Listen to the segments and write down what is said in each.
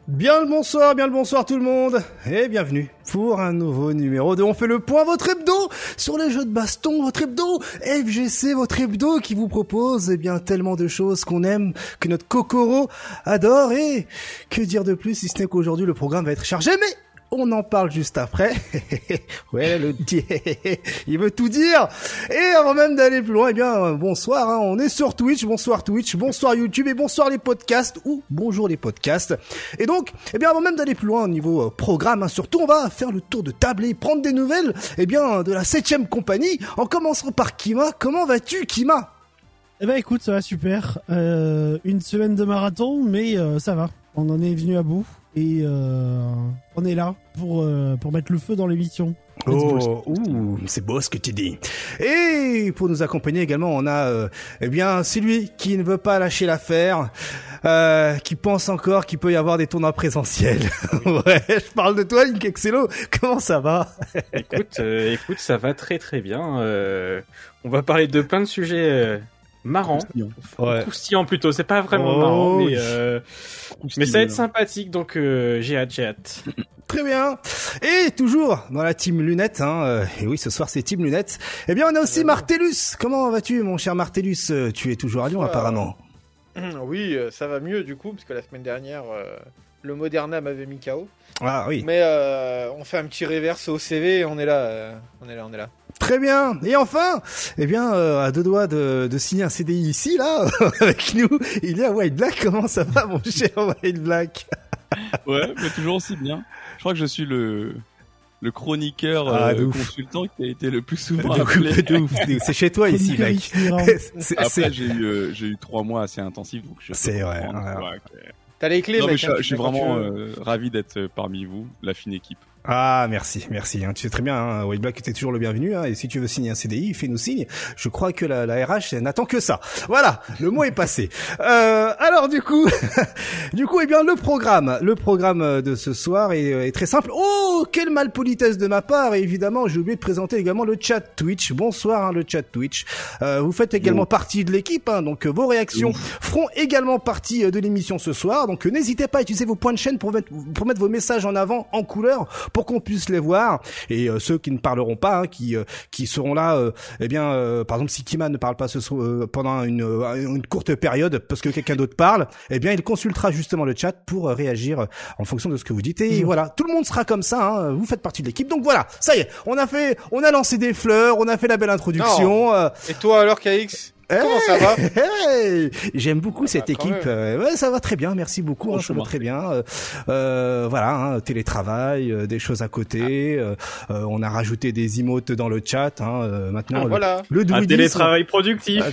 Bien le bonsoir tout le monde, et bienvenue pour un nouveau numéro de On fait le point, votre hebdo sur les jeux de baston, votre hebdo FGC, votre hebdo qui vous propose tellement de choses qu'on aime, que notre Kokoro adore, et que dire de plus si ce n'est qu'aujourd'hui le programme va être chargé, mais on en parle juste après. Ouais, le petit, il veut tout dire. Et avant même d'aller plus loin, bonsoir, hein. On est sur Twitch, bonsoir YouTube et bonsoir les podcasts, ou bonjour les podcasts. Et donc, avant même d'aller plus loin au niveau programme, hein, surtout, on va faire le tour de table et prendre des nouvelles, de la 7ème compagnie, en commençant par Kima. Comment vas-tu, Kima? Écoute, ça va super. Une semaine de marathon, mais ça va. On en est venu à bout. Et on est là pour mettre le feu dans l'émission. C'est beau ce que tu dis. Et pour nous accompagner également, on a celui qui ne veut pas lâcher l'affaire, qui pense encore qu'il peut y avoir des tournois présentiels. Ouais, je parle de toi, Link Excello. Comment ça va? Écoute, ça va très très bien. On va parler de plein de sujets marrant, croustillant plutôt, c'est pas vraiment marrant, mais ça va être sympathique, donc j'ai hâte. Très bien. Et toujours dans la team Lunette, et oui, ce soir c'est team Lunette. On a aussi Martellus. Comment vas-tu, mon cher Martellus? Tu es toujours à Lyon, apparemment. Oui, ça va mieux du coup, parce que la semaine dernière, le Moderna m'avait mis KO. Ah oui. Mais on fait un petit reverse au CV, et on est là. Très bien. Et enfin, à deux doigts de signer un CDI ici, là, avec nous, il y a White Black. Comment ça va, mon cher White Black? Ouais, mais toujours aussi bien. Je crois que je suis le chroniqueur consultant qui a été le plus souvent appelé. C'est chez toi ici, mec. Après, j'ai eu 3 mois assez intensifs, donc c'est vrai. T'as les clés, non, mec. Mais je suis vraiment ravi d'être parmi vous, la fine équipe. Ah, merci. Hein. Tu sais très bien, White Black était toujours le bienvenu, hein, et si tu veux signer un CDI, fais-nous signe. Je crois que la RH n'attend que ça. Voilà, le mot est passé. Alors du coup, le programme de ce soir est très simple. Oh, quelle malpolitesse de ma part, et évidemment, j'ai oublié de présenter également le chat Twitch. Bonsoir, le chat Twitch. Vous faites également partie de l'équipe, donc vos réactions feront également partie de l'émission ce soir. Donc n'hésitez pas à utiliser vos points de chaîne pour mettre vos messages en avant en couleur, pour qu'on puisse les voir, et ceux qui ne parleront pas, qui seront là, par exemple, si Kima ne parle pas pendant une courte période parce que quelqu'un d'autre parle, il consultera justement le chat pour réagir en fonction de ce que vous dites, et voilà, tout le monde sera comme ça, vous faites partie de l'équipe, donc voilà, ça y est, on a lancé des fleurs, on a fait la belle introduction. Et toi alors, KX? Comment ça va? J'aime beaucoup cette équipe. Ouais, ça va très bien, merci beaucoup. Ça va très bien. Voilà, télétravail, des choses à côté. On a rajouté des emotes dans le chat. Maintenant, le un télétravail productif.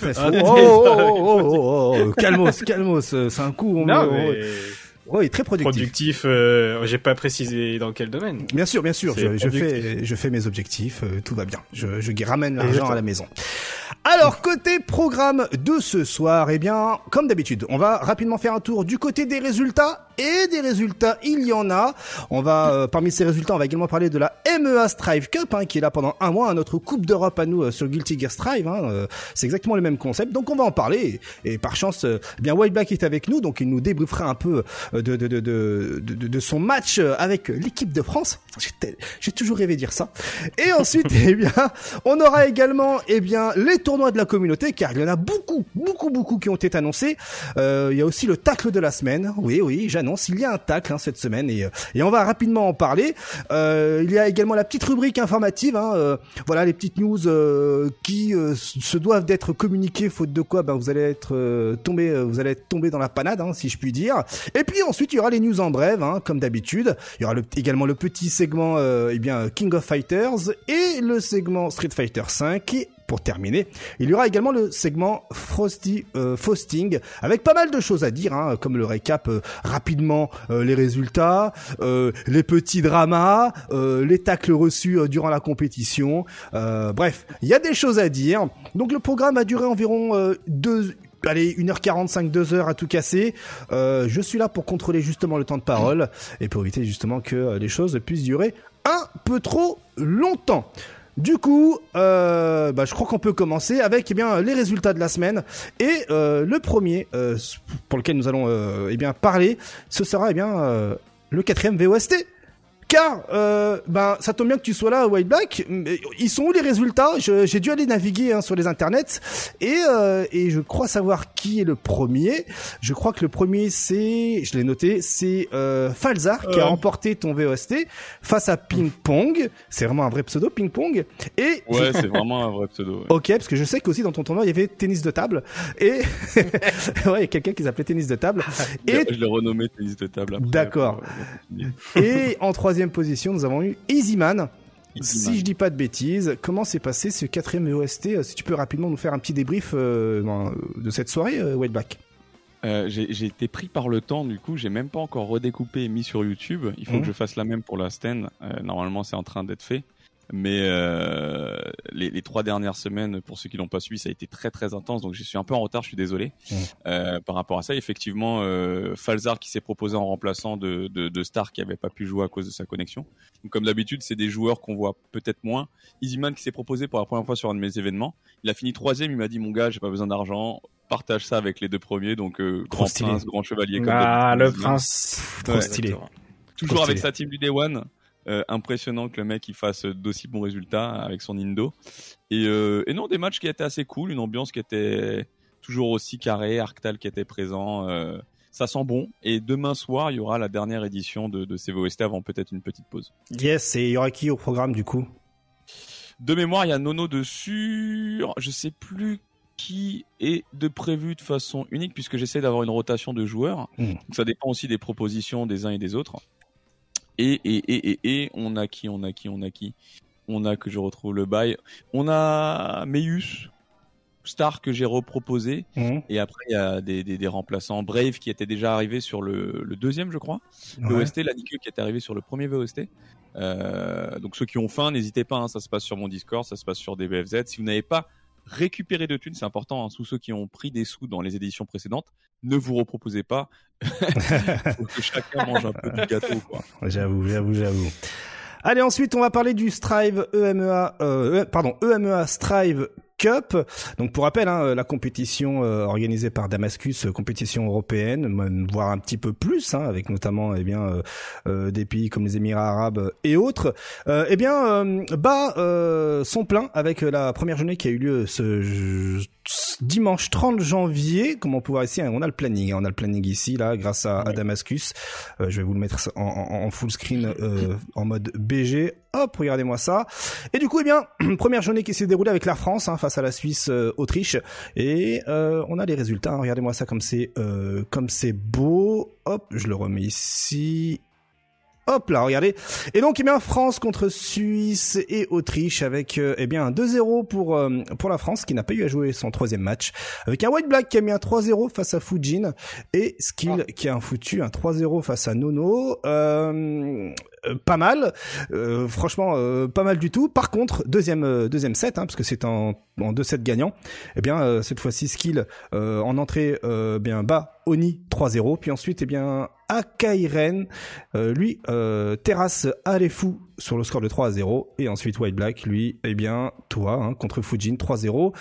Calmos. C'est un coup. Oui, très productif. J'ai pas précisé dans quel domaine. Bien sûr. Je fais mes objectifs. Tout va bien. Je ramène l'argent à la maison. Alors, côté programme de ce soir, comme d'habitude, on va rapidement faire un tour du côté des résultats. Et des résultats, il y en a. On va, parmi ces résultats, on va également parler de la MEA Strive Cup, qui est là pendant un mois, notre Coupe d'Europe à nous sur Guilty Gear Strive. C'est exactement le même concept, donc on va en parler. Et par chance, White Black est avec nous, donc il nous débriefera un peu de son match avec l'équipe de France. J'ai toujours rêvé de dire ça. Et ensuite, on aura également, les tournois de la communauté, car il y en a beaucoup qui ont été annoncés. Il y a aussi le tacle de la semaine. Oui, j'annonce, il y a un tacle cette semaine, et on va rapidement en parler. Il y a également la petite rubrique informative. Voilà, les petites news qui se doivent d'être communiquées, faute de quoi vous allez être tombé dans la panade, si je puis dire. Et puis ensuite, il y aura les news en bref, comme d'habitude. Il y aura également le petit segment King of Fighters et le segment Street Fighter 5. Et pour terminer, il y aura également le segment Fausting, avec pas mal de choses à dire, comme le récap rapidement, les résultats, les petits dramas, les tacles reçus durant la compétition. Bref, il y a des choses à dire. Donc le programme a duré environ 1h45, 2h à tout casser. Je suis là pour contrôler justement le temps de parole et pour éviter justement que les choses puissent durer un peu trop longtemps. Du coup, je crois qu'on peut commencer avec les résultats de la semaine. Et le premier pour lequel nous allons parler, ce sera le 4e VOST. Car ça tombe bien que tu sois là, White Black. Ils sont où les résultats? J'ai dû aller naviguer sur les internets et je crois savoir qui est le premier. Je crois que le premier je l'ai noté, c'est Falzar qui a remporté ton VOST face à Ping Pong. C'est vraiment un vrai pseudo, Ping Pong. Et ouais, c'est vraiment un vrai pseudo. Ouais. Ok, parce que je sais qu'aussi dans ton tournoi il y avait tennis de table et ouais, il y a quelqu'un qui s'appelait tennis de table. Et je l'ai renommé tennis de table. Après, d'accord. Et en troisième position, nous avons eu Easyman. Si je dis pas de bêtises, comment s'est passé ce 4e VOST? Si tu peux rapidement nous faire un petit débrief de cette soirée, White Black. J'ai été pris par le temps, du coup, j'ai même pas encore redécoupé et mis sur YouTube. Il faut que je fasse la même pour la stand. Normalement, c'est en train d'être fait. Mais les 3 dernières semaines, pour ceux qui l'ont pas suivi, ça a été très très intense, donc je suis un peu en retard, je suis désolé. Par rapport à ça, effectivement, Falzar qui s'est proposé en remplaçant de Star qui avait pas pu jouer à cause de sa connexion. Donc comme d'habitude, c'est des joueurs qu'on voit peut-être moins. Easyman qui s'est proposé pour la première fois sur un de mes événements, il a fini 3e, il m'a dit mon gars, j'ai pas besoin d'argent, partage ça avec les 2 premiers, donc grand prince, grand chevalier comme d'habitude. Le prince, trop stylé. Toujours avec sa team du Day One. Impressionnant que le mec il fasse d'aussi bons résultats avec son Indo et non, des matchs qui étaient assez cool, une ambiance qui était toujours aussi carrée, Arctal qui était présent, ça sent bon. Et demain soir il y aura la dernière édition de ces VOST avant peut-être une petite pause. Yes, et il y aura qui au programme du coup? De mémoire il y a Nono dessus, je sais plus qui est de prévu de façon unique puisque j'essaie d'avoir une rotation de joueurs, donc ça dépend aussi des propositions des uns et des autres. Et on a qui On a que je retrouve le bail. On a Meius, Star que j'ai reproposé. Et après, il y a des remplaçants. Brave qui était déjà arrivé sur le 2e, je crois. Ouais. VOST, la Nikeu qui était arrivé sur le 1er VOST. Donc ceux qui ont faim, n'hésitez pas. Ça se passe sur mon Discord, ça se passe sur DBFZ. Si vous n'avez pas récupéré de thunes, c'est important. Sous ceux qui ont pris des sous dans les éditions précédentes, ne vous reproposez pas. Faut que chacun mange un peu du gâteau, quoi. J'avoue. Allez, ensuite, on va parler du Strive EMEA Strive Cup. Donc pour rappel, la compétition organisée par Damascus, compétition européenne, voire un petit peu plus, avec notamment des pays comme les Émirats arabes et autres, bat son plein avec la première journée qui a eu lieu ce dimanche 30 janvier. Comme on peut voir ici, on a le planning ici là grâce à Damascus. Je vais vous le mettre en full screen en mode BG. Hop, regardez-moi ça. Et du coup, première journée qui s'est déroulée avec la France face à la Suisse, Autriche, et on a les résultats. Regardez-moi ça comme c'est beau. Hop, je le remets ici. Hop là, regardez. Et donc, France contre Suisse et Autriche avec, un 2-0 pour la France qui n'a pas eu à jouer son 3e match. Avec un White Black qui a mis un 3-0 face à Fujin et Skill qui a foutu un 3-0 face à Nono. Pas mal. Franchement, pas mal du tout. Par contre, deuxième set, parce que c'est en 2 sets gagnants. Cette fois-ci, Skill, en entrée, bat Oni 3-0. Puis ensuite, Akairen, lui, terrasse Arefu sur le score de 3-0. Et ensuite, White Black, lui, toi, contre Fujin 3-0.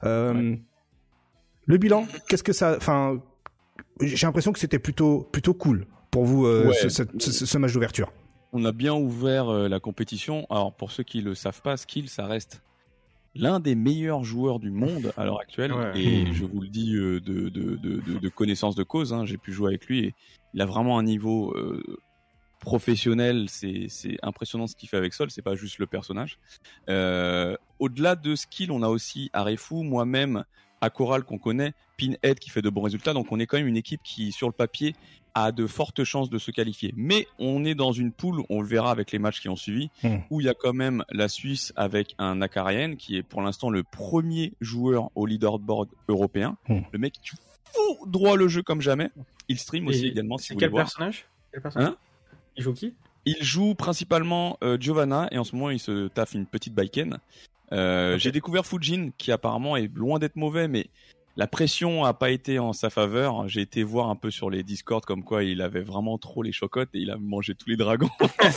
Le bilan, qu'est-ce que ça, j'ai l'impression que c'était plutôt cool pour vous, ce match d'ouverture. On a bien ouvert la compétition. Alors, pour ceux qui le savent pas, Skill, ça reste l'un des meilleurs joueurs du monde à l'heure actuelle. Ouais. Et je vous le dis de connaissance de cause. J'ai pu jouer avec lui et il a vraiment un niveau professionnel. C'est impressionnant ce qu'il fait avec Sol. C'est pas juste le personnage. Au-delà de Skill, on a aussi Arefu, moi-même, Akoral qu'on connaît, Pinhead qui fait de bons résultats. Donc, on est quand même une équipe qui, sur le papier, a de fortes chances de se qualifier. Mais on est dans une poule, on le verra avec les matchs qui ont suivi, où il y a quand même la Suisse avec un Akarian qui est pour l'instant le premier joueur au leaderboard européen. Le mec qui fout droit le jeu comme jamais. Il stream aussi également. C'est quel personnage Il joue qui? Il joue principalement Giovanna et en ce moment il se taffe une petite Baiken. J'ai découvert Fujin qui apparemment est loin d'être mauvais, mais la pression a pas été en sa faveur. J'ai été voir un peu sur les Discord comme quoi il avait vraiment trop les chocottes et il a mangé tous les dragons.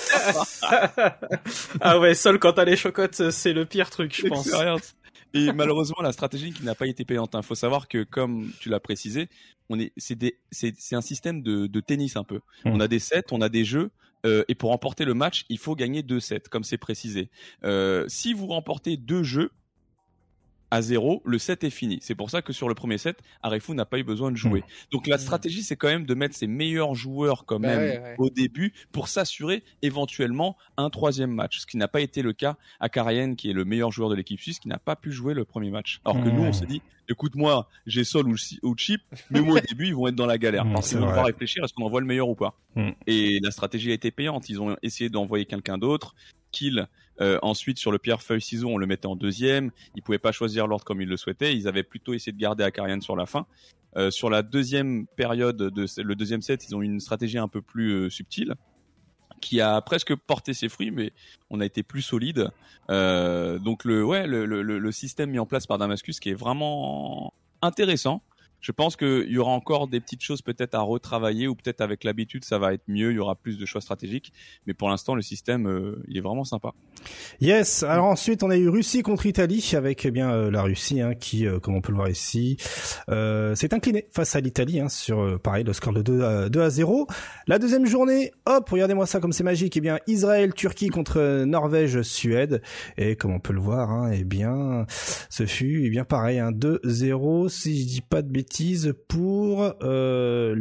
Ah ouais, Sol, quand t'as les chocottes, c'est le pire truc, je pense. Et malheureusement, la stratégie qui n'a pas été payante. Faut savoir que, comme tu l'as précisé, c'est un système de tennis un peu. On a des sets, on a des jeux. Et pour remporter le match, il faut gagner 2 sets, comme c'est précisé. Si vous remportez 2 jeux à 0, le set est fini. C'est pour ça que sur le premier set, Arefu n'a pas eu besoin de jouer. Donc la stratégie, c'est quand même de mettre ses meilleurs joueurs quand même au début pour s'assurer éventuellement un 3e match. Ce qui n'a pas été le cas à Karayen, qui est le meilleur joueur de l'équipe suisse, qui n'a pas pu jouer le premier match. Alors que nous, on s'est dit, écoute-moi, j'ai Sol ou Chip, mais moi au début, ils vont être dans la galère. Parce qu'ils vont devoir réfléchir, est-ce qu'on envoie le meilleur ou pas? Et la stratégie a été payante. Ils ont essayé d'envoyer quelqu'un d'autre. Kill, ensuite sur le pierre feuille ciseaux, on le mettait en 2e. Ils pouvaient pas choisir l'ordre comme ils le souhaitaient. Ils avaient plutôt essayé de garder Akarian sur la fin. Sur la 2e période le 2e set, ils ont eu une stratégie un peu plus subtile qui a presque porté ses fruits, mais on a été plus solide. Donc le système mis en place par Damascus qui est vraiment intéressant. Je pense qu'il y aura encore des petites choses peut-être à retravailler ou peut-être avec l'habitude ça va être mieux, il y aura plus de choix stratégiques. Mais pour l'instant le système il est vraiment sympa. Yes. Alors ensuite on a eu Russie contre Italie avec la Russie qui comme on peut le voir ici s'est inclinée face à l'Italie sur pareil le score de 2-0. La deuxième journée, hop, regardez-moi ça comme c'est magique. Israël Turquie contre Norvège Suède et comme on peut le voir ce fut pareil 2-0 si je dis pas de bêtises pour la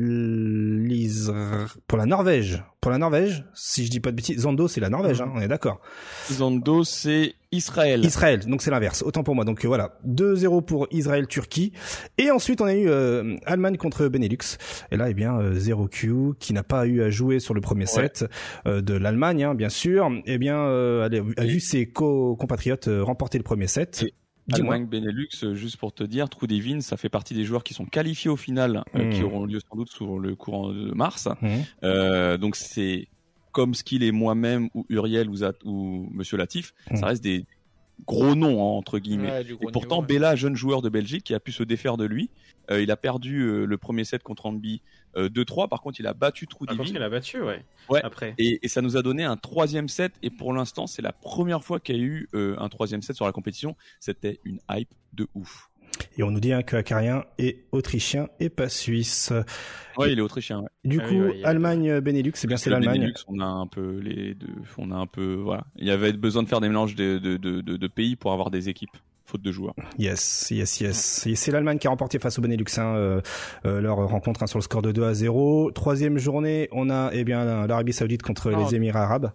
Norvège. Pour la Norvège, si je dis pas de bêtises, Zando c'est la Norvège, on est d'accord. Zando c'est Israël. Israël, donc c'est l'inverse. Autant pour moi. Donc voilà, 2-0 pour Israël-Turquie. Et ensuite on a eu Allemagne contre Benelux. Et là 0Q qui n'a pas eu à jouer sur le premier set de l'Allemagne, bien sûr. A vu ses compatriotes remporter le premier set. Allemagne Benelux, juste pour te dire, Trudevin, ça fait partie des joueurs qui sont qualifiés au final, qui auront lieu sans doute sur le courant de mars. Donc c'est comme Skill et moi-même ou Uriel ou Monsieur Latif, ça reste des gros noms entre guillemets. Et pourtant Bella, jeune joueur de Belgique, qui a pu se défaire de lui, il a perdu le premier set contre Ambi 2-3. Par contre, il a battu Trudevin. Il a battu, après. Et ça nous a donné un 3e set. Et pour l'instant, c'est la première fois qu'il y a eu un 3e set sur la compétition. C'était une hype de ouf. Et on nous dit que Akarien est autrichien et pas suisse. Ouais, il est autrichien. Ouais. Du coup, Allemagne, Benelux, c'est l'Allemagne. Benelux, on a un peu les deux. Voilà. Il y avait besoin de faire des mélanges de pays pour avoir des équipes. Faute de joueurs. Yes. Et c'est l'Allemagne qui a remporté face au Benelux leur rencontre sur le score de 2-0. 3e journée, on a l'Arabie Saoudite contre les Émirats Arabes.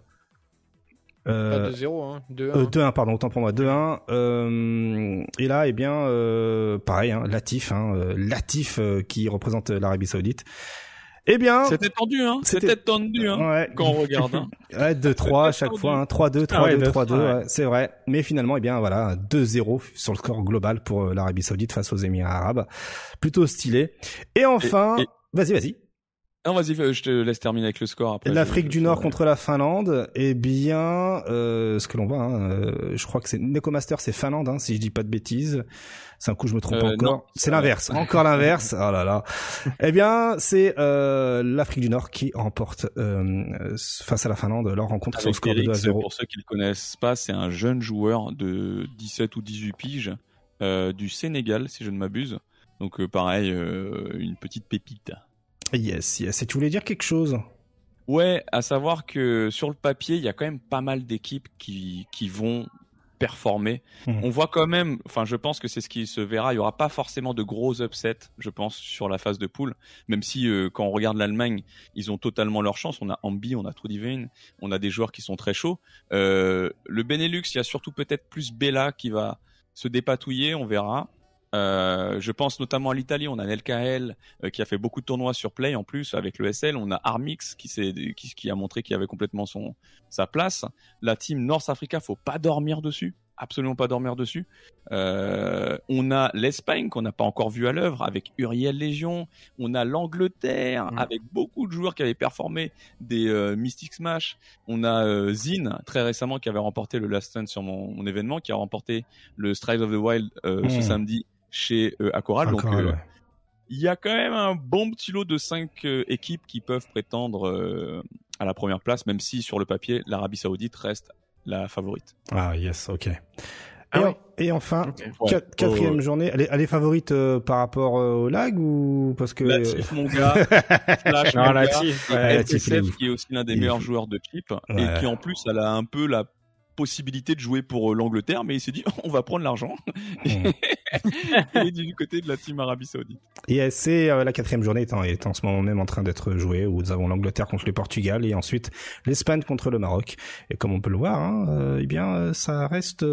Pas 2-0, 2-1. 2-1, pardon, autant pour moi. 2-1. Et là, pareil, Latif, Latif qui représente l'Arabie Saoudite. C'était tendu, quand on regarde. 2-3 à chaque fois, 3-2, 3-2, 3-2, c'est vrai. Mais finalement, 2-0 sur le score global pour l'Arabie Saoudite face aux Émirats Arabes. Plutôt stylé. Et enfin, vas-y. Non, vas-y, je te laisse terminer avec le score après. L'Afrique du Nord contre la Finlande. Ce que l'on voit, je crois que c'est Necomaster, c'est Finlande, si je dis pas de bêtises. C'est un coup, je me trompe encore. Non, c'est l'inverse. Encore l'inverse. Oh là là. C'est l'Afrique du Nord qui remporte face à la Finlande leur rencontre sur le score de 2-0. Pour ceux qui le connaissent pas, c'est un jeune joueur de 17 ou 18 piges du Sénégal, si je ne m'abuse. Donc pareil, une petite pépite. Yes. Et tu voulais dire quelque chose? Ouais, à savoir que sur le papier, il y a quand même pas mal d'équipes qui vont performer. On voit quand même, je pense que c'est ce qui se verra. Il y aura pas forcément de gros upsets, je pense, sur la phase de poule. Même si quand on regarde l'Allemagne, ils ont totalement leur chance. On a Ambi, on a Trudevin, on a des joueurs qui sont très chauds. Le Benelux, il y a surtout peut-être plus Bella qui va se dépatouiller, on verra. Je pense notamment à l'Italie, on a LKL qui a fait beaucoup de tournois sur Play en plus avec le SL, on a Armix qui a montré qu'il avait complètement sa place. La team North Africa, faut pas dormir dessus, absolument pas dormir dessus. On a l'Espagne qu'on n'a pas encore vu à l'œuvre avec Uriel Légion, on a l'Angleterre avec beaucoup de joueurs qui avaient performé des Mystic Smash, on a Zin très récemment qui avait remporté le Last Stand sur mon événement, qui a remporté le Strides of the Wild ce samedi chez Akoral. Donc il y a quand même un bon petit lot de 5 équipes qui peuvent prétendre à la première place, même si sur le papier, l'Arabie Saoudite reste la favorite. Ah yes, ok. Ah et enfin, quatrième journée, elle est favorite par rapport au lag ou parce que Latif, mon gars, Flash, non, Latif, Latif, qui est aussi l'un des meilleurs joueurs de chip et qui en plus elle a un peu la possibilité de jouer pour l'Angleterre, mais il s'est dit on va prendre l'argent. Il est du côté de la team Arabie Saoudite. Et c'est la quatrième journée est en ce moment même en train d'être jouée, où nous avons l'Angleterre contre le Portugal et ensuite l'Espagne contre le Maroc. Et comme on peut le voir, eh bien ça reste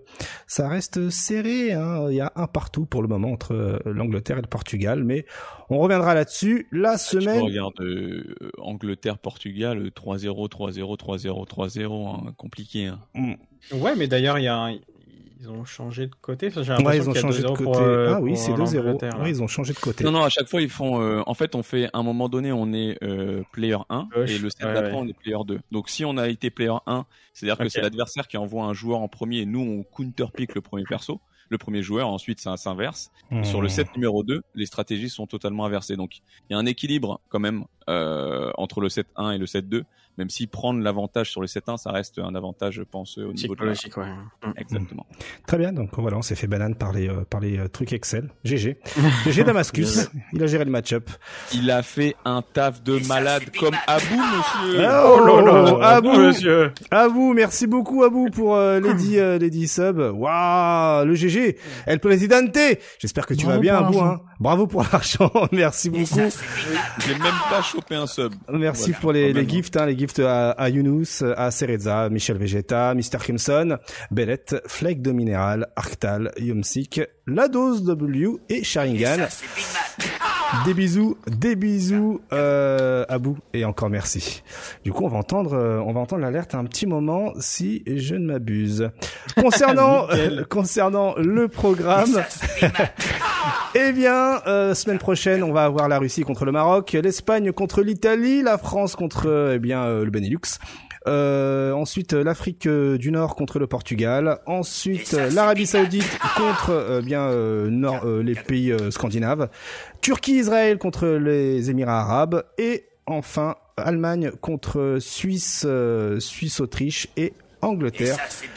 serré. Il y a un partout pour le moment entre l'Angleterre et le Portugal, mais on reviendra là-dessus la semaine. Je regarde Angleterre-Portugal 3-0, 3-0, 3-0, 3-0, compliqué. Hein. Ouais, mais d'ailleurs ils ont changé de côté. J'ai l'impression ils ont changé de côté. Ah oui, c'est 2-0. Ouais, ils ont changé de côté. Non, à chaque fois ils font. En fait, on fait à un moment donné, on est player 1 et le set d'après on est player 2. Donc si on a été player 1, c'est-à-dire que c'est l'adversaire qui envoie un joueur en premier et nous on counterpick le premier perso. Le premier joueur, ensuite ça s'inverse. Sur le set numéro 2, les stratégies sont totalement inversées. Donc il y a un équilibre quand même entre le set 1 et le set 2, même si prendre l'avantage sur le set 1, ça reste un avantage, je pense, au niveau de la... Exactement. Très bien, donc voilà, on s'est fait banane par les trucs Excel. GG Damascus, il a géré le match-up. Il a fait un taf de malade comme Abou, monsieur. Abou, monsieur. Abou, merci beaucoup Abou pour les 10 subs. Waouh, le GG, El Presidente. J'espère que tu vas bien Abou, hein. Bravo pour l'argent, merci beaucoup. J'ai même pas chopé un sub. Merci pour les gifts, les gifts à Younous, à Cereza, Michel Vegeta, Mr. Crimson, Bellet, Flake de Minéral, Arctal, Yomsik, La Dose W et Sharingan. Des bisous, Abou, et encore merci. Du coup, on va entendre l'alerte un petit moment, si je ne m'abuse. Concernant le programme, eh bien, semaine prochaine, on va avoir la Russie contre le Maroc, l'Espagne contre l'Italie, la France contre, le Benelux. Ensuite l'Afrique du Nord contre le Portugal, ensuite l'Arabie Saoudite contre les pays scandinaves, Turquie-Israël contre les Émirats arabes et enfin Allemagne contre Suisse-Autriche et Angleterre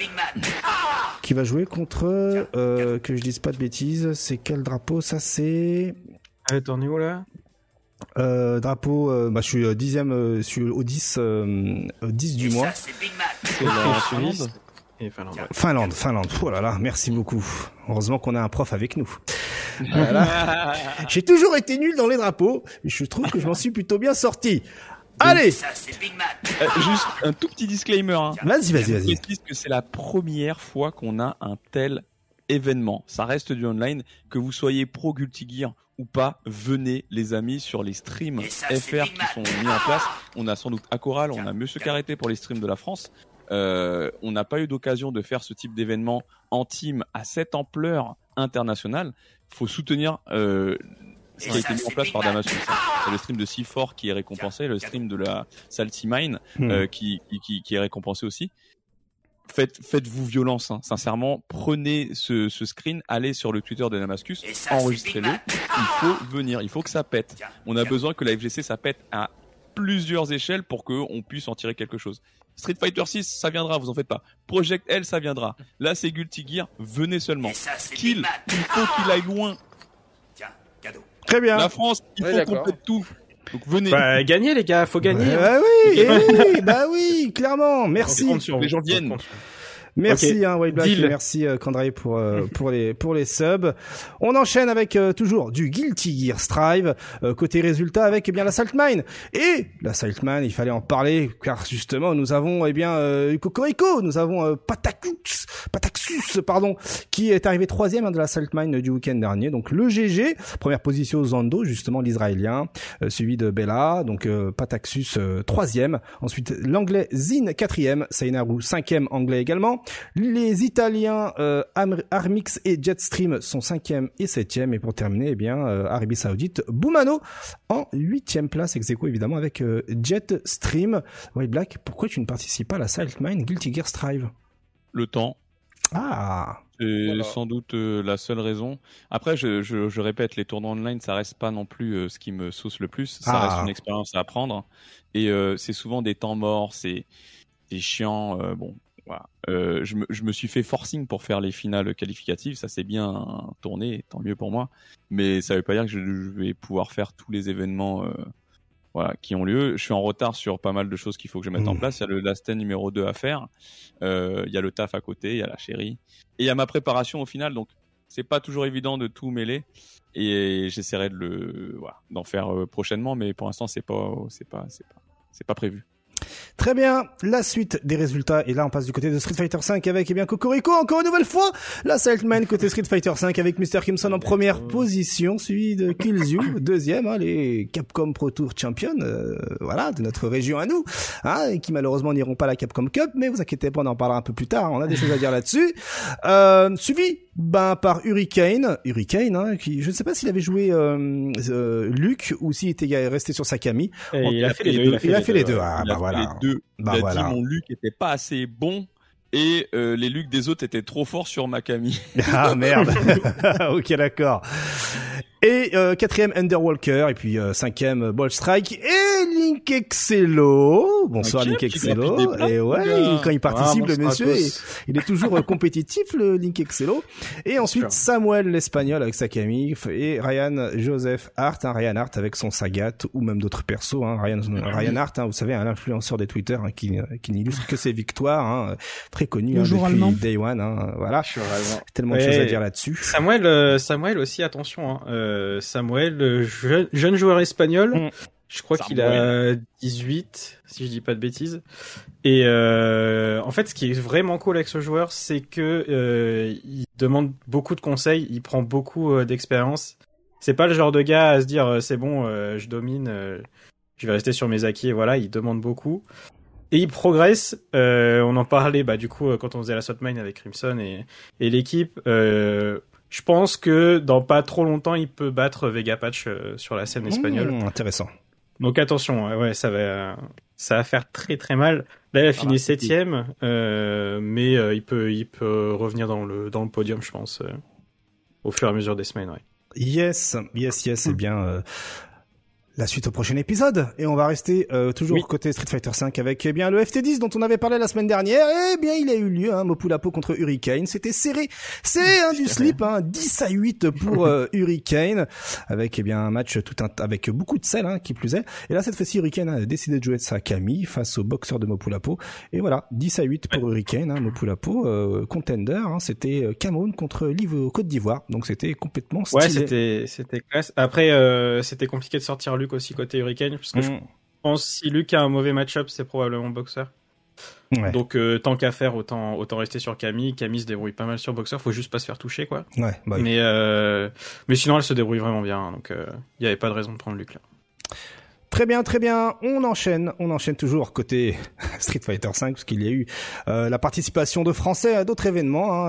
qui va jouer contre que je dise pas de bêtises, c'est quel drapeau ça, c'est t'en es où là? Drapeau, je suis 10e, je suis au 10 du mois. C'est la Suisse et Finlande. Finlande. Oh là là, merci beaucoup. Heureusement qu'on a un prof avec nous. Voilà. J'ai toujours été nul dans les drapeaux, mais je trouve que je m'en suis plutôt bien sorti. Allez. Juste un tout petit disclaimer. Hein. Vas-y. Je précise que c'est la première fois qu'on a un tel événement. Ça reste du online. Que vous soyez pro Guilty Gear ou pas, venez les amis sur les streams FR qui sont mis en place. On a sans doute Akoral, on a Monsieur Carreté pour les streams de la France. On n'a pas eu d'occasion de faire ce type d'événement en team à cette ampleur internationale. Faut soutenir ce qui a été mis en place par Damascus. C'est le stream de C4 qui est récompensé, le stream de la Salty Mine qui est récompensé aussi. Faites-vous violence, hein. Sincèrement, prenez ce screen, allez sur le Twitter de Damascus, enregistrez-le. Il faut venir, il faut que ça pète. On a besoin que la FGC ça pète à plusieurs échelles pour qu'on puisse en tirer quelque chose. Street Fighter 6, ça viendra, vous en faites pas. Project L, ça viendra. Là, c'est Guilty Gear, venez seulement. Kill, il faut qu'il aille loin. Très bien. La France, il faut qu'on pète tout. Donc venez. Gagnez les gars, faut gagner. Oui, clairement. Merci. Les gens viennent. Merci White Black, merci Kandray pour les subs. On enchaîne avec toujours du Guilty Gear Strive côté résultat avec la Saltmine. Et la Saltmine, il fallait en parler car justement nous avons Cocorico, nous avons Pataxus qui est arrivé 3e de la Saltmine du week-end dernier. Donc le GG, première position Zando, justement l'Israélien, suivi de Bella, donc Pataxus 3e. Ensuite l'Anglais Zin 4e, Sainaru 5e anglais également. Les Italiens Armix et Jetstream sont 5e et 7e. Et pour terminer, Arabie Saoudite, Boumano en 8e place, ex-aequo évidemment avec Jetstream. White Black, pourquoi tu ne participes pas à la Saltmine Guilty Gear Strive? Le temps. C'est sans doute la seule raison. Après, je répète, les tournois online, ça reste pas non plus ce qui me sauce le plus. Ça reste une expérience à apprendre. Et c'est souvent des temps morts, c'est chiant. Voilà. Je me suis fait forcing pour faire les finales qualificatives. Ça s'est bien tourné, tant mieux pour moi. Mais ça veut pas dire que je vais pouvoir faire tous les événements qui ont lieu. Je suis en retard sur pas mal de choses qu'il faut que je mette en place. Il y a le Last Stand numéro 2 à faire. Il y a le taf à côté, il y a la chérie. Et il y a ma préparation au final. Donc, c'est pas toujours évident de tout mêler. Et j'essaierai d'en faire prochainement. Mais pour l'instant, c'est pas prévu. Très bien, la suite des résultats, et là on passe du côté de Street Fighter 5 avec Cocorico, encore une nouvelle fois, la Saltman côté Street Fighter 5 avec Mr. Crimson en première position, suivi de Killzoo, deuxième, les Capcom Pro Tour Champions, de notre région à nous, et qui malheureusement n'iront pas à la Capcom Cup, mais vous inquiétez pas, on en parlera un peu plus tard, on a des choses à dire là-dessus. Suivi par Hurricane, qui, je ne sais pas s'il avait joué Luke ou s'il était resté sur Sakami. Il a fait les deux. Les deux. Il a dit mon Luke était pas assez bon et les Luke des autres étaient trop forts sur Makami. Ah merde. Ok, d'accord. Et quatrième Underwalker et puis cinquième Ball Strike et Link Excello. Bonsoir Link Excello. Et quand il participe le monsieur, il est toujours compétitif le Link Excello. Et ensuite Samuel l'Espagnol avec Sakami et Ryan Joseph Hart, Ryan Hart avec son Sagat ou même d'autres persos. Ryan Hart, vous savez, l'influenceur de Twitter qui n'illustre que ses victoires, très connu depuis Day One. Voilà. Tellement de choses à dire là-dessus. Samuel aussi, attention. Samuel, jeune joueur espagnol. Je crois qu'il a 18, si je dis pas de bêtises. Et en fait, ce qui est vraiment cool avec ce joueur, c'est que il demande beaucoup de conseils, il prend beaucoup d'expérience. C'est pas le genre de gars à se dire c'est bon, je domine, je vais rester sur mes acquis. Et voilà, il demande beaucoup. Et il progresse. On en parlait du coup quand on faisait la Sotmine avec Crimson et l'équipe. Je pense que dans pas trop longtemps, il peut battre Vegapatch sur la scène espagnole. Intéressant. Donc attention, ça va faire très très mal. Là, il a fini 7ème, mais il peut revenir dans le podium, je pense, au fur et à mesure des semaines. Ouais. Yes, c'est bien. La suite au prochain épisode, et on va rester toujours côté Street Fighter 5 avec le FT10 dont on avait parlé la semaine dernière. Il a eu lieu Mopulapo contre Hurricane, c'était serré du slip, 10-8 pour Hurricane avec un match avec beaucoup de sel qui plus est. Et là cette fois-ci Hurricane a décidé de jouer de sa Camille face au boxeur de Mopulapo, et voilà, 10-8 pour Hurricane. Mopulapo contender, c'était Cameroun contre Côte d'Ivoire, donc c'était complètement stylé. C'était classe. Après c'était compliqué de sortir Luke aussi côté Hurricane, parce que je pense si Luke a un mauvais match-up, c'est probablement boxeur. Ouais. Donc tant qu'à faire, autant rester sur Camille. Camille se débrouille pas mal sur boxeur, faut juste pas se faire toucher quoi. Ouais, oui. Mais sinon elle se débrouille vraiment bien, donc il y avait pas de raison de prendre Luke là. Très bien. On enchaîne toujours côté Street Fighter 5 parce qu'il y a eu la participation de Français à d'autres événements.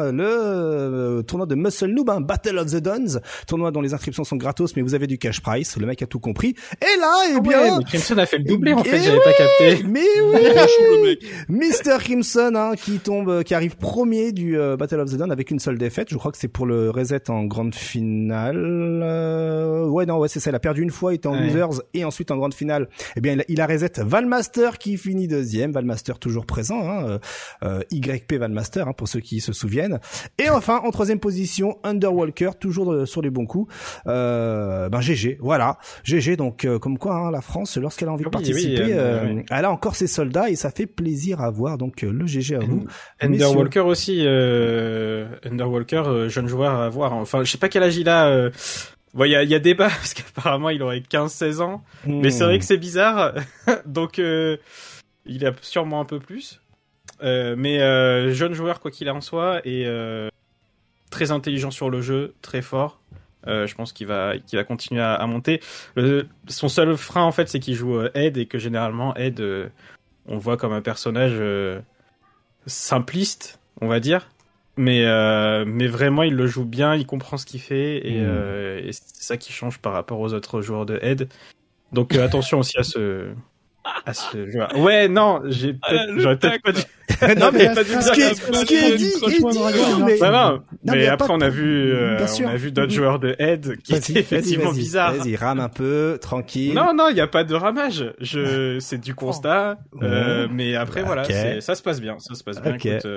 Le tournoi de Muscle Noob, Battle of the Dons, tournoi dont les inscriptions sont gratos, mais vous avez du cash price. Le mec a tout compris. Et là, mais Crimson a fait le doublé en fait, j'avais pas capté. Mais oui, Mr. Crimson qui arrive premier du Battle of the Dons avec une seule défaite. Je crois que c'est pour le reset en grande finale. C'est ça. Il a perdu une fois, il était en losers et ensuite en grande finale. Il a reset Valmaster qui finit deuxième. Valmaster toujours présent, YP Valmaster, pour ceux qui se souviennent. Et enfin, en troisième position, Underwalker, toujours sur les bons coups. GG, voilà. GG, donc, comme quoi, la France, lorsqu'elle a envie de participer, elle a encore ses soldats et ça fait plaisir à voir. Donc, le GG à vous. Underwalker aussi, Underwalker, jeune joueur à voir. Enfin, je sais pas quel âge il a, il y a débat parce qu'apparemment il aurait 15-16 ans, mais c'est vrai que c'est bizarre. Donc il a sûrement un peu plus. Mais jeune joueur quoi qu'il en soit et très intelligent sur le jeu, très fort. Je pense qu'il va continuer à monter. Son seul frein en fait, c'est qu'il joue Ed et que généralement Ed on le voit comme un personnage simpliste, on va dire. Mais vraiment il le joue bien, il comprend ce qu'il fait et c'est ça qui change par rapport aux autres joueurs de Ed. Donc attention aussi à Ouais, non, j'aurais peut-être pas dû. Non, mais ce qui est dit, mais après on a vu d'autres joueurs de Head qui étaient effectivement bizarres. Vas-y, rame un peu, tranquille. Non, il y a pas de ramage. C'est du constat, mais après voilà, ça se passe bien, Okay. Écoute,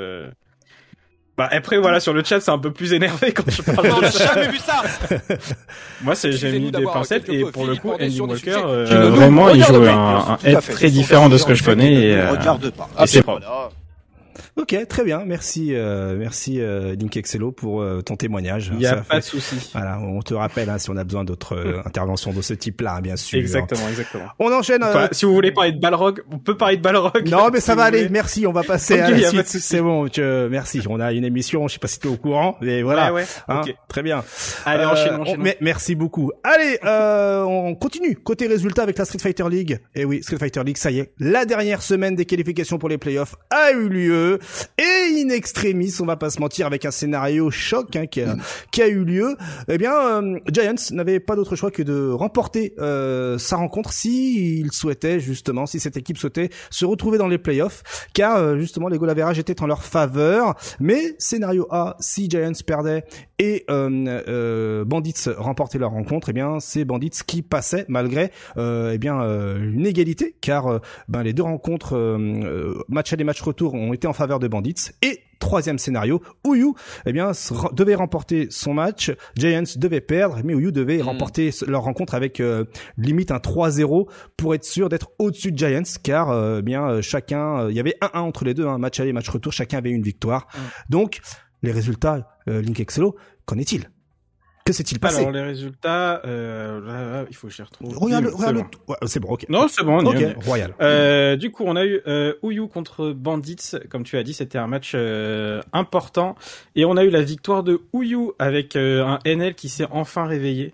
après voilà, sur le chat c'est un peu plus énervé quand je parle de ça. Jamais vu ça. Moi j'ai mis des pincettes et pour le coup Andy Walker vraiment il joue un Head très différent de ce que je connais et c'est propre. Ok, très bien. Merci Link Excello pour ton témoignage. Il y a pas de souci. Voilà, on te rappelle si on a besoin d'autres interventions de ce type-là, bien sûr. Exactement. On enchaîne. Si vous voulez parler de Balrog, on peut parler de Balrog. Non, mais ça va aller. Merci. On va passer à la suite. C'est bon. Merci. On a une émission. Je sais pas si t'es au courant, mais voilà. Ouais. Okay. Très bien. Allez, enchaînons. Merci beaucoup. Allez, on continue. Côté résultat avec la Street Fighter League. Et oui, Street Fighter League, ça y est. La dernière semaine des qualifications pour les playoffs a eu lieu. Et in extremis, on va pas se mentir, avec un scénario choc qui a eu lieu. Eh bien, Giants n'avait pas d'autre choix que de remporter sa rencontre si cette équipe souhaitait se retrouver dans les playoffs, car justement les goal average étaient en leur faveur. Mais scénario A, si Giants perdait et Bandits remportaient leur rencontre, eh bien c'est Bandits qui passait malgré une égalité, car les deux rencontres match aller match retour ont été en faveur de Bandits. Et troisième scénario, Ouyu devait remporter son match, Giants devait perdre, mais Ouyu devait remporter leur rencontre avec limite un 3-0 pour être sûr d'être au-dessus de Giants, car chacun, il y avait 1-1 entre les deux, match aller match retour, chacun avait une victoire. Donc les résultats, Link Excello, qu'en est-il? Que s'est-il passé? Alors les résultats, il faut que je les retrouve. Regarde, c'est bon, ok. Non, c'est bon, on y est. Royal. Du coup, on a eu Ouyu contre Bandits, comme tu as dit, c'était un match important, et on a eu la victoire de Ouyu avec un NL qui s'est enfin réveillé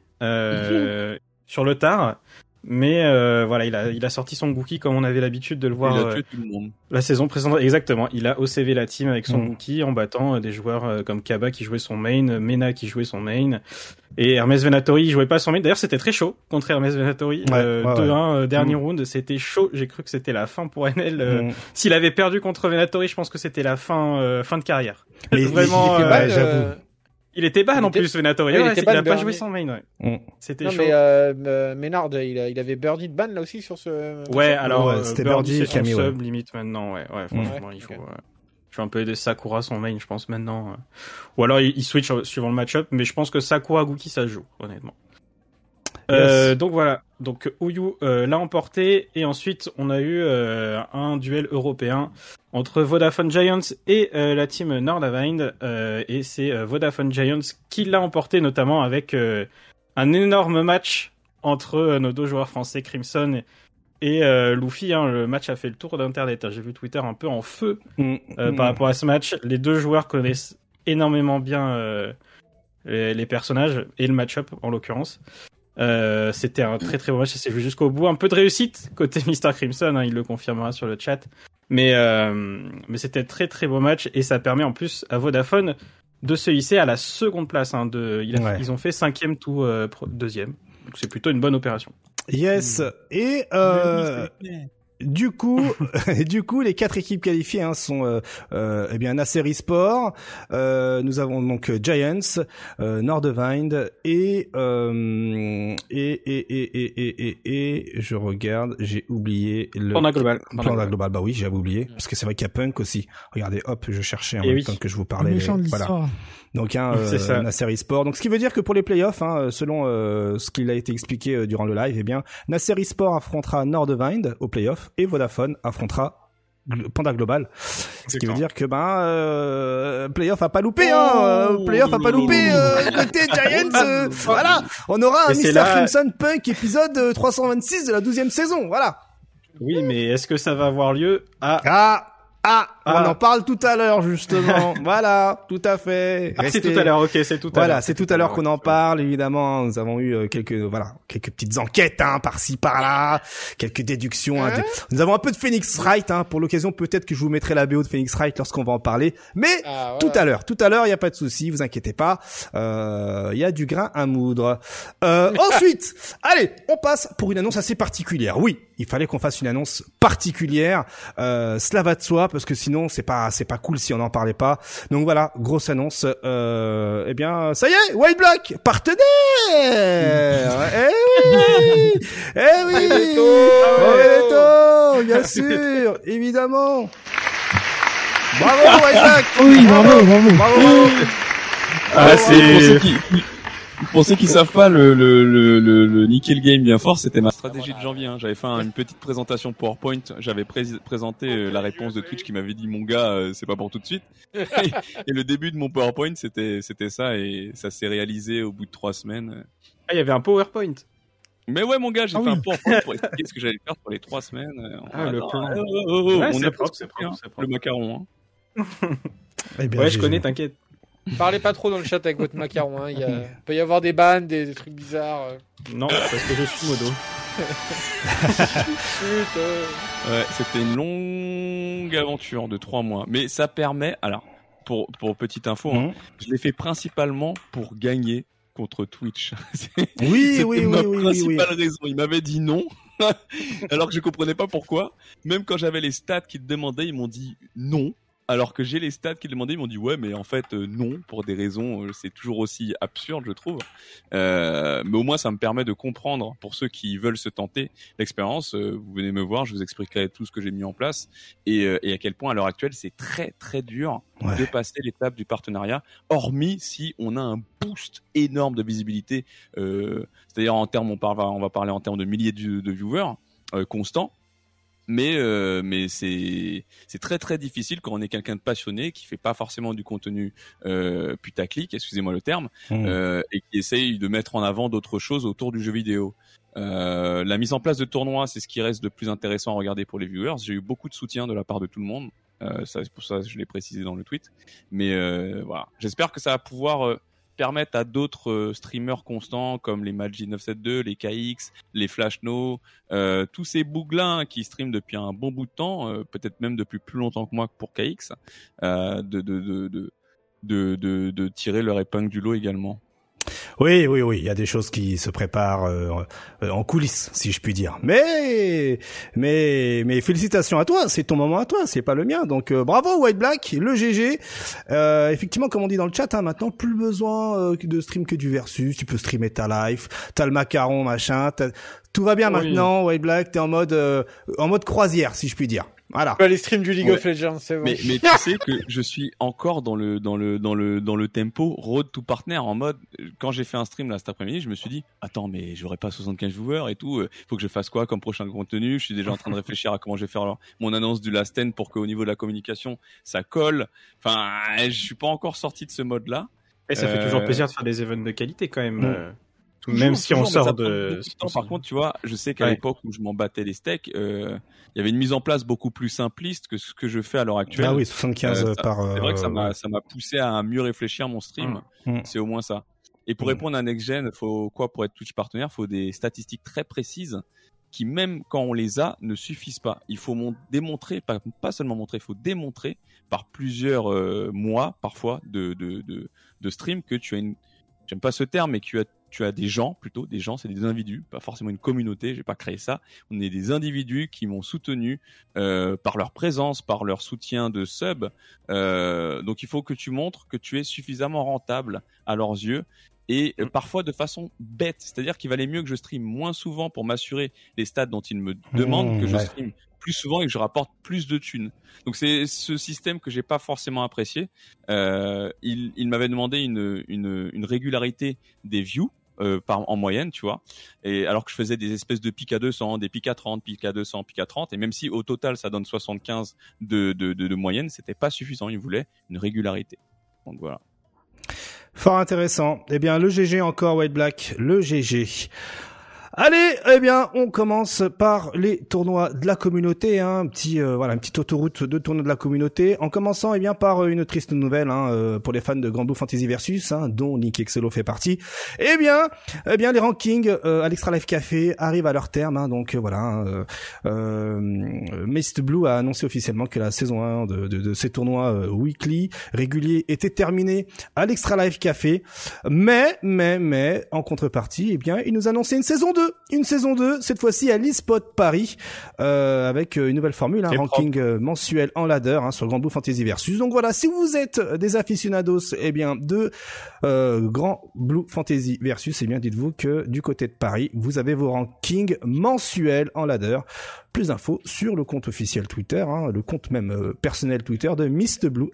sur le tard. Mais il a sorti son Gookie comme on avait l'habitude de le voir. Il a tué tout le monde. La saison précédente, exactement. Il a OCV la team avec son Gookie en battant des joueurs comme Kaba qui jouait son main, Mena qui jouait son main, et Hermès Venatori jouait pas son main. D'ailleurs, c'était très chaud contre Hermès Venatori. 2-1 dernier round, c'était chaud. J'ai cru que c'était la fin pour NL. S'il avait perdu contre Venatori, je pense que c'était la fin de carrière. Mais vraiment, j'avoue. Il était ban en plus, Venatori. Il a pas joué son main, C'était chaud. Mais Ménard, il avait Birdie de ban là aussi sur ce. Ouais, alors c'était Birdie c'est son sub limite maintenant. Ouais, franchement, il faut. Je vais un peu aider Sakura son main, je pense maintenant. Ou alors il switch suivant le match-up, mais je pense que Sakura Gookie ça se joue, honnêtement. Yes. Donc voilà. Donc Ouyu l'a emporté, et ensuite on a eu un duel européen entre Vodafone Giants et la team Nordavind, et c'est Vodafone Giants qui l'a emporté, notamment avec un énorme match entre nos deux joueurs français, Crimson et Luffy. Le match a fait le tour d'internet. J'ai vu Twitter un peu en feu par rapport à ce match. Les deux joueurs connaissent énormément bien les personnages et le match-up en l'occurrence. C'était un très très beau match, ça s'est joué jusqu'au bout. Un peu de réussite côté Mr. Crimson, il le confirmera sur le chat. Mais c'était très très beau match, et ça permet en plus à Vodafone de se hisser à la seconde place. Ils ont fait 5e tout 2e. Donc c'est plutôt une bonne opération. Yes. Et du coup, les 4 équipes qualifiées sont Nasser eSport. Nous avons donc Giants, Nordavind et je regarde, j'ai oublié le Panda Global. Panda Global. Bah oui, j'avais oublié parce que c'est vrai qu'il y a Punk aussi. Regardez, hop, je cherchais en même temps que je vous parlais. Voilà. Donc Nasser eSport. Donc ce qui veut dire que pour les playoffs, selon ce qu'il a été expliqué durant le live, Nasser eSport affrontera Nordavind au playoff et Vodafone affrontera Panda Global. Ce qui veut dire que playoff a pas loupé, playoff a pas loupé côté Giants. Voilà, on aura un Mr. Crimson Punk épisode 326 de la 12e saison. Voilà. Oui, mais est-ce que ça va avoir lieu on en parle tout à l'heure, justement. Voilà, tout à fait. C'est tout à l'heure, ok, c'est tout à l'heure. Voilà, c'est tout à l'heure qu'on en parle, évidemment. Nous avons eu quelques petites enquêtes, par-ci, par-là, quelques déductions. Nous avons un peu de Phoenix Wright, pour l'occasion, peut-être que je vous mettrai la BO de Phoenix Wright lorsqu'on va en parler. Mais, tout à l'heure, il y a pas de souci, vous inquiétez pas. Il y a du grain à moudre. Ensuite, allez, on passe pour une annonce assez particulière. Oui, il fallait qu'on fasse une annonce particulière. Cela va de soi parce que sinon c'est pas cool si on n'en parlait pas. Donc voilà, grosse annonce. Eh bien, ça y est, White Black, partenaire. Eh oui, Veto, bien sûr, évidemment. Bravo, White Black. Oui, bravo. Ah, c'est... Pour ceux qui savent pas, le Nickel Game bien fort, c'était ma stratégie de janvier. Hein. J'avais fait une petite présentation PowerPoint. J'avais présenté la réponse de Twitch qui m'avait dit mon gars, c'est pas pour tout de suite. Et le début de mon PowerPoint, c'était ça et ça s'est réalisé au bout de 3 semaines. Ah, il y avait un PowerPoint. Mais ouais, mon gars, j'ai fait un PowerPoint pour expliquer ce que j'allais faire pour les 3 semaines. Le plan. Ouais, on est propre. Le macaron. Hein. Eh bien, ouais, je connais, t'inquiète. Parlez pas trop dans le chat avec votre macaron, hein. Il peut y avoir des bans, des trucs bizarres. Non, parce que je suis modo. Ouais, c'était une longue aventure de 3 mois. Mais ça permet, alors, pour petite info, hein, je l'ai fait principalement pour gagner contre Twitch. Oui. Principale raison. Il m'avait dit non, alors que je comprenais pas pourquoi. Même quand j'avais les stats qu'ils demandaient, ils m'ont dit non. Alors que j'ai les stats qu'ils demandaient, ils m'ont dit ouais, mais en fait non, pour des raisons, c'est toujours aussi absurde, je trouve. Mais au moins, ça me permet de comprendre, pour ceux qui veulent se tenter l'expérience, vous venez me voir, je vous expliquerai tout ce que j'ai mis en place et à quel point à l'heure actuelle, c'est très très dur de passer l'étape du partenariat, hormis si on a un boost énorme de visibilité, c'est-à-dire en termes, on va parler en termes de milliers de viewers constants. Mais c'est très très difficile quand on est quelqu'un de passionné qui fait pas forcément du contenu putaclic, excusez-moi le terme, et qui essaye de mettre en avant d'autres choses autour du jeu vidéo. La mise en place de tournois, c'est ce qui reste de plus intéressant à regarder pour les viewers. J'ai eu beaucoup de soutien de la part de tout le monde. C'est pour ça que je l'ai précisé dans le tweet. Mais voilà, j'espère que ça va pouvoir permettre à d'autres streamers constants comme les Magic972, les KX, les Flashno, tous ces bouglins qui streament depuis un bon bout de temps, peut-être même depuis plus longtemps que moi pour KX, de tirer leur épingle du lot également. Oui, il y a des choses qui se préparent en coulisses, si je puis dire. Mais félicitations à toi, c'est ton moment à toi, c'est pas le mien. Donc bravo White Black, le GG. Effectivement, comme on dit dans le chat, hein, maintenant plus besoin de stream que du versus. Tu peux streamer ta life, t'as le macaron, machin. Tout va bien maintenant, White Black. T'es en mode croisière, si je puis dire. Voilà. Les streams du League of Legends, c'est bon. Mais tu sais que je suis encore dans le tempo road to partner, en mode, quand j'ai fait un stream là cet après-midi, je me suis dit, attends, mais j'aurais pas 75 viewers et tout, faut que je fasse quoi comme prochain contenu? Je suis déjà en train de réfléchir à comment je vais faire mon annonce du Last Stand pour qu'au niveau de la communication, ça colle. Enfin, je suis pas encore sorti de ce mode-là. Et ça fait toujours plaisir de faire des events de qualité quand même. Même si on sort de... Par contre, tu vois, je sais qu'à l'époque où je m'en battais les steaks, il y avait une mise en place beaucoup plus simpliste que ce que je fais à l'heure actuelle. Ah oui, 75 par... C'est vrai que ça m'a poussé à mieux réfléchir mon stream. C'est au moins ça. Et pour répondre à Next Gen, faut quoi pour être Twitch partenaire? Faut des statistiques très précises qui, même quand on les a, ne suffisent pas. Il faut démontrer, pas seulement montrer, il faut démontrer par plusieurs mois, parfois, de stream que tu as j'aime pas ce terme, mais que tu as des gens, c'est des individus, pas forcément une communauté, j'ai pas créé ça. On est des individus qui m'ont soutenu par leur présence, par leur soutien de sub. Donc il faut que tu montres que tu es suffisamment rentable à leurs yeux. Et parfois de façon bête, c'est-à-dire qu'il valait mieux que je stream moins souvent pour m'assurer les stats dont ils me demandent que je stream plus souvent et que je rapporte plus de thunes. Donc c'est ce système que j'ai pas forcément apprécié. Il m'avait demandé une régularité des views en moyenne, tu vois. Et alors que je faisais des espèces de pics à 200, des pics à 30, pics à 200, pics à 30, et même si au total ça donne 75 de moyenne, c'était pas suffisant. Il voulait une régularité. Donc voilà. Fort intéressant. Eh bien, le GG encore, White Black, le GG. Allez, eh bien, on commence par les tournois de la communauté, hein, une petite autoroute de tournois de la communauté, en commençant, eh bien, par une triste nouvelle, pour les fans de Granblue Fantasy Versus, dont Nick Excello fait partie. Eh bien, les rankings à l'Extra Life Café arrivent à leur terme, donc voilà. Mist Blue a annoncé officiellement que la saison 1 de ces tournois weekly réguliers était terminée à l'Extra Life Café, mais en contrepartie, eh bien, ils nous annonçaient une saison 2. une saison 2, cette fois-ci à l'eSpot Paris, avec une nouvelle formule, un ranking mensuel en ladder sur le Grand Blue Fantasy Versus. Donc voilà, si vous êtes des aficionados, de Grand Blue Fantasy Versus, dites-vous que du côté de Paris, vous avez vos rankings mensuels en ladder. Plus d'infos sur le compte officiel Twitter, le compte même personnel Twitter de Mist Blue,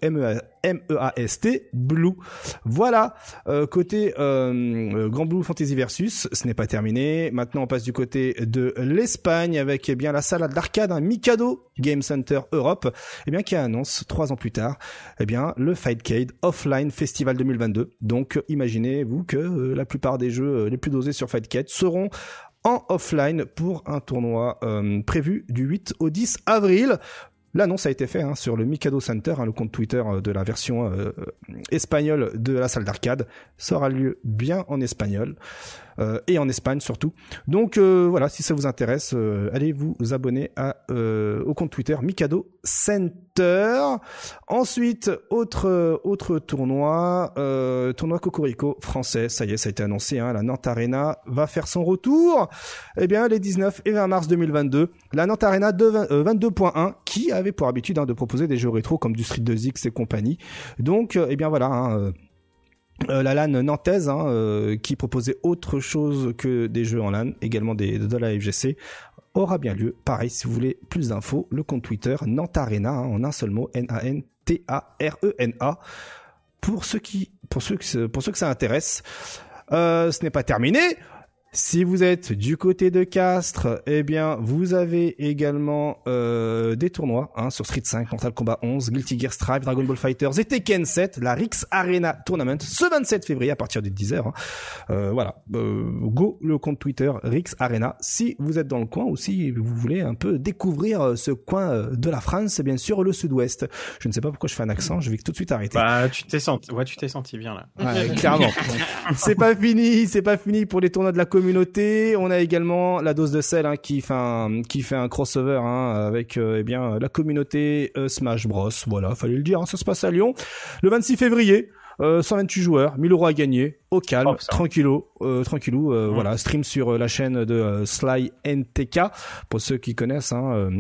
MEAST Blue. Voilà, côté Grand Blue Fantasy Versus, ce n'est pas terminé. Maintenant, on passe du côté de l'Espagne avec la salle d'arcade Mikado Game Center Europe, qui annonce 3 ans plus tard, le Fightcade Offline Festival 2022. Donc, imaginez-vous que la plupart des jeux les plus dosés sur Fightcade seront en offline pour un tournoi prévu du 8 au 10 avril. L'annonce a été faite sur le Mikado Center, le compte Twitter de la version espagnole de la salle d'arcade. Ça aura lieu bien en espagnol et en Espagne surtout. Donc voilà, si ça vous intéresse, allez vous abonner au compte Twitter Mikado Center. Ensuite, autre tournoi, tournoi Cocorico français. Ça y est, ça a été annoncé. La Nantes Arena va faire son retour. Les 19 et 20 mars 2022. La Nantes Arena 22.1 qui avait pour habitude de proposer des jeux rétro comme du Street 2X et compagnie. Donc, voilà. La LAN nantaise qui proposait autre chose que des jeux en LAN, également de la FGC, aura bien lieu. Pareil, si vous voulez plus d'infos, le compte Twitter Nantes Arena, en un seul mot, NANTARENA. Pour ceux que ça intéresse, ce n'est pas terminé. Si vous êtes du côté de Castres, vous avez également des tournois sur Street 5, Mortal Kombat 11, Guilty Gear Strive, Dragon Ball FighterZ et Tekken 7, la Rix Arena Tournament, ce 27 février à partir de 10h. Voilà, go le compte Twitter Rix Arena si vous êtes dans le coin ou si vous voulez un peu découvrir ce coin de la France, bien sûr le sud-ouest. Je ne sais pas pourquoi je fais un accent, je vais tout de suite arrêter. Tu t'es senti bien là. Ouais, clairement. C'est pas fini pour les tournois de la communauté. On a également la dose de sel qui fait un crossover avec la communauté Smash Bros. Voilà, fallait le dire, ça se passe à Lyon le 26 février. 128 joueurs, 1000 € à gagner, au calme, tranquillou, voilà, stream sur la chaîne de Sly NTK, pour ceux qui connaissent,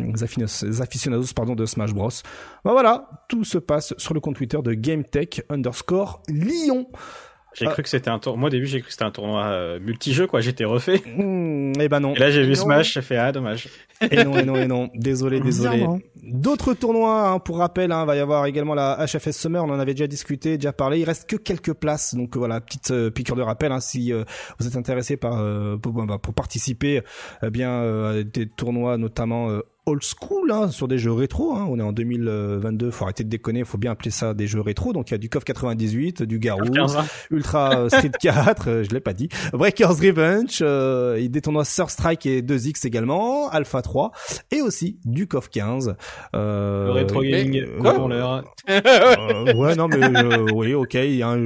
les aficionados, de Smash Bros. Voilà, tout se passe sur le compte Twitter de GameTech_Lyon. J'ai cru que c'était un tournoi. Moi, au début, j'ai cru que c'était un tournoi multijeu, quoi. J'étais refait. Et non. Et là, j'ai vu Smash, j'ai fait dommage. Et non. Désolé. D'autres tournois, pour rappel, va y avoir également la HFS Summer. On en avait déjà parlé. Il reste que quelques places. Donc voilà, petite piqûre de rappel, si vous êtes intéressé pour participer, à des tournois, notamment old school, sur des jeux rétro, on est en 2022, faut arrêter de déconner, faut bien appeler ça des jeux rétro. Donc il y a du KOF 98, du Garou, Ultra Street 4, je l'ai pas dit, Breakers Revenge, des tournois Sur Strike et 2X également, Alpha 3, et aussi du KOF 15. Le rétro gaming, pour l'heure. Ouais, non mais oui, ok,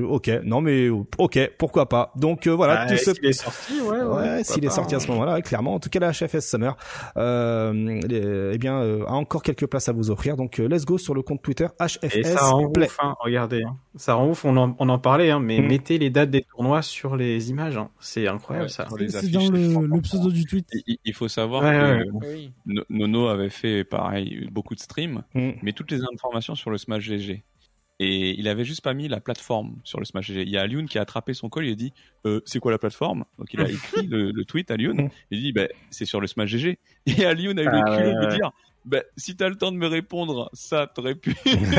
pourquoi pas. Donc voilà, tout s'il est sorti, s'il est sorti à ce moment-là, clairement. En tout cas, la HFS Summer, a encore quelques places à vous offrir. Donc let's go sur le compte Twitter HFS et ça rend Play. Ouf, regardez, ça rend ouf. On en parlait, mais mettez les dates des tournois sur les images. C'est incroyable ça. C'est dans le pseudo du tweet. Il faut savoir que Nono avait fait pareil beaucoup de streams, mais toutes les informations sur le Smash GG. Et il avait juste pas mis la plateforme sur le Smash GG. Il y a Alioun qui a attrapé son col, il a dit c'est quoi la plateforme? Donc il a écrit le tweet à Alioun. Il dit c'est sur le Smash GG. Et Alioun a eu le culot de dire si t'as le temps de me répondre, ça t'aurait pu.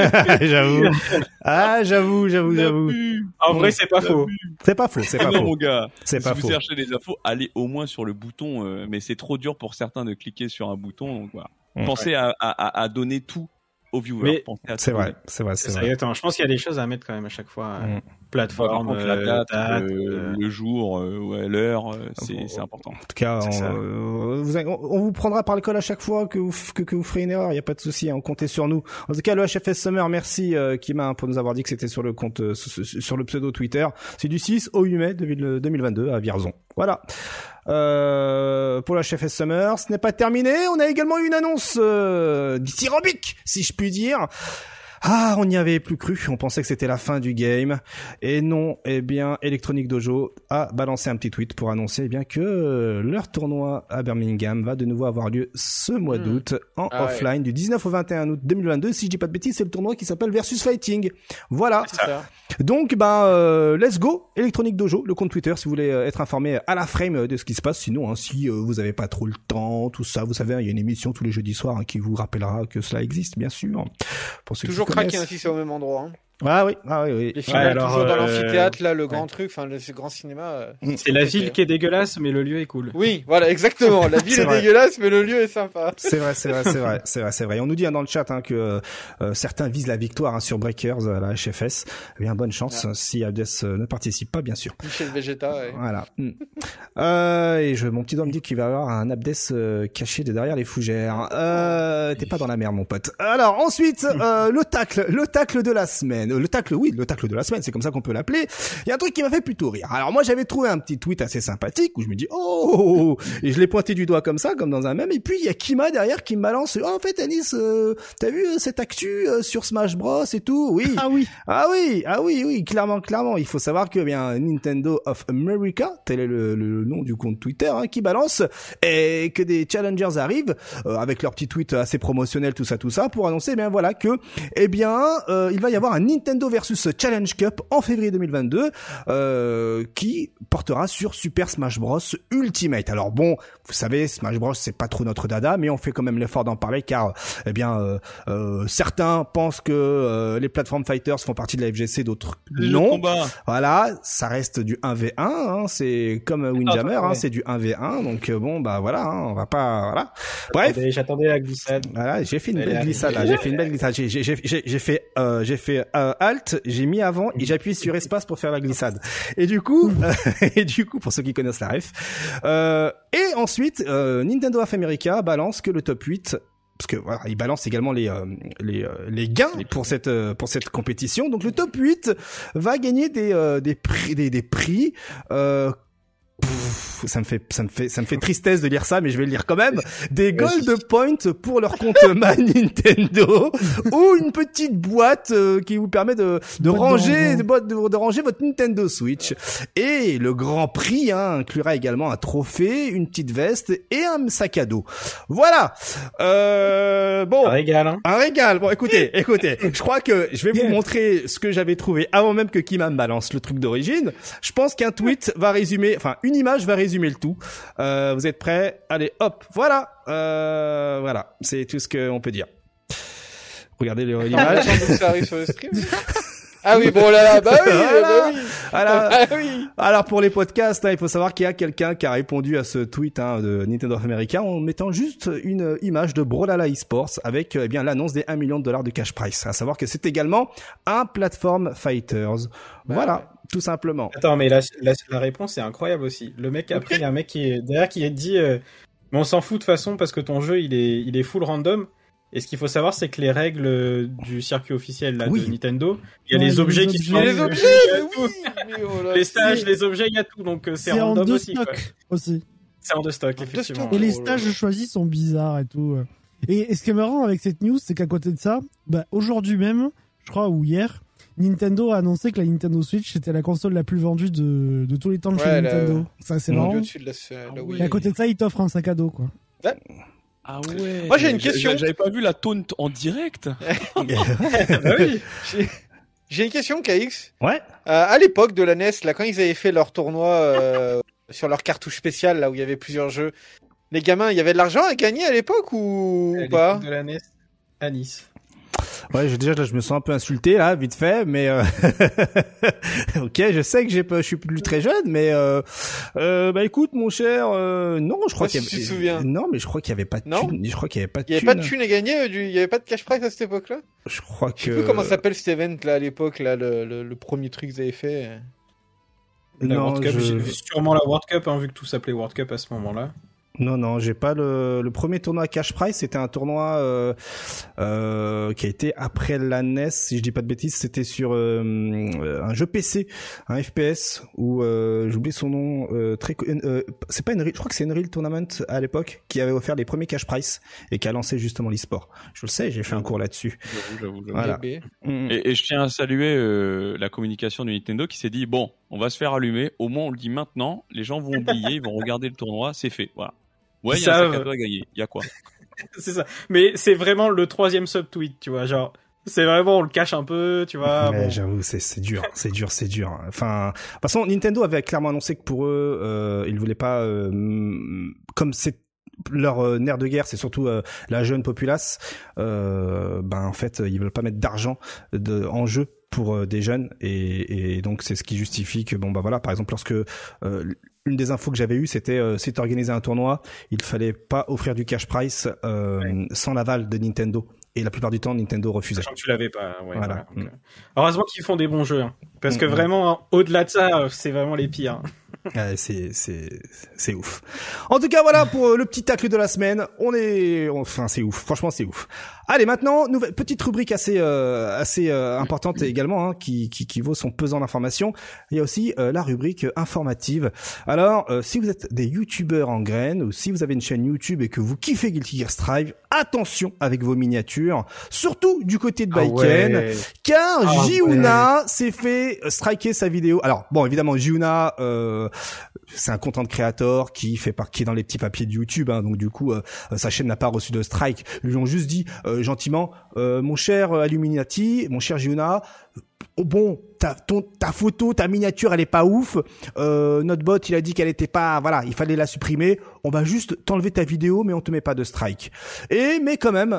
J'avoue. En vrai, c'est pas faux. C'est pas faux. Non, mon gars. Si vous cherchez des infos, allez au moins sur le bouton. Mais c'est trop dur pour certains de cliquer sur un bouton. Donc voilà. Pensez à donner tout aux viewers. C'est vrai. Je pense qu'il y a des choses à mettre quand même à chaque fois. Plateforme, la date, le jour, l'heure, c'est important. En tout cas, on vous prendra par le col à chaque fois que vous ferez une erreur. Il n'y a pas de souci, comptez sur nous. En tout cas, le HFS Summer, merci Kima pour nous avoir dit que c'était sur le compte, sur le pseudo Twitter. C'est du 6 au 8 mai 2022 à Vierzon. Voilà. Pour la HFS Summer, ce n'est pas terminé. On a également une annonce dithyrambique, si je puis dire. Ah, on n'y avait plus cru, on pensait que c'était la fin du game. Et non, eh bien, Electronic Dojo a balancé un petit tweet pour annoncer eh bien que leur tournoi à Birmingham va de nouveau avoir lieu ce mois d'août en offline du 19 au 21 août 2022. Si je dis pas de bêtises, c'est le tournoi qui s'appelle Versus Fighting. Voilà. C'est ça. Donc, let's go, Electronic Dojo, le compte Twitter, si vous voulez être informé à la frame de ce qui se passe. Sinon, si vous avez pas trop le temps, tout ça, vous savez, il y a une émission tous les jeudis soirs qui vous rappellera que cela existe, bien sûr. Pour ceux toujours craquer si c'est au même endroit. Ah oui. Les finales toujours dans l'amphithéâtre, là, le grand truc, enfin le grand cinéma. C'est la ville qui est dégueulasse, mais le lieu est cool. Oui, voilà, exactement. La ville est dégueulasse, mais le lieu est sympa. C'est vrai. On nous dit dans le chat que certains visent la victoire sur Breakers à la HFS. Eh bien, bonne chance si Abdes ne participe pas, bien sûr. Michel Vegeta. Voilà. Et mon petit doigt me dit qu'il va y avoir un Abdes caché derrière les fougères. T'es pas dans la mer, mon pote. Alors ensuite, le tacle de la semaine. Le tacle de la semaine, c'est comme ça qu'on peut l'appeler. Il y a un truc qui m'a fait plutôt rire. Alors moi, j'avais trouvé un petit tweet assez sympathique où je me dis oh, et je l'ai pointé du doigt comme ça, comme dans un mème. Et puis il y a Kima derrière qui me balance. Oh, en fait, Anis, t'as vu cette actu sur Smash Bros et tout? Oui. Ah oui, clairement. Il faut savoir que bien Nintendo of America, tel est le nom du compte Twitter, qui balance et que des challengers arrivent avec leur petit tweet assez promotionnel, tout ça, pour annoncer bien voilà que il va y avoir un Nintendo versus Challenge Cup en février 2022 qui portera sur Super Smash Bros Ultimate. Alors bon, vous savez, Smash Bros c'est pas trop notre dada, mais on fait quand même l'effort d'en parler car certains pensent que les platform fighters font partie de la FGC, d'autres non. Voilà, ça reste du 1v1, c'est comme Windjammer, c'est du 1v1, donc voilà, on va pas voilà. Bref, j'attendais la glissade. Voilà, j'ai fait une belle glissade là, j'ai fait Alt, j'ai mis avant et j'ai appuyé sur espace pour faire la glissade. Et du coup, pour ceux qui connaissent la ref, et ensuite, Nintendo of America balance que le top 8, parce que voilà, il balance également les gains pour cette compétition. Donc le top 8 va gagner des prix. Ça me fait tristesse de lire ça, mais je vais le lire quand même. Des gold points pour leur compte My Nintendo ou une petite boîte qui vous permet de ranger votre Nintendo Switch. Et le grand prix inclura également un trophée, une petite veste et un sac à dos. Voilà. Bon. Un régal. Bon, écoutez. Je crois que je vais vous montrer ce que j'avais trouvé avant même que Kima me balance le truc d'origine. Je pense qu'un tweet va résumer, une image va résumer le tout. Vous êtes prêts? Allez, hop, voilà. Voilà, c'est tout ce qu'on peut dire. Regardez l'image. Ça arrive sur le stream. Ah oui, bon là, oui. Alors pour les podcasts, il faut savoir qu'il y a quelqu'un qui a répondu à ce tweet de Nintendo of America en mettant juste une image de Brawlhalla Esports avec l'annonce des $1 million de cash prize. À savoir que c'est également un platform fighters. Voilà, tout simplement. Attends, mais la réponse est incroyable aussi. Le mec après, il y a un mec qui est derrière qui a dit mais on s'en fout de toute façon parce que ton jeu il est full random. Et ce qu'il faut savoir, c'est que les règles du circuit officiel de Nintendo, il y a les objets qui sont... Les objets, les stages, les objets, il y a tout, donc c'est random aussi. C'est en deux stocks, effectivement. Et les stages choisis sont bizarres et tout. Et ce qui est marrant avec cette news, c'est qu'à côté de ça, aujourd'hui même, je crois, ou hier, Nintendo a annoncé que la Nintendo Switch c'était la console la plus vendue de tous les temps de chez Nintendo. Ça, c'est marrant. Et à côté de ça, ils t'offrent un sac à dos, quoi. Ouais. Ah ouais. Moi j'ai une question. J'avais pas vu la taunt en direct. Oui. J'ai une question, KX. Ouais. À l'époque de la NES, là, quand ils avaient fait leur tournoi sur leur cartouche spéciale, là où il y avait plusieurs jeux, les gamins, il y avait de l'argent à gagner à l'époque ou pas? De la NES à Nice. Ouais, je me sens un peu insulté là, vite fait, mais ok, je sais que je suis plus très jeune, mais écoute, mon cher, non, je crois qu'il y avait. Tu te souviens? Non, mais je crois qu'il y avait pas de thune. Je crois qu'il y avait pas de thune. Il y avait pas de thune à gagner, il y avait pas de cash prize à cette époque-là. Je crois que. Je sais plus comment s'appelle cet event là à l'époque, là, le premier truc qu'ils avaient fait. La World Cup, j'ai vu sûrement la World Cup, vu que tout s'appelait World Cup à ce moment-là. Non, j'ai pas le premier tournoi Cash Prize, c'était un tournoi qui a été après la NES, si je dis pas de bêtises, c'était sur un jeu PC, un FPS où j'oublie son nom, c'est pas Unreal, je crois que c'est Unreal Tournament à l'époque qui avait offert les premiers Cash Prize et qui a lancé justement l'e-sport. Je le sais, j'ai fait un cours là-dessus. J'avoue. Voilà. Et je tiens à saluer la communication de Nintendo qui s'est dit bon, on va se faire allumer, au moins on le dit maintenant, les gens vont oublier, ils vont regarder le tournoi, c'est fait, voilà. Ouais, il y a un sac à dos à gagner. Il y a quoi? C'est ça. Mais c'est vraiment le 3e subtweet, tu vois, genre. C'est vraiment, on le cache un peu, tu vois. Mais bon. J'avoue, c'est dur. Enfin, de toute façon, Nintendo avait clairement annoncé que pour eux, ils voulaient pas, comme c'est leur nerf de guerre, c'est surtout la jeune populace. En fait, ils veulent pas mettre d'argent en jeu pour des jeunes et donc c'est ce qui justifie que voilà, par exemple, lorsque une des infos que j'avais eues, c'était si tu organisais un tournoi, il fallait pas offrir du cash prize sans l'aval de Nintendo. Et la plupart du temps, Nintendo refusait. Sachant que tu l'avais pas. Ouais, voilà. Heureusement qu'ils font des bons jeux, hein, parce que vraiment, au-delà de ça, c'est vraiment les pires. C'est ouf. En tout cas, voilà pour le petit tacle de la semaine. C'est ouf. Franchement, c'est ouf. Allez, maintenant, nouvelle petite rubrique assez importante également, hein, qui vaut son pesant d'informations. Il y a aussi la rubrique informative. Alors, si vous êtes des youtubeurs en graines ou si vous avez une chaîne YouTube et que vous kiffez Guilty Gear Strive, attention avec vos miniatures, surtout du côté de Baiken, car Jiuna s'est fait striker sa vidéo. Alors, bon, évidemment, Jiuna, c'est un content creator qui est dans les petits papiers de YouTube, hein, donc du coup, sa chaîne n'a pas reçu de strike. Ils lui ont juste dit gentiment, mon cher Illuminati, mon cher Jiuna, bon, ta photo, ta miniature, elle est pas ouf. Notre bot, il a dit qu'elle était pas, voilà, il fallait la supprimer. On va juste t'enlever ta vidéo, mais on te met pas de strike. Mais quand même,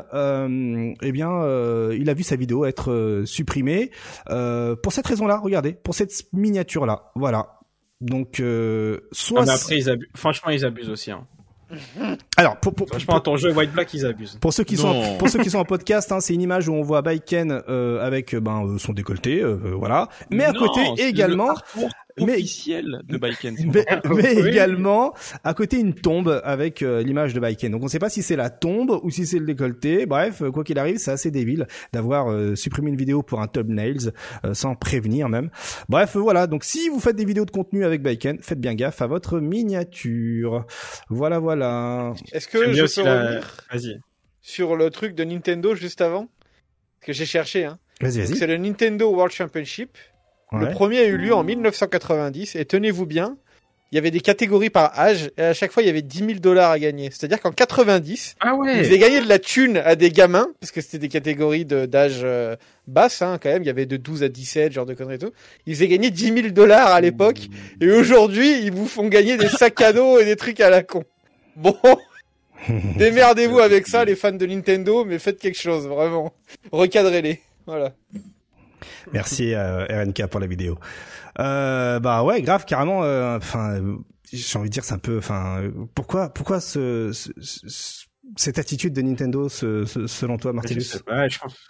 il a vu sa vidéo être supprimée pour cette raison-là. Regardez, pour cette miniature-là, voilà. Donc, mais après, franchement, ils abusent aussi. Hein. Alors, franchement, ton jeu White Black, ils abusent. Pour ceux qui sont en podcast, hein, c'est une image où on voit Baiken avec son décolleté, voilà. Mais à côté également, officiel de Baiken. Mais également à côté une tombe avec l'image de Baiken. Donc on ne sait pas si c'est la tombe ou si c'est le décolleté. Bref, quoi qu'il arrive, c'est assez débile d'avoir supprimé une vidéo pour un thumbnails sans prévenir même. Bref, voilà. Donc si vous faites des vidéos de contenu avec Baiken, faites bien gaffe à votre miniature. Voilà. Est-ce que je peux revenir sur le truc de Nintendo juste avant? Que j'ai cherché, hein. Vas-y. Donc, c'est le Nintendo World Championship. Ouais. Le premier a eu lieu en 1990 et tenez-vous bien, il y avait des catégories par âge et à chaque fois il y avait $10,000 à gagner. C'est-à-dire qu'en 90, ils faisaient gagner de la thune à des gamins parce que c'était des catégories d'âge basse, hein, quand même. Il y avait de 12 à 17, genre de conneries et tout. Ils faisaient gagner $10,000 à l'époque et aujourd'hui ils vous font gagner des sacs à dos et des trucs à la con. Bon, démerdez-vous avec ça les fans de Nintendo, mais faites quelque chose, vraiment. Recadrez-les, voilà. Merci RNK pour la vidéo. Ouais, grave, carrément. J'ai envie de dire, c'est un peu. Pourquoi cette attitude de Nintendo, selon toi, Martellus? Je sais pas, je pense.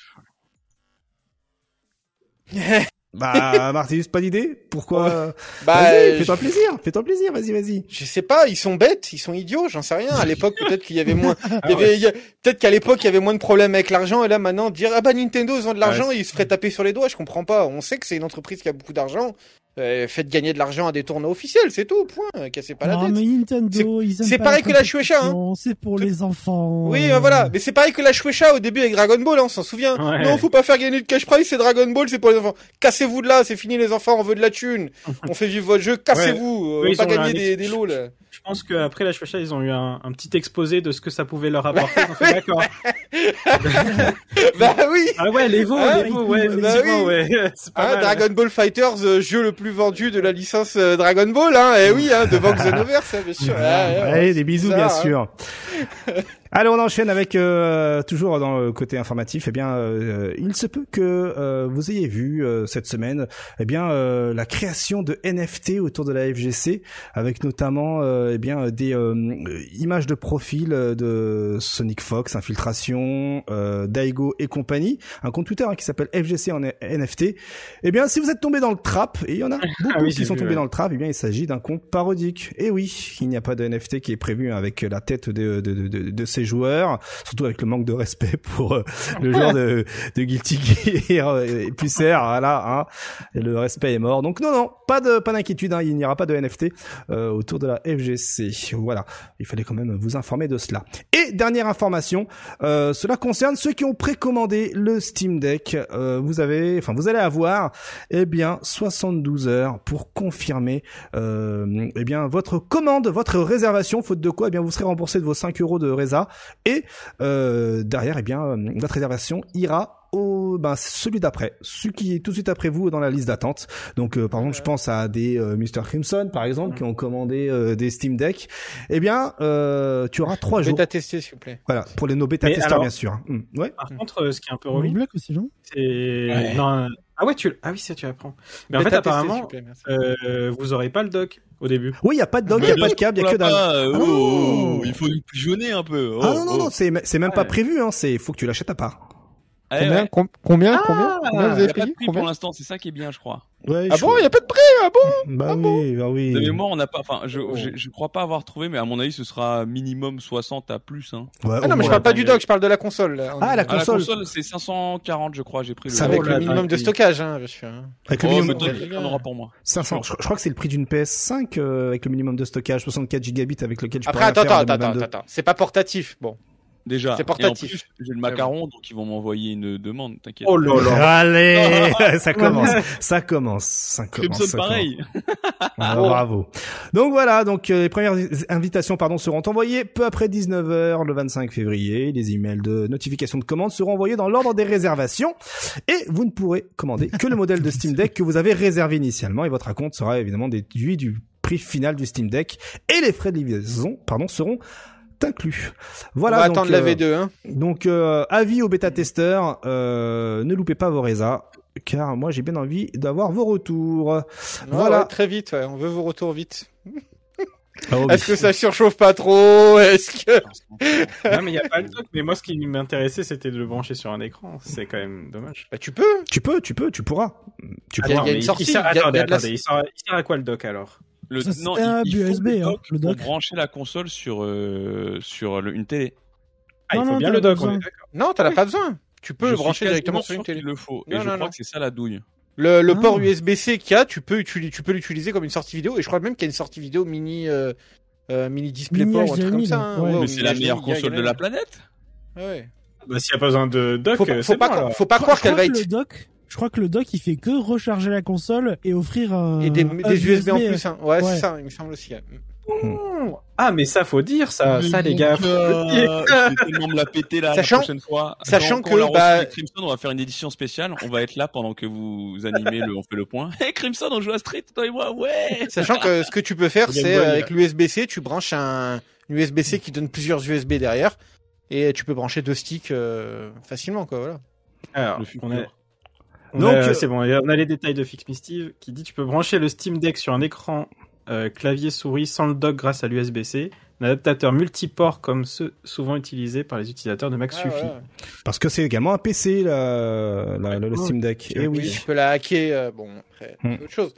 Martellus, pas d'idée? Pourquoi? Vas-y, fais-toi plaisir, vas-y. Je sais pas, ils sont bêtes, ils sont idiots, j'en sais rien. À l'époque, peut-être qu'il y avait moins, peut-être qu'à l'époque, il y avait moins de problèmes avec l'argent, et là, maintenant, dire, Nintendo, ils ont de l'argent, ils se feraient taper sur les doigts, je comprends pas. On sait que c'est une entreprise qui a beaucoup d'argent. Faites gagner de l'argent à des tournois officiels, c'est tout, point. Cassez pas la tête. Non, mais Nintendo, c'est pareil que la Shueisha, hein. C'est pour les enfants. Oui, voilà. Mais c'est pareil que la Shueisha au début avec Dragon Ball, hein, on s'en souvient. Ouais. Non, faut pas faire gagner de cash prize, c'est Dragon Ball, c'est pour les enfants. Cassez-vous de là, c'est fini les enfants, on veut de la thune. On fait vivre votre jeu, cassez-vous. Oui, pas gagner des lots, là. Je pense qu'après la Shueisha, ils ont eu un petit exposé de ce que ça pouvait leur apporter. Ils ont fait d'accord. Bah oui. Ah ouais, les veaux, ouais, effectivement, ouais. C'est pas mal, Dragon Ball Fighters, jeu le plus vendu de la licence Dragon Ball, hein. Et oui, hein, devant Xenoverse, bien sûr. Allez, des bisous, bien sûr. Allez, on enchaîne avec toujours dans le côté informatif. Eh bien, il se peut que vous ayez vu cette semaine, eh bien, la création de NFT autour de la FGC, avec notamment, eh bien, des images de profil de Sonic Fox, Infiltration, Daigo et compagnie, un compte Twitter qui s'appelle FGC en NFT. Eh bien, si vous êtes tombé dans le trap, et il y en a beaucoup qui sont tombés dans le trap, eh bien, il s'agit d'un compte parodique. Et oui, il n'y a pas de NFT qui est prévu avec la tête de ces joueurs, surtout avec le manque de respect pour le joueur de Guilty Gear et Pusser, voilà, hein, et le respect est mort. Donc non, pas d'inquiétude, hein, il n'y aura pas de NFT autour de la FGC. Voilà, il fallait quand même vous informer de cela. Et dernière information, cela concerne ceux qui ont précommandé le Steam Deck. Vous allez avoir, eh bien, 72 heures pour confirmer, eh bien, votre commande, votre réservation, faute de quoi, eh bien, vous serez remboursé de vos 5 € de résa. Et derrière, eh bien, votre réservation ira au celui d'après, celui qui est tout de suite après vous dans la liste d'attente. Donc par exemple, je pense à des Mr Crimson par exemple qui ont commandé des Steam Deck. Eh bien, tu auras 3 jours. Bêta tester s'il vous plaît. Voilà, pour les bêta testeurs bien sûr. Ouais. Par contre, ce qui est un peu relou, aussi, non c'est non. Ah ouais, ça tu apprends. Mais en fait, apparemment, vous aurez pas le dock au début. Oui, il y a pas de dock, il y a pas de câble, il y a que dalle. Il faut nous pigeonner un peu. Non, c'est même pas prévu, hein, faut que tu l'achètes à part. Combien vous avez payé pour l'instant, c'est ça qui est bien, je crois. Ouais, bon, il y a pas de prix, oui. De mémoire, on n'a pas, enfin, je crois pas avoir trouvé, mais à mon avis, ce sera minimum 60 à plus, hein. Ouais, non, mais je parle pas du dock, je parle de la console. La console. La console, c'est 540, je crois, j'ai pris le. C'est avec le minimum de stockage, hein, monsieur. Avec le minimum il y en aura pour moi. 500. Je crois que c'est le prix d'une PS5 avec le minimum de stockage, 64 gigabits avec lequel tu peux. Après, attends. C'est pas portatif, bon. Déjà. C'est portatif. Et en plus, j'ai le macaron, donc ils vont m'envoyer une demande, t'inquiète. Oh là là. Allez, ça commence. Crimson pareil. Bravo. Donc voilà, les premières invitations, seront envoyées peu après 19h le 25 février. Les emails de notification de commande seront envoyés dans l'ordre des réservations et vous ne pourrez commander que le modèle de Steam Deck que vous avez réservé initialement et votre acompte sera évidemment déduit du prix final du Steam Deck et les frais de livraison, seront inclus. Voilà. On va attendre la V2, hein. Donc, avis aux bêta-testeurs, ne loupez pas vos résas, car moi j'ai bien envie d'avoir vos retours. Voilà. Ouais, très vite, on veut vos retours vite. Est-ce que ça surchauffe pas trop? Est-ce que... Non, mais il y a pas le dock. Mais moi, ce qui m'intéressait, c'était de le brancher sur un écran. C'est quand même dommage. Bah, tu pourras. Tu pourras. Il y a une sortie. Il sert à quoi le dock alors? Il faut le dock pour brancher la console sur une télé. Il faut bien le dock. Non, t'en as pas besoin. Tu peux le brancher directement sur une télé. Il le faut. Et je crois que c'est ça la douille. Le port USB-C qu'il y a, tu peux l'utiliser comme une sortie vidéo. Et je crois même qu'il y a une sortie vidéo mini DisplayPort ou un truc comme ça. Ouais, mais c'est la meilleure console de la planète. Ouais. Bah, s'il n'y a pas besoin de dock, faut pas croire qu'elle va être... Je crois que le dock, il fait que recharger la console et offrir des USB en plus. Hein. Ouais, c'est ça, il me semble aussi. Ah, mais ça, faut dire, ça les gars. Je vais tellement me la péter la prochaine fois. Sachant que, Crimson, on va faire une édition spéciale. On va être là pendant que vous animez on fait le point. Hey, Crimson, on joue à Street, toi et moi, ouais! Sachant que ce que tu peux faire, c'est, avec l'USB-C, tu branches un USB-C qui donne plusieurs USB derrière. Et tu peux brancher 2 sticks, facilement, quoi, voilà. Alors, donc, c'est bon, on a les détails de Fix Me Steve qui dit tu peux brancher le Steam Deck sur un écran clavier souris sans le dock grâce à l'USB-C. Un adaptateur multiport comme ceux souvent utilisés par les utilisateurs de Mac suffit. Ouais. Parce que c'est également un PC le Steam Deck. Et oui, tu peux la hacker. Bon, après, c'est autre chose.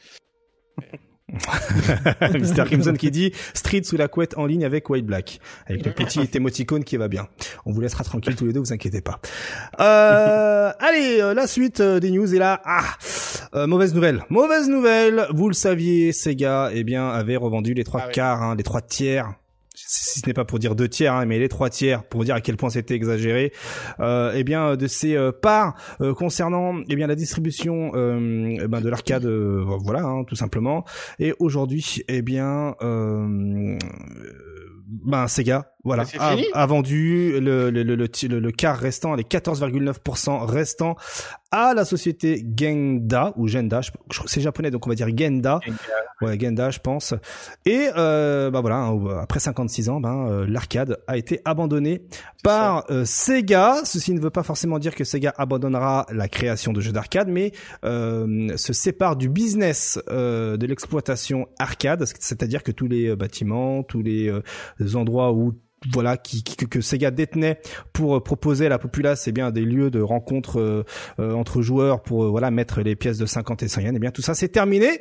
Mr. Crimson qui dit Street sous la couette en ligne avec White Black, avec le petit émoticône qui va bien. On vous laissera tranquille tous les deux, vous inquiétez pas. Allez, la suite des news est là. Mauvaise nouvelle. Vous le saviez, Sega, avait revendu les 3 quarts, les 3 tiers. Si ce n'est pas pour dire 2 tiers, mais les 3 tiers, pour dire à quel point c'était exagéré, de ces parts concernant la distribution de l'arcade, tout simplement. Et aujourd'hui, Sega voilà, a vendu le quart restant, les 14,9% restants à la société Genda ou Genda, je crois que c'est japonais donc on va dire Genda. Ouais, Genda je pense. Et voilà, après 56 ans, l'arcade a été abandonné par Sega. Ceci ne veut pas forcément dire que Sega abandonnera la création de jeux d'arcade, mais se sépare du business de l'exploitation arcade, c'est-à-dire que tous les bâtiments, tous les endroits où que Sega détenait pour proposer à la populace des lieux de rencontre entre joueurs pour mettre les pièces de 50 et 100 yens, tout ça c'est terminé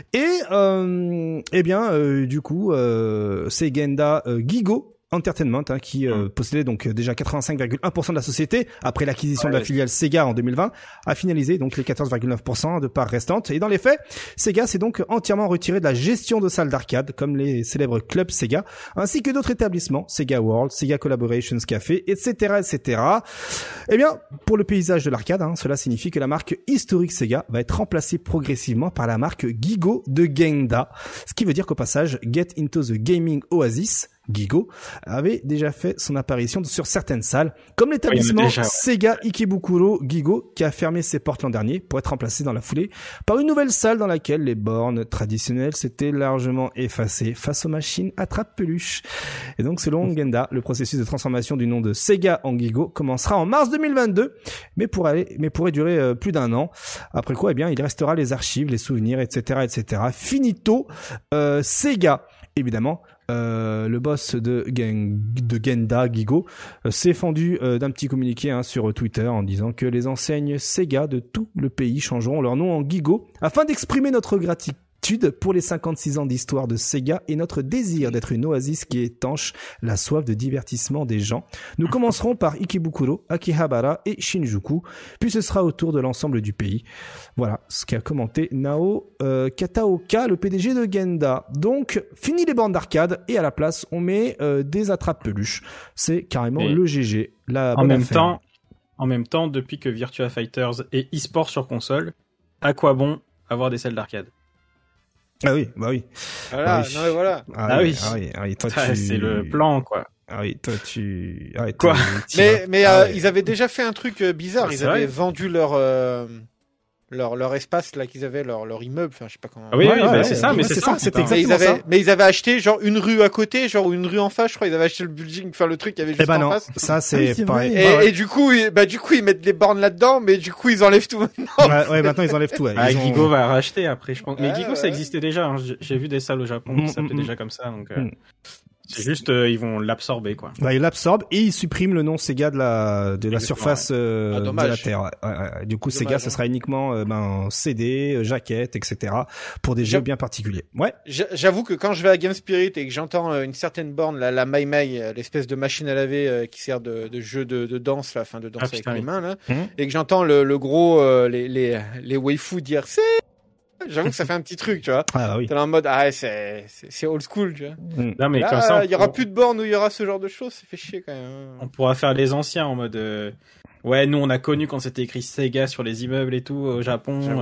et du coup c'est Genda Gigo Entertainment qui possédait donc déjà 85,1% de la société après l'acquisition de la filiale Sega en 2020, a finalisé donc les 14,9% de parts restantes. Et dans les faits, Sega s'est donc entièrement retiré de la gestion de salles d'arcade comme les célèbres clubs Sega, ainsi que d'autres établissements, Sega World, Sega Collaborations Café, etc., etc. Eh bien, pour le paysage de l'arcade, cela signifie que la marque historique Sega va être remplacée progressivement par la marque Gigo de Genda, ce qui veut dire qu'au passage, Get Into the Gaming Oasis, Gigo, avait déjà fait son apparition sur certaines salles, comme l'établissement Sega Ikebukuro Gigo, qui a fermé ses portes l'an dernier pour être remplacé dans la foulée par une nouvelle salle dans laquelle les bornes traditionnelles s'étaient largement effacées face aux machines attrape-peluche. Et donc, selon Genda, le processus de transformation du nom de Sega en Gigo commencera en mars 2022, mais pourrait durer plus d'un an. Après quoi, il restera les archives, les souvenirs, etc., etc. Finito, Sega, évidemment. Le boss de Genda, Gigo, s'est fendu d'un petit communiqué sur Twitter en disant que les enseignes Sega de tout le pays changeront leur nom en Gigo afin d'exprimer notre gratitude pour les 56 ans d'histoire de Sega et notre désir d'être une oasis qui étanche la soif de divertissement des gens. Nous commencerons par Ikebukuro, Akihabara et Shinjuku, puis ce sera au tour de l'ensemble du pays. Voilà ce qu'a commenté Nao Kataoka, le PDG de Genda. Donc, fini les bornes d'arcade et à la place, on met des attrape-peluches. C'est carrément le GG. En même temps, depuis que Virtua Fighters est e-sport sur console, à quoi bon avoir des salles d'arcade ? Ah oui, bah oui. Voilà, oui. non mais voilà. Toi, c'est le plan, quoi. Ah oui, toi tu... Quoi Mais ils avaient déjà fait un truc bizarre. Ils avaient vendu leur espace là qu'ils avaient, leur immeuble, enfin je sais pas comment. Ah oui, c'est ça, mais c'est ça, c'était exactement ça. Mais ils avaient acheté genre une rue à côté, genre une rue en face, je crois. Ils avaient acheté le building, enfin le truc qu'il y avait juste en face. Ça c'est pareil. Et du coup, ils mettent les bornes là-dedans, mais du coup ils enlèvent tout maintenant. Ouais, maintenant ils enlèvent tout. Gigo va racheter après, je pense. Mais Gigo ça existait déjà. J'ai vu des salles au Japon qui s'appelaient déjà comme ça, donc. C'est juste, ils vont l'absorber, quoi. Ils l'absorbent et ils suppriment le nom Sega de la surface de la Terre. Du coup, Sega, ce sera uniquement CD, jaquette, etc. pour des jeux bien particuliers. Ouais. J'avoue que quand je vais à Game Spirit et que j'entends une certaine borne, la Mai Mai, l'espèce de machine à laver qui sert de jeu de danse, de danse avec les mains, là, et que j'entends le gros, les waifus dire c'est... J'avoue que ça fait un petit truc, tu vois. Ah oui. T'es là en mode c'est old school, tu vois. Non mais là, comme ça, il y aura plus de bornes où il y aura ce genre de choses, ça fait chier quand même. On pourra faire les anciens en mode nous on a connu quand c'était écrit Sega sur les immeubles et tout au Japon.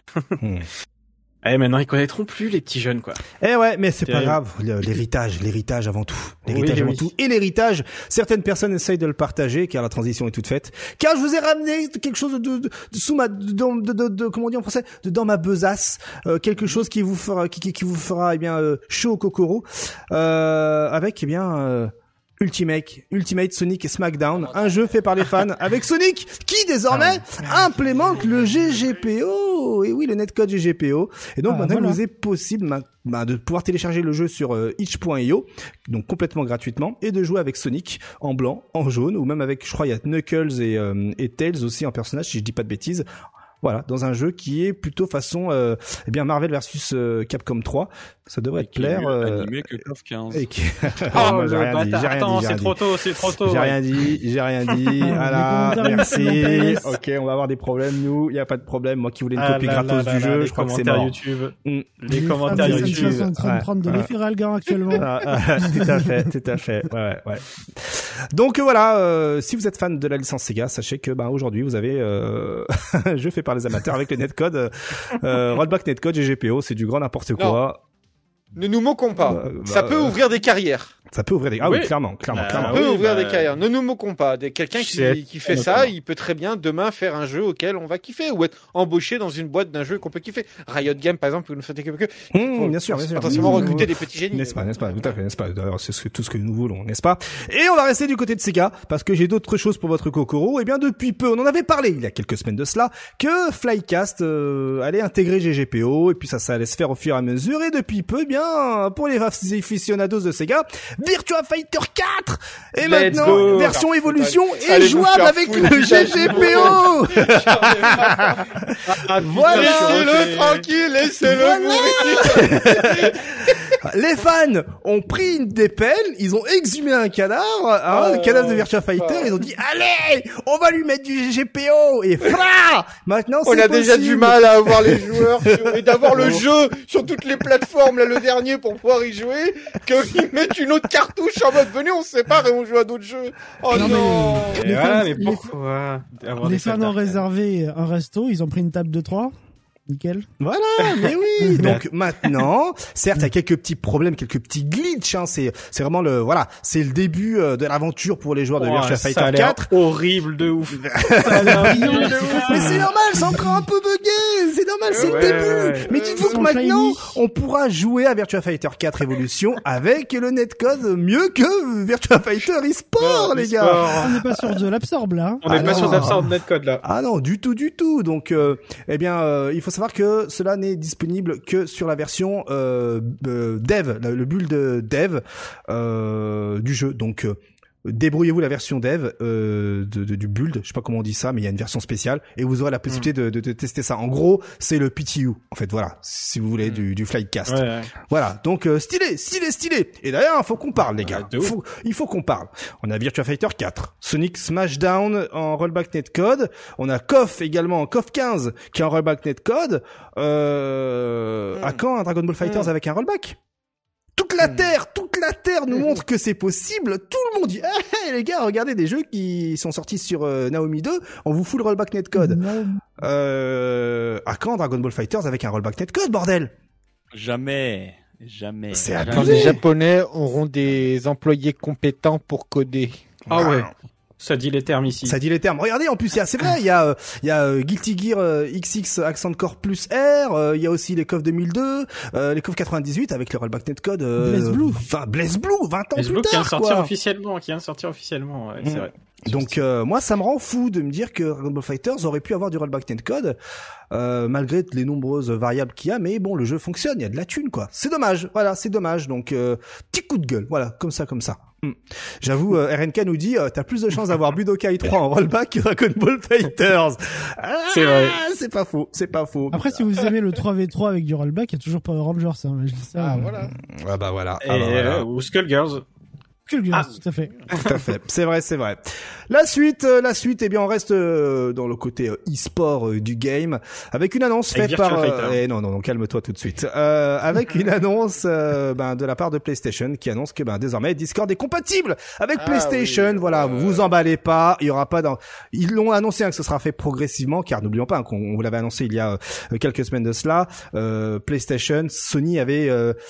Maintenant ils connaîtront plus les petits jeunes, quoi. Mais c'est pas grave, l'héritage avant tout. Avant tout. Et l'héritage, certaines personnes essayent de le partager car la transition est toute faite. Car je vous ai ramené quelque chose de sous ma comment on dit en français, dans ma besace, quelque chose qui vous fera chaud au kokoro avec Ultimate Sonic et SmackDown, un jeu fait par les fans avec Sonic qui désormais implémente le GGPO. Et oui, le netcode GGPO. Et donc maintenant il nous est possible de pouvoir télécharger le jeu sur itch.io, donc complètement gratuitement, et de jouer avec Sonic en blanc, en jaune, ou même avec, je crois, il y a Knuckles et Tails aussi en personnage, si je dis pas de bêtises. Voilà, dans un jeu qui est plutôt façon Marvel versus Capcom 3. Ça devrait te plaire. Animé que KOF 15. J'ai rien dit. Attends, c'est trop tôt. J'ai rien dit. Voilà, merci. Ok, on va avoir des problèmes, nous. Il y a pas de problème. Moi qui voulais une copie gratos du jeu, je crois que c'est mort. Les commentaires YouTube. Ils sont en train de prendre de l'Efferalgan actuellement. Tout à fait. Ouais. Donc voilà, si vous êtes fan de la licence Sega, sachez que aujourd'hui vous avez un jeu fait par les amateurs avec le netcode rollback netcode GGPO, c'est du grand n'importe quoi. Ne nous moquons pas. Ça peut ouvrir des carrières. Ça peut ouvrir des... Ah oui, clairement. Ça peut ouvrir des carrières. Ne nous moquons pas. Quelqu'un qui fait ça, il peut très bien demain faire un jeu auquel on va kiffer ou être embauché dans une boîte d'un jeu qu'on peut kiffer. Riot Games, par exemple, nous fait bien sûr. Potentiellement recruter des petits génies. N'est-ce pas, tout à fait, n'est-ce pas. D'ailleurs, c'est tout ce que nous voulons, n'est-ce pas. Et on va rester du côté de Sega, parce que j'ai d'autres choses pour votre Kokoro. Eh bien, depuis peu, on en avait parlé il y a quelques semaines de cela, que Flycast allait intégrer GGPO, et puis ça allait se faire au fur et à mesure. Et depuis peu, eh bien, pour les aficionados de Sega, Virtua Fighter 4 et maintenant version évolution est jouable avec le GGPO. Voilà, laissez-le tranquille, laissez-le mourir. Les fans ont pris des pelles, ils ont exhumé un cadavre, le cadavre de Virtua Fighter, ils ont dit allez, on va lui mettre du GGPO et maintenant c'est possible. On a déjà du mal à avoir les joueurs et d'avoir le jeu sur toutes les plateformes là, le dernier pour pouvoir y jouer, qu'ils mettent une autre cartouche en mode venez on se sépare et on joue à d'autres jeux. Oh non. Mais pourquoi les fans ont réservé un resto, ils ont pris une table de 3. Nickel. Voilà, mais oui. Donc maintenant, certes, il y a quelques petits problèmes, quelques petits glitches. C'est vraiment c'est le début de l'aventure pour les joueurs de Virtua Fighter 4. Horrible de ouf. Mais c'est normal, c'est encore un peu buggé. C'est normal, c'est le début. Mais dites-vous que maintenant, on pourra jouer à Virtua Fighter 4 Evolution avec le netcode mieux que Virtua Fighter eSport, les gars. On n'est pas sur de l'absorbe là. On n'est pas sur d'absorbe netcode là. Ah non, du tout. Donc, il faut savoir que cela n'est disponible que sur la version dev, le build dev du jeu. Donc débrouillez-vous la version dev du build, je sais pas comment on dit ça, mais il y a une version spéciale et vous aurez la possibilité de tester ça. En gros, c'est le PTU en fait, voilà, si vous voulez du Flycast. Ouais. Voilà, donc stylé. Et d'ailleurs, il faut qu'on parle les gars. Il faut qu'on parle. On a Virtua Fighter 4, Sonic Smashdown en rollback netcode, on a KOF également en KOF 15 qui est en rollback netcode. À quand un Dragon Ball Fighters avec un rollback? Toute la terre nous montre que c'est possible. Tout le monde dit, hey, les gars, regardez des jeux qui sont sortis sur Naomi 2, on vous fout le rollback netcode. À quand Dragon Ball Fighters avec un rollback netcode, bordel? Jamais. C'est quand les Japonais auront des employés compétents pour coder. Ah ouais. Ça dit les termes ici. Regardez, en plus, c'est vrai, il y a Guilty Gear XX Accent Core plus R, il y a aussi les KOF 2002, les KOF 98 avec le rollback netcode, Blaze Blue, 20 ans Blaze plus Blue tard, qui vient de sortir officiellement, ouais, c'est vrai. Donc moi ça me rend fou de me dire que Dragon Ball Fighters aurait pu avoir du rollback netcode malgré les nombreuses variables qu'il y a, mais bon, le jeu fonctionne, il y a de la thune quoi. C'est dommage. Donc petit coup de gueule, voilà, comme ça. J'avoue, RNK nous dit t'as plus de chances d'avoir Budokai 3 en rollback que Dragon Ball Fighters. C'est vrai. C'est pas faux. Après, si vous aimez le 3v3 avec du rollback, il y a toujours Power Rangers, hein. Je dis ça. Voilà. Ou Skullgirls. Tout à fait. C'est vrai. La suite, eh bien, on reste dans le côté e-sport du game avec une annonce faite par. Non, calme-toi tout de suite. Avec une annonce de la part de PlayStation qui annonce que désormais Discord est compatible avec PlayStation. Voilà, vous emballez pas, il y aura pas Ils l'ont annoncé que ce sera fait progressivement, car n'oublions pas qu'on vous l'avait annoncé il y a quelques semaines de cela. PlayStation, Sony avait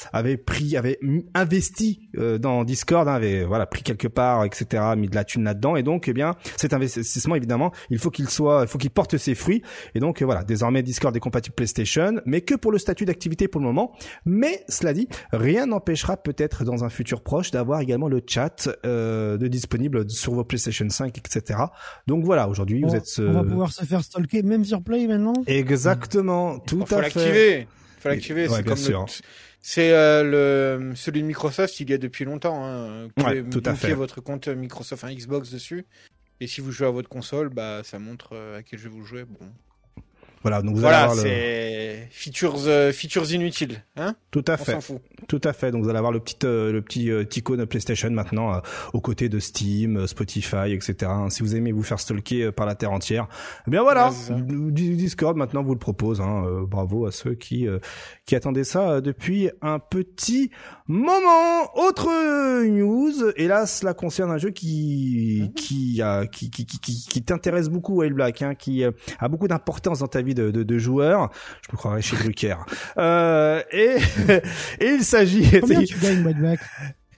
investi dans Discord, avait pris quelque part, etc., mis de la thune là-dedans, et donc cet investissement évidemment il faut qu'il porte ses fruits, et donc désormais Discord est compatible PlayStation, mais que pour le statut d'activité pour le moment. Mais cela dit, rien n'empêchera peut-être dans un futur proche d'avoir également le chat de disponible sur vos PlayStation 5, etc. Donc voilà, aujourd'hui vous êtes on va pouvoir se faire stalker même sur Play maintenant. Exactement, tout à fait. Faut l'activer, c'est comme sûr. C'est celui de Microsoft, il y a depuis longtemps. Vous pouvez booker votre compte Microsoft, Xbox dessus. Et si vous jouez à votre console, ça montre à quel jeu vous jouez. Bon. Voilà, donc vous allez avoir c'est features inutiles, hein. Tout à fait. On s'en fout. Tout à fait. Donc vous allez avoir le petit icône PlayStation maintenant aux côtés de Steam, Spotify, etc. Si vous aimez vous faire stalker par la terre entière, Discord maintenant vous le propose. Bravo à ceux qui attendaient ça depuis un petit moment. Autre news, et là cela concerne un jeu qui t'intéresse beaucoup, Wild Black, qui a beaucoup d'importance dans ta vie de joueur. Je me croirais chez Drucker. Et il s'agit. Combien tu gagnes, Wild Black?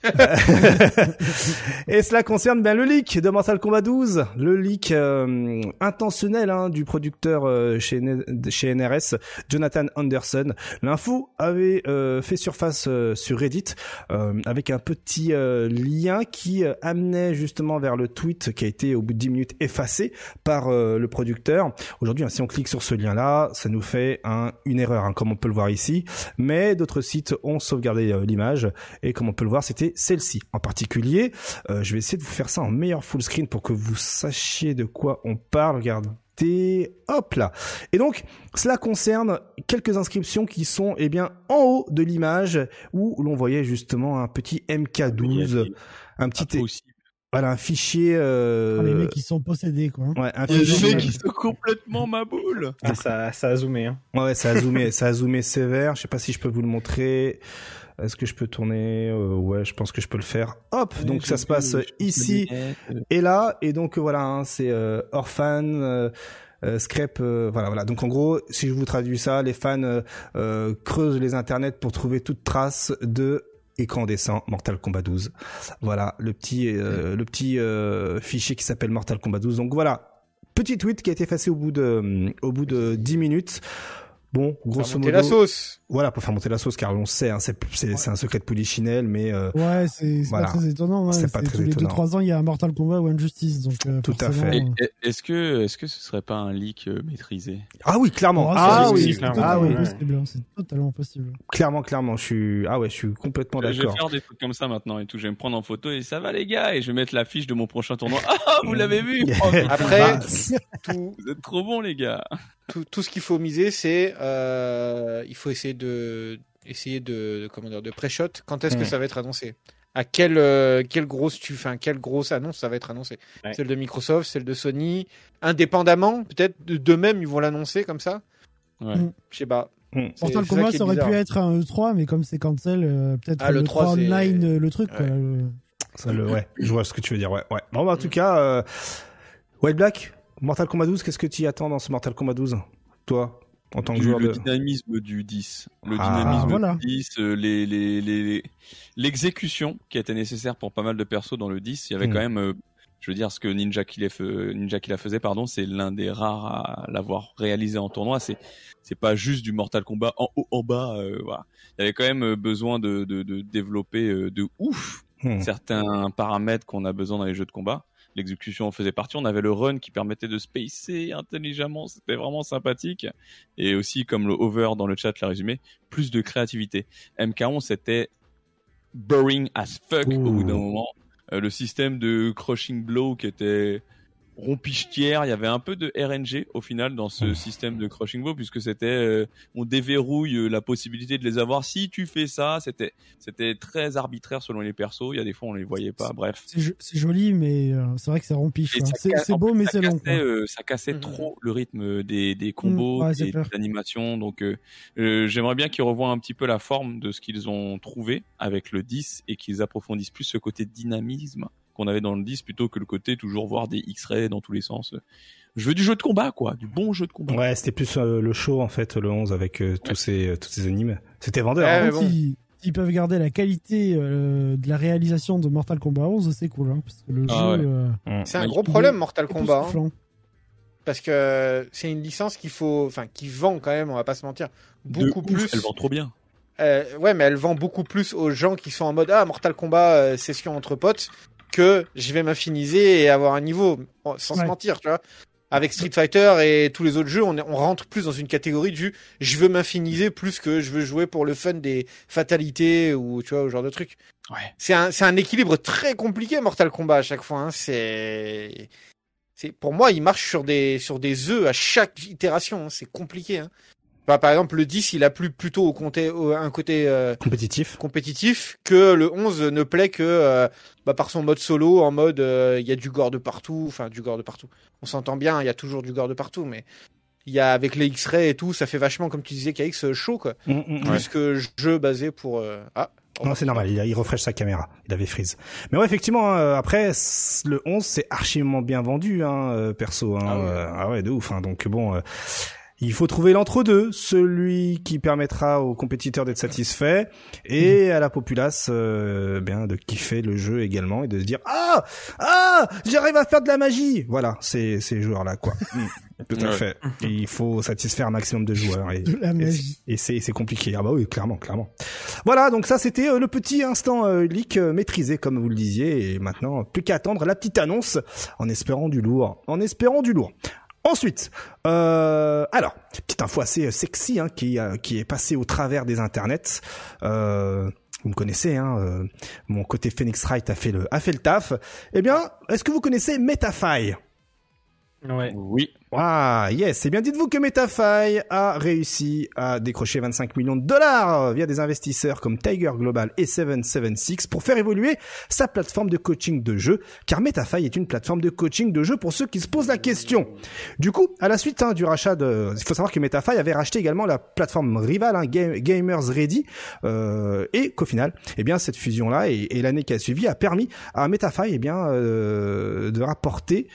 Et cela concerne bien le leak de Mortal Kombat 12, le leak intentionnel du producteur chez NRS, Jonathan Anderson. L'info avait fait surface sur Reddit avec un petit lien qui amenait justement vers le tweet qui a été au bout de 10 minutes effacé par le producteur. Aujourd'hui, si on clique sur ce lien-là, ça nous fait une erreur, comme on peut le voir ici. Mais d'autres sites ont sauvegardé l'image et comme on peut le voir, c'était celle-ci en particulier. Je vais essayer de vous faire ça en meilleur full screen pour que vous sachiez de quoi on parle. Regardez, hop là. Et donc, cela concerne quelques inscriptions qui sont en haut de l'image où l'on voyait justement un petit MK12, un petit voilà, un fichier. Les mecs qui sont possédés, quoi. Ouais, un fichier. Les mecs qui sont complètement ma boule. Ça a zoomé. Hein. Ouais, ça a zoomé sévère. Je sais pas si je peux vous le montrer. Est-ce que je peux tourner ouais, je pense que je peux le faire. Hop, ouais, donc ça se passe ici et là. Et donc voilà, c'est Orphan. Scrape, voilà. Donc en gros, si je vous traduis ça, les fans creusent les internets pour trouver toute trace de écran descend Mortal Kombat 12. Voilà le petit fichier qui s'appelle Mortal Kombat 12. Donc voilà, petit tweet qui a été effacé au bout de 10 minutes. Bon, grosso modo. La sauce. Voilà, pour faire monter la sauce, car on sait, c'est un secret de Polichinelle, mais ouais, c'est voilà. Pas très étonnant. C'est pas très étonnant. Tous les 2-3 ans, il y a un Mortal Kombat ou Injustice, donc. Tout à fait. Est-ce que ce serait pas un leak maîtrisé? Ah oui, clairement. C'est totalement possible. Clairement, je suis complètement d'accord. Je vais faire des trucs comme ça maintenant et tout. Je vais me prendre en photo et ça va les gars, et je vais mettre l'affiche de mon prochain tournoi. Ah, vous l'avez vu? Après, vous êtes trop bons les gars. Tout ce qu'il faut miser, c'est il faut essayer de pré-shot. Quand est-ce que ça va être annoncé? À quelle grosse annonce ça va être annoncé? Ouais. Celle de Microsoft, celle de Sony, indépendamment, peut-être d'eux-mêmes ils vont l'annoncer comme ça. Ouais. Je sais pas. Mortal Kombat ça aurait pu être un E3, mais comme c'est cancel, peut-être le 3 online, le truc. Ouais. Quoi, ouais, je vois ce que tu veux dire. Ouais. Bon, en tout cas, White Black. Mortal Kombat 12, qu'est-ce que tu y attends dans ce Mortal Kombat 12, toi, en tant que joueur le dynamisme du 10. Le dynamisme du 10, l'exécution qui était nécessaire pour pas mal de persos dans le 10. Il y avait quand même, je veux dire, ce que Ninja Kill faisait, c'est l'un des rares à l'avoir réalisé en tournoi. C'est pas juste du Mortal Kombat en haut, en bas, voilà. Il y avait quand même besoin de développer de ouf certains paramètres qu'on a besoin dans les jeux de combat. L'exécution en faisait partie. On avait le run qui permettait de spacer intelligemment. C'était vraiment sympathique. Et aussi, comme le over dans le chat l'a résumé, plus de créativité. MK11, c'était boring as fuck au bout d'un moment. Le système de crushing blow qui était rompichetière, il y avait un peu de RNG au final dans ce système de crushing blow, puisque c'était on déverrouille la possibilité de les avoir si tu fais ça. C'était très arbitraire selon les persos. Il y a des fois on les voyait pas. Bref, c'est joli, mais c'est vrai que c'est rompiche. C'est beau, mais c'est long. Ça cassait trop le rythme des combos, des animations. Donc j'aimerais bien qu'ils revoient un petit peu la forme de ce qu'ils ont trouvé avec le 10 et qu'ils approfondissent plus ce côté dynamisme qu'on avait dans le 10 plutôt que le côté toujours voir des X-rays dans tous les sens. Je veux du jeu de combat, quoi, du bon jeu de combat. Ouais, c'était plus le show en fait, le 11 avec tous ces animes. C'était vendeur. S'ils peuvent garder la qualité de la réalisation de Mortal Kombat 11, c'est cool, hein, parce que le jeu. C'est un gros problème Mortal Kombat. Parce que c'est une licence qui vend quand même, on va pas se mentir, beaucoup plus. Elle vend trop bien. Ouais, mais elle vend beaucoup plus aux gens qui sont en mode Mortal Kombat session entre potes, que je vais m'affiniser et avoir un niveau, sans se mentir, tu vois. Avec Street Fighter et tous les autres jeux, on rentre plus dans une catégorie du je veux m'affiniser plus que je veux jouer pour le fun des fatalités ou tu vois, au genre de truc. Ouais. C'est un équilibre très compliqué Mortal Kombat à chaque fois. Hein. Pour moi, il marche sur des œufs à chaque itération. Hein. C'est compliqué. Hein. Par exemple, le 10, il a plutôt un côté compétitif que le 11 ne plaît que par son mode solo, en mode il y a du gore de partout, On s'entend bien, il y a toujours du gore de partout, mais il y a avec les X-rays et tout, ça fait vachement, comme tu disais, KX, chaud, quoi. Plus que jeu basé pour... Non, c'est normal, il refresh sa caméra, il avait freeze. Mais ouais, effectivement, après, le 11, c'est archiment bien vendu, perso. Ah ouais, de ouf. Donc bon... il faut trouver l'entre-deux, celui qui permettra aux compétiteurs d'être satisfaits et à la populace bien de kiffer le jeu également et de se dire j'arrive à faire de la magie. Voilà, ces joueurs-là quoi. Tout à fait. Et il faut satisfaire un maximum de joueurs de la magie. Et c'est compliqué. Ah bah oui, clairement. Voilà, donc ça c'était le petit instant leak maîtrisé comme vous le disiez et maintenant plus qu'à attendre la petite annonce en espérant du lourd. Ensuite, alors, petite info assez sexy qui est passée au travers des internets. Vous me connaissez, mon côté Phoenix Wright a fait le taf. Eh bien, est-ce que vous connaissez MetaFi? Ouais. Oui. Ah, yes. Eh bien, dites-vous que MetaFi a réussi à décrocher 25 millions de dollars via des investisseurs comme Tiger Global et 776 pour faire évoluer sa plateforme de coaching de jeu, car MetaFi est une plateforme de coaching de jeu pour ceux qui se posent la question. Du coup, à la suite du rachat il faut savoir que MetaFi avait racheté également la plateforme rivale, Gamers Ready, et qu'au final, eh bien, cette fusion-là et l'année qui a suivi a permis à MetaFi, de rapporter,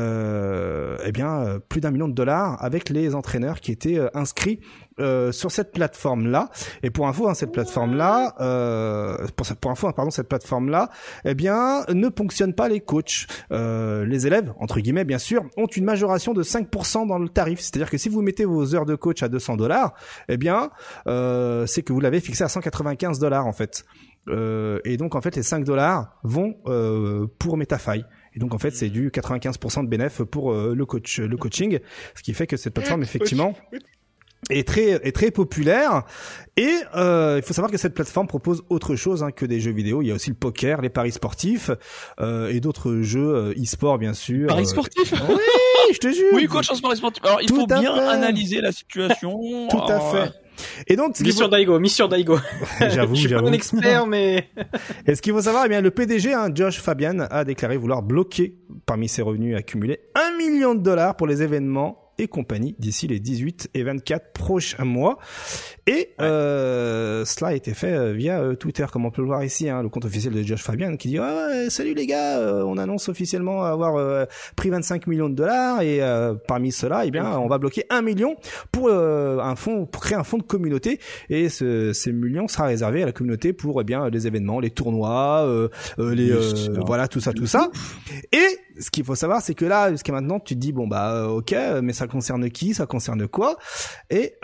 plus d'1 million de dollars avec les entraîneurs qui étaient inscrits sur cette plateforme-là. Et pour info, cette plateforme-là, cette plateforme-là, eh bien, ne ponctionne pas les coachs. Les élèves, entre guillemets, bien sûr, ont une majoration de 5% dans le tarif. C'est-à-dire que si vous mettez vos heures de coach à $200, eh bien, c'est que vous l'avez fixé à $195 en fait. Et donc en fait, les $5 vont pour MetaFi. Et donc en fait, c'est du 95% de bénéf pour le coaching, ce qui fait que cette plateforme effectivement est très populaire. Et il faut savoir que cette plateforme propose autre chose que des jeux vidéo. Il y a aussi le poker, les paris sportifs et d'autres jeux e-sport bien sûr. Paris sportifs. Oui, je te jure. Oui, coach en paris sportif. Alors il faut bien analyser la situation. Tout à fait. Et donc, Mission Daigo. J'avoue. Je suis pas un expert, mais. Et ce qu'il faut savoir, eh bien, le PDG, Josh Fabian, a déclaré vouloir bloquer, parmi ses revenus accumulés, $1 million pour les événements et compagnie d'ici les 18 et 24 prochains mois. Et cela a été fait via Twitter, comme on peut le voir ici, le compte officiel de Josh Fabian qui dit salut les gars, on annonce officiellement avoir pris 25 millions de dollars et parmi cela, eh bien, on va bloquer 1 million pour créer un fonds de communauté et ces millions sera réservé à la communauté pour les événements, les tournois, voilà tout ça. Et ce qu'il faut savoir, c'est que là, jusqu'à maintenant, tu te dis ok, mais ça concerne qui, ça concerne quoi? Et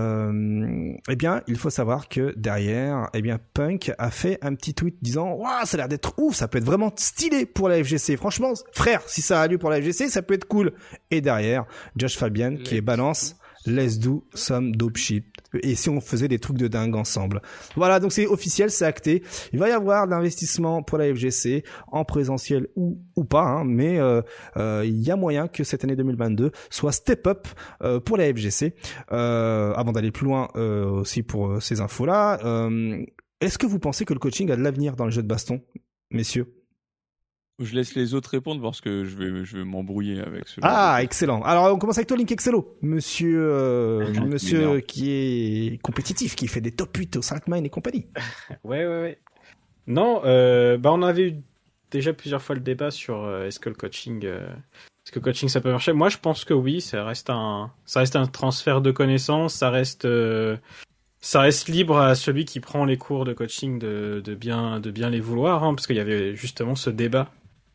il faut savoir que derrière, Punk a fait un petit tweet disant waouh, ça a l'air d'être ouf, ça peut être vraiment stylé pour la FGC. Franchement, frère, si ça a lieu pour la FGC, ça peut être cool. Et derrière, Josh Fabian qui est balance let's do some dope shit. Et si on faisait des trucs de dingue ensemble. Voilà, donc c'est officiel, c'est acté. Il va y avoir de l'investissement pour la FGC en présentiel ou pas, mais il y a moyen que cette année 2022 soit step up pour la FGC. Avant d'aller plus loin aussi pour ces infos-là, est-ce que vous pensez que le coaching a de l'avenir dans le jeu de baston, messieurs? Je laisse les autres répondre parce que je vais m'embrouiller avec ce. Ah, excellent. Alors, on commence avec toi, Link Excello. Monsieur qui est compétitif, qui fait des top 8 au 5 mine et compagnie. Ouais. Non, on avait eu déjà plusieurs fois le débat sur est-ce que le coaching ça peut marcher. Moi, je pense que oui, ça reste un transfert de connaissances, ça reste libre à celui qui prend les cours de coaching de bien les vouloir, parce qu'il y avait justement ce débat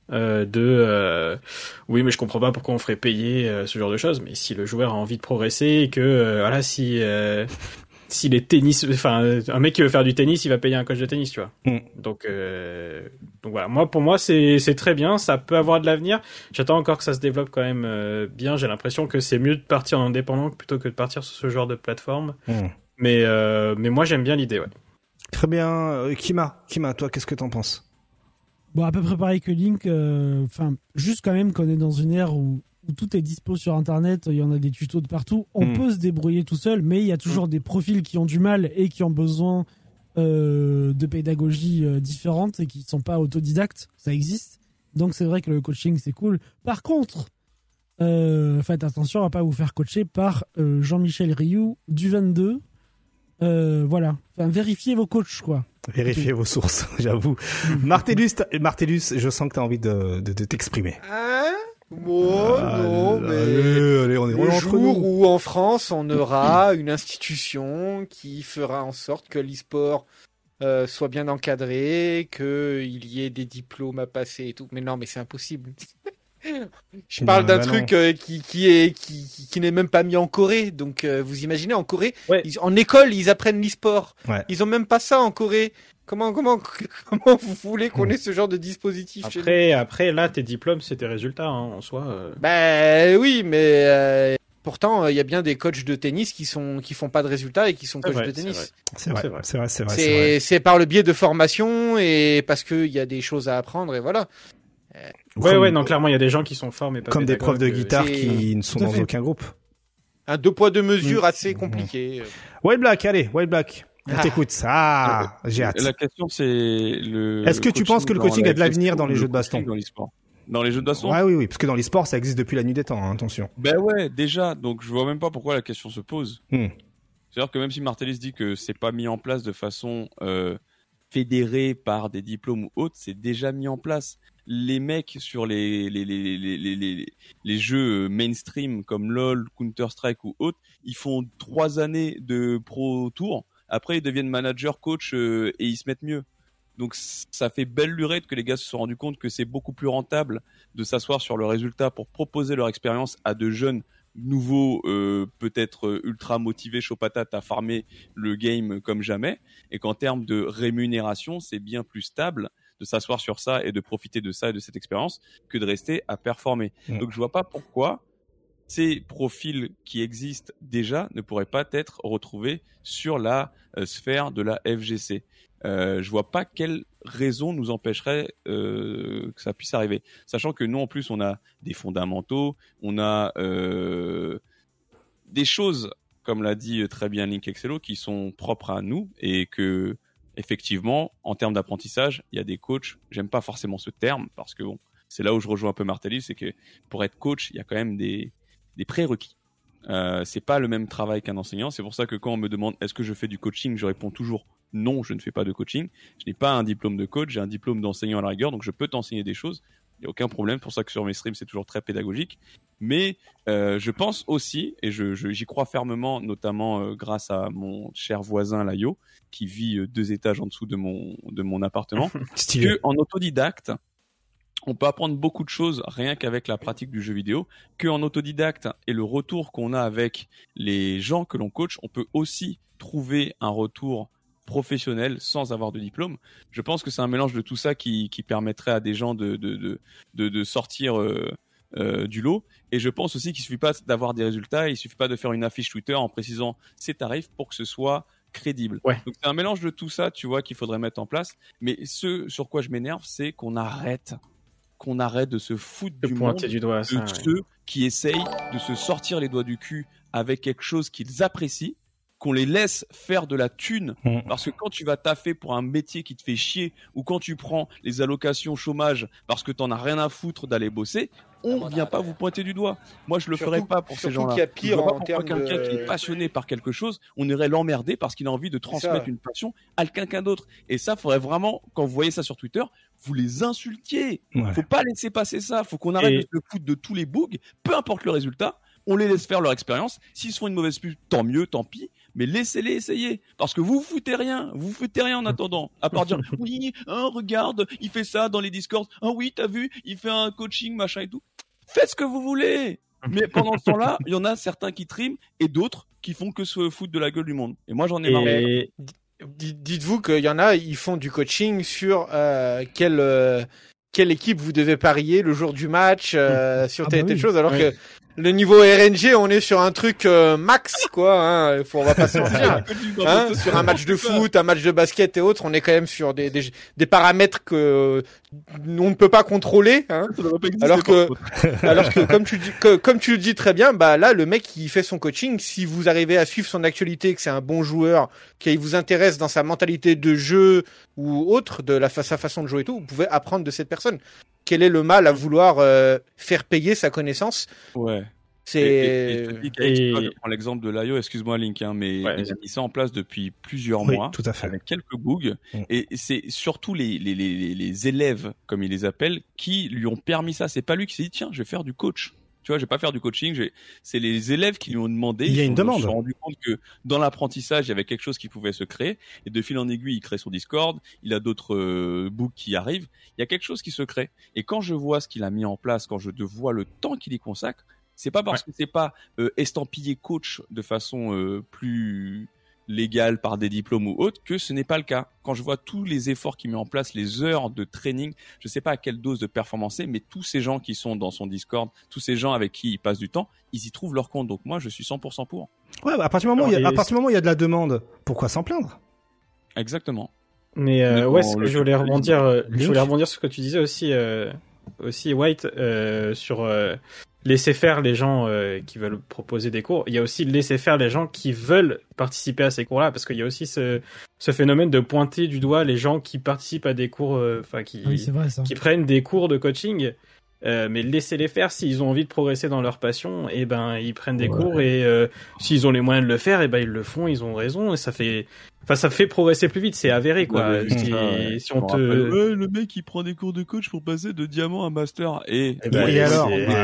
oui, mais je comprends pas pourquoi on ferait payer ce genre de choses. Mais si le joueur a envie de progresser et que si les tennis, un mec qui veut faire du tennis, il va payer un coach de tennis, tu vois. Donc voilà. Pour moi, c'est très bien. Ça peut avoir de l'avenir. J'attends encore que ça se développe quand même bien. J'ai l'impression que c'est mieux de partir en indépendant plutôt que de partir sur ce genre de plateforme. Mais moi, j'aime bien l'idée, ouais. Très bien. Kima, toi, qu'est-ce que t'en penses? Bon, à peu près pareil que Link. Juste quand même qu'on est dans une ère où tout est dispo sur Internet, il y en a des tutos de partout. On peut se débrouiller tout seul, mais il y a toujours des profils qui ont du mal et qui ont besoin de pédagogie différente et qui ne sont pas autodidactes. Ça existe. Donc c'est vrai que le coaching, c'est cool. Par contre, faites attention à pas vous faire coacher par Jean-Michel Rioux du 22. Voilà. Vérifiez vos coachs, quoi. Vérifiez vos sources, j'avoue. Martellus, je sens que tu as envie de t'exprimer. Non, mais allez, on est le jour où en France on aura une institution qui fera en sorte que l'e-sport soit bien encadré, qu'il y ait des diplômes à passer et tout. Mais non, mais c'est impossible. Je parle d'un truc qui n'est même pas mis en Corée. Donc vous imaginez en Corée, en école ils apprennent l'e-sport. Ouais. Ils ont même pas ça en Corée. Comment vous voulez qu'on ait ce genre de dispositif après là tes diplômes c'est tes résultats en soi. Ben oui, mais pourtant il y a bien des coachs de tennis qui font pas de résultats et qui sont coachs de tennis. C'est vrai. C'est par le biais de formation et parce que il y a des choses à apprendre et voilà. Non, clairement il y a des gens qui sont forts mais pas comme des profs de guitare qui ne sont dans aucun groupe. Un 2 poids 2 mesures assez compliqué. White Black, allez, White Black. On t'écoute. J'ai hâte. La question, c'est Est-ce que tu penses que le coaching a de l'avenir dans les jeux de baston? Dans les jeux de baston? Oui, parce que dans l'e-sport, ça existe depuis la nuit des temps, hein, attention. Ben ouais, déjà. Donc, je vois même pas pourquoi la question se pose. C'est-à-dire que même si Martellis dit que c'est pas mis en place de façon fédérée par des diplômes ou autres, c'est déjà mis en place. Les mecs sur les jeux mainstream comme LoL, Counter-Strike ou autres, ils font 3 années de Pro Tour. Après, ils deviennent manager, coach et ils se mettent mieux. Donc, ça fait belle lurette que les gars se sont rendus compte que c'est beaucoup plus rentable de s'asseoir sur le résultat pour proposer leur expérience à de jeunes nouveaux, peut-être ultra motivés, chaud patate à farmer le game comme jamais. Et qu'en termes de rémunération, c'est bien plus stable de s'asseoir sur ça et de profiter de ça et de cette expérience que de rester à performer. Donc, je vois pas pourquoi ces profils qui existent déjà ne pourraient pas être retrouvés sur la sphère de la FGC. Je vois pas quelle raison nous empêcherait que ça puisse arriver. Sachant que nous, en plus, on a des fondamentaux, on a des choses, comme l'a dit très bien Link Excello, qui sont propres à nous et que, effectivement, en termes d'apprentissage, il y a des coachs, j'aime pas forcément ce terme, parce que bon, c'est là où je rejoins un peu Martelly, c'est que pour être coach, il y a quand même des prérequis. C'est pas le même travail qu'un enseignant. C'est pour ça que quand on me demande est-ce que je fais du coaching, je réponds toujours non, je ne fais pas de coaching. Je n'ai pas un diplôme de coach, j'ai un diplôme d'enseignant à la rigueur, donc je peux t'enseigner des choses. Il n'y a aucun problème. C'est pour ça que sur mes streams, c'est toujours très pédagogique. Mais je pense aussi, et j'y crois fermement, notamment grâce à mon cher voisin Layo, qui vit 2 étages en dessous de mon appartement, qu'en autodidacte, on peut apprendre beaucoup de choses rien qu'avec la pratique du jeu vidéo, qu'en autodidacte et le retour qu'on a avec les gens que l'on coach, on peut aussi trouver un retour professionnel sans avoir de diplôme. Je pense que c'est un mélange de tout ça qui permettrait à des gens de sortir du lot. Et je pense aussi qu'il suffit pas d'avoir des résultats, il suffit pas de faire une affiche Twitter en précisant ses tarifs pour que ce soit crédible. Ouais. Donc c'est un mélange de tout ça, tu vois, qu'il faudrait mettre en place. Mais ce sur quoi je m'énerve, c'est qu'on arrête de se foutre du monde du doigt, de ceux qui essayent de se sortir les doigts du cul avec quelque chose qu'ils apprécient, qu'on les laisse faire de la thune. Parce que quand tu vas taffer pour un métier qui te fait chier, ou quand tu prends les allocations chômage parce que t'en as rien à foutre d'aller bosser, on vient pas vous pointer du doigt. Moi, je le ferais pas pour ces gens-là. Surtout qu'il y a pire en termes quelqu'un qui est passionné par quelque chose, on irait l'emmerder parce qu'il a envie de transmettre une passion à quelqu'un d'autre. Et ça, faudrait vraiment, quand vous voyez ça sur Twitter, vous les insultiez. Ouais. Faut pas laisser passer ça. Faut qu'on arrête de se foutre de tous les bugs, peu importe le résultat. On les laisse faire leur expérience. S'ils se font une mauvaise pub, tant mieux, tant pis. Mais laissez-les essayer. Parce que vous foutez rien. Vous foutez rien en attendant. À part dire, oui, hein, regarde, il fait ça dans les Discords. Ah oui, t'as vu, il fait un coaching, machin et tout. Faites ce que vous voulez. Mais pendant ce temps-là, il y en a certains qui triment et d'autres qui font que se foutre de la gueule du monde. Et moi, j'en ai marre. Dites-vous qu'il y en a, ils font du coaching sur quelle équipe vous devez parier le jour du match, sur telle chose, alors que le niveau RNG, on est sur un truc max, quoi. Hein, on va pas se mentir. Hein, sur un match de foot, un match de basket et autres, on est quand même sur des paramètres que on ne peut pas contrôler. Hein, alors que comme tu le dis très bien, bah là, le mec qui fait son coaching, si vous arrivez à suivre son actualité, que c'est un bon joueur, qui vous intéresse dans sa mentalité de jeu ou autre, de sa façon de jouer et tout, vous pouvez apprendre de cette personne. Quel est le mal à vouloir faire payer sa connaissance? Ouais. Et je prends l'exemple de l'IO, excuse-moi Link, mais il a mis ça en place depuis plusieurs mois, tout à fait. Avec quelques bugs, et c'est surtout les élèves, comme il les appelle, qui lui ont permis ça. C'est pas lui qui s'est dit tiens, je vais faire du coach. Tu vois, je vais pas faire du coaching. C'est les élèves qui lui ont demandé. Il y a une demande. Ils se sont rendus compte que dans l'apprentissage, il y avait quelque chose qui pouvait se créer. Et de fil en aiguille, il crée son Discord. Il a d'autres books qui arrivent. Il y a quelque chose qui se crée. Et quand je vois ce qu'il a mis en place, quand je vois le temps qu'il y consacre, c'est pas parce que c'est pas estampillé coach de façon plus légale par des diplômes ou autres que ce n'est pas le cas. Quand je vois tous les efforts qu'il met en place, les heures de training, je sais pas à quelle dose de performance c'est, mais tous ces gens qui sont dans son Discord, tous ces gens avec qui il passe du temps, ils y trouvent leur compte. Donc moi, je suis 100% pour. Ouais, à partir du moment où il y a de la demande, pourquoi s'en plaindre? Exactement. Mais je voulais rebondir sur ce que tu disais aussi White, sur laisser faire les gens qui veulent proposer des cours. Il y a aussi laisser faire les gens qui veulent participer à ces cours-là, parce qu'il y a aussi ce phénomène de pointer du doigt les gens qui participent à des cours, qui prennent des cours de coaching. Mais laissez-les faire. S'ils ont envie de progresser dans leur passion, et ils prennent des cours, et s'ils ont les moyens de le faire, ils le font, ils ont raison, et ça fait progresser plus vite, c'est avéré quoi. Si on te le mec il prend des cours de coach pour passer de diamant à master, et alors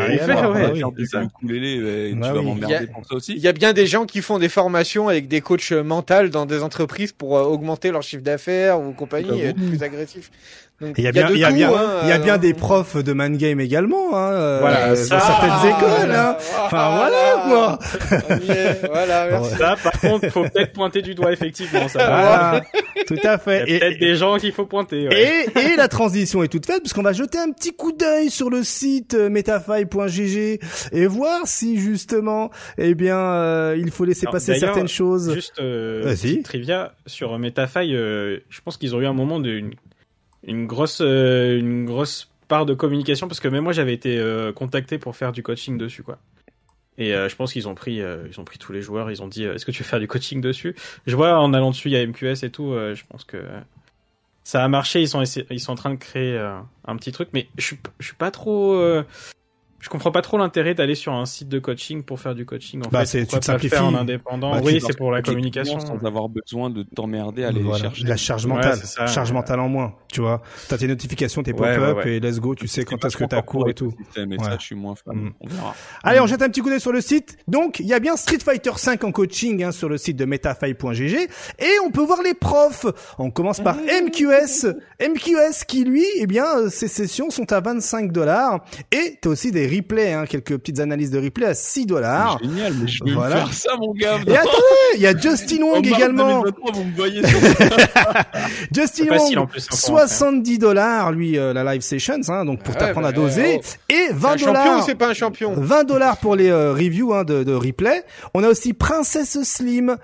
tu vas m'emmerder pour ça aussi. Il y a bien des gens qui font des formations avec des coachs mentaux dans des entreprises pour augmenter leur chiffre d'affaires ou compagnie, et être plus agressif. Il y a bien des profs de man game également, dans certaines écoles, voilà quoi. Voilà, merci. Ça, par contre, faut peut-être pointer du doigt, effectivement, ça. Tout à fait. Il y a peut-être des gens qu'il faut pointer. Ouais. Et la transition est toute faite, parce qu'on va jeter un petit coup d'œil sur le site metafaille.gg et voir si justement, il faut laisser passer certaines choses. Juste, petite trivia sur Metafaille, je pense qu'ils ont eu un moment une grosse part de communication, parce que même moi j'avais été contacté pour faire du coaching dessus quoi. Et je pense qu'ils ont pris tous les joueurs, ils ont dit est-ce que tu veux faire du coaching dessus? Je vois en allant dessus il y a MQS et tout, je pense que ça a marché, ils sont en train de créer un petit truc, mais je suis pas trop je comprends pas trop l'intérêt d'aller sur un site de coaching pour faire du coaching. En fait, tu te simplifies. Le faire en indépendant. C'est pour la communication. Sans avoir besoin de t'emmerder à aller chercher. La charge mentale. Charge mentale en moins. Tu vois. T'as tes notifications, tes pop-up et let's go. Tu sais quand est-ce que t'as cours et tout. Mais ça, je suis moins fan. On verra. Allez, on jette un petit coup d'œil sur le site. Donc, il y a bien Street Fighter 5 en coaching, sur le site de metafaille.gg. Et on peut voir les profs. On commence par MQS. MQS qui, lui, ses sessions sont à $25. Et t'as aussi des replays, quelques petites analyses de replay à $6. Génial, mais je vais faire ça, mon gars. Et attendez, il y a Justin Wong également. 2023, vous me voyez Justin Wong, $70, lui, la live sessions, donc pour t'apprendre à doser. Et $20. Un champion ou c'est pas un champion? $20 pour les reviews de replay. On a aussi Princess Slim,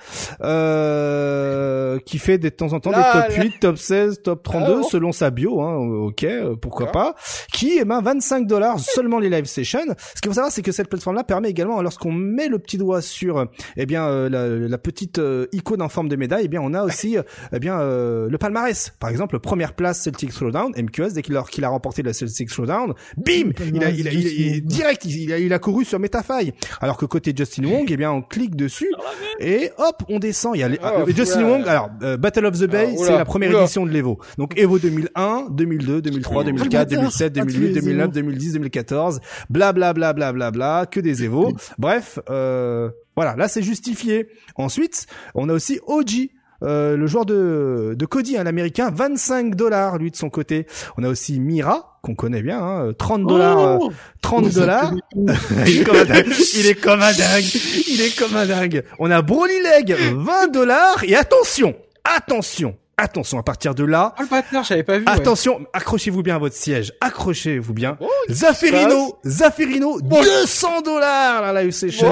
qui fait de temps en temps des top 8, top 16, top 32, selon sa bio, ok, pourquoi pas. Qui, $25 seulement les live sessions. Ce qu'il faut savoir, c'est que cette plateforme-là permet également, lorsqu'on met le petit doigt sur, la petite icône en forme de médaille, on a aussi, le palmarès. Par exemple, première place Celtic Throwdown, MQS, dès qu'il a remporté la Celtic Throwdown, bim! Il a couru sur Metafaille. Alors que côté Justin Wong, on clique dessus, et hop, on descend. Il y a Justin Wong, alors, Battle of the Bay, c'est la première édition de l'Evo. Donc, Evo 2001, 2002, 2003, 2004, 2007, 2008, 2009, 2010, 2014, blablabla, que des évos. Bref, voilà, là c'est justifié. Ensuite, on a aussi OG, le joueur de Cody, l'américain, $25 lui de son côté. On a aussi Mira, qu'on connaît bien, $30. $30. Il est comme un dingue. On a Broly Leg, $20. Et attention, à partir de là. Oh, le bâtard, j'avais pas vu. Attention, accrochez-vous bien à votre siège. Accrochez-vous bien. Zafirino, $200, la live session.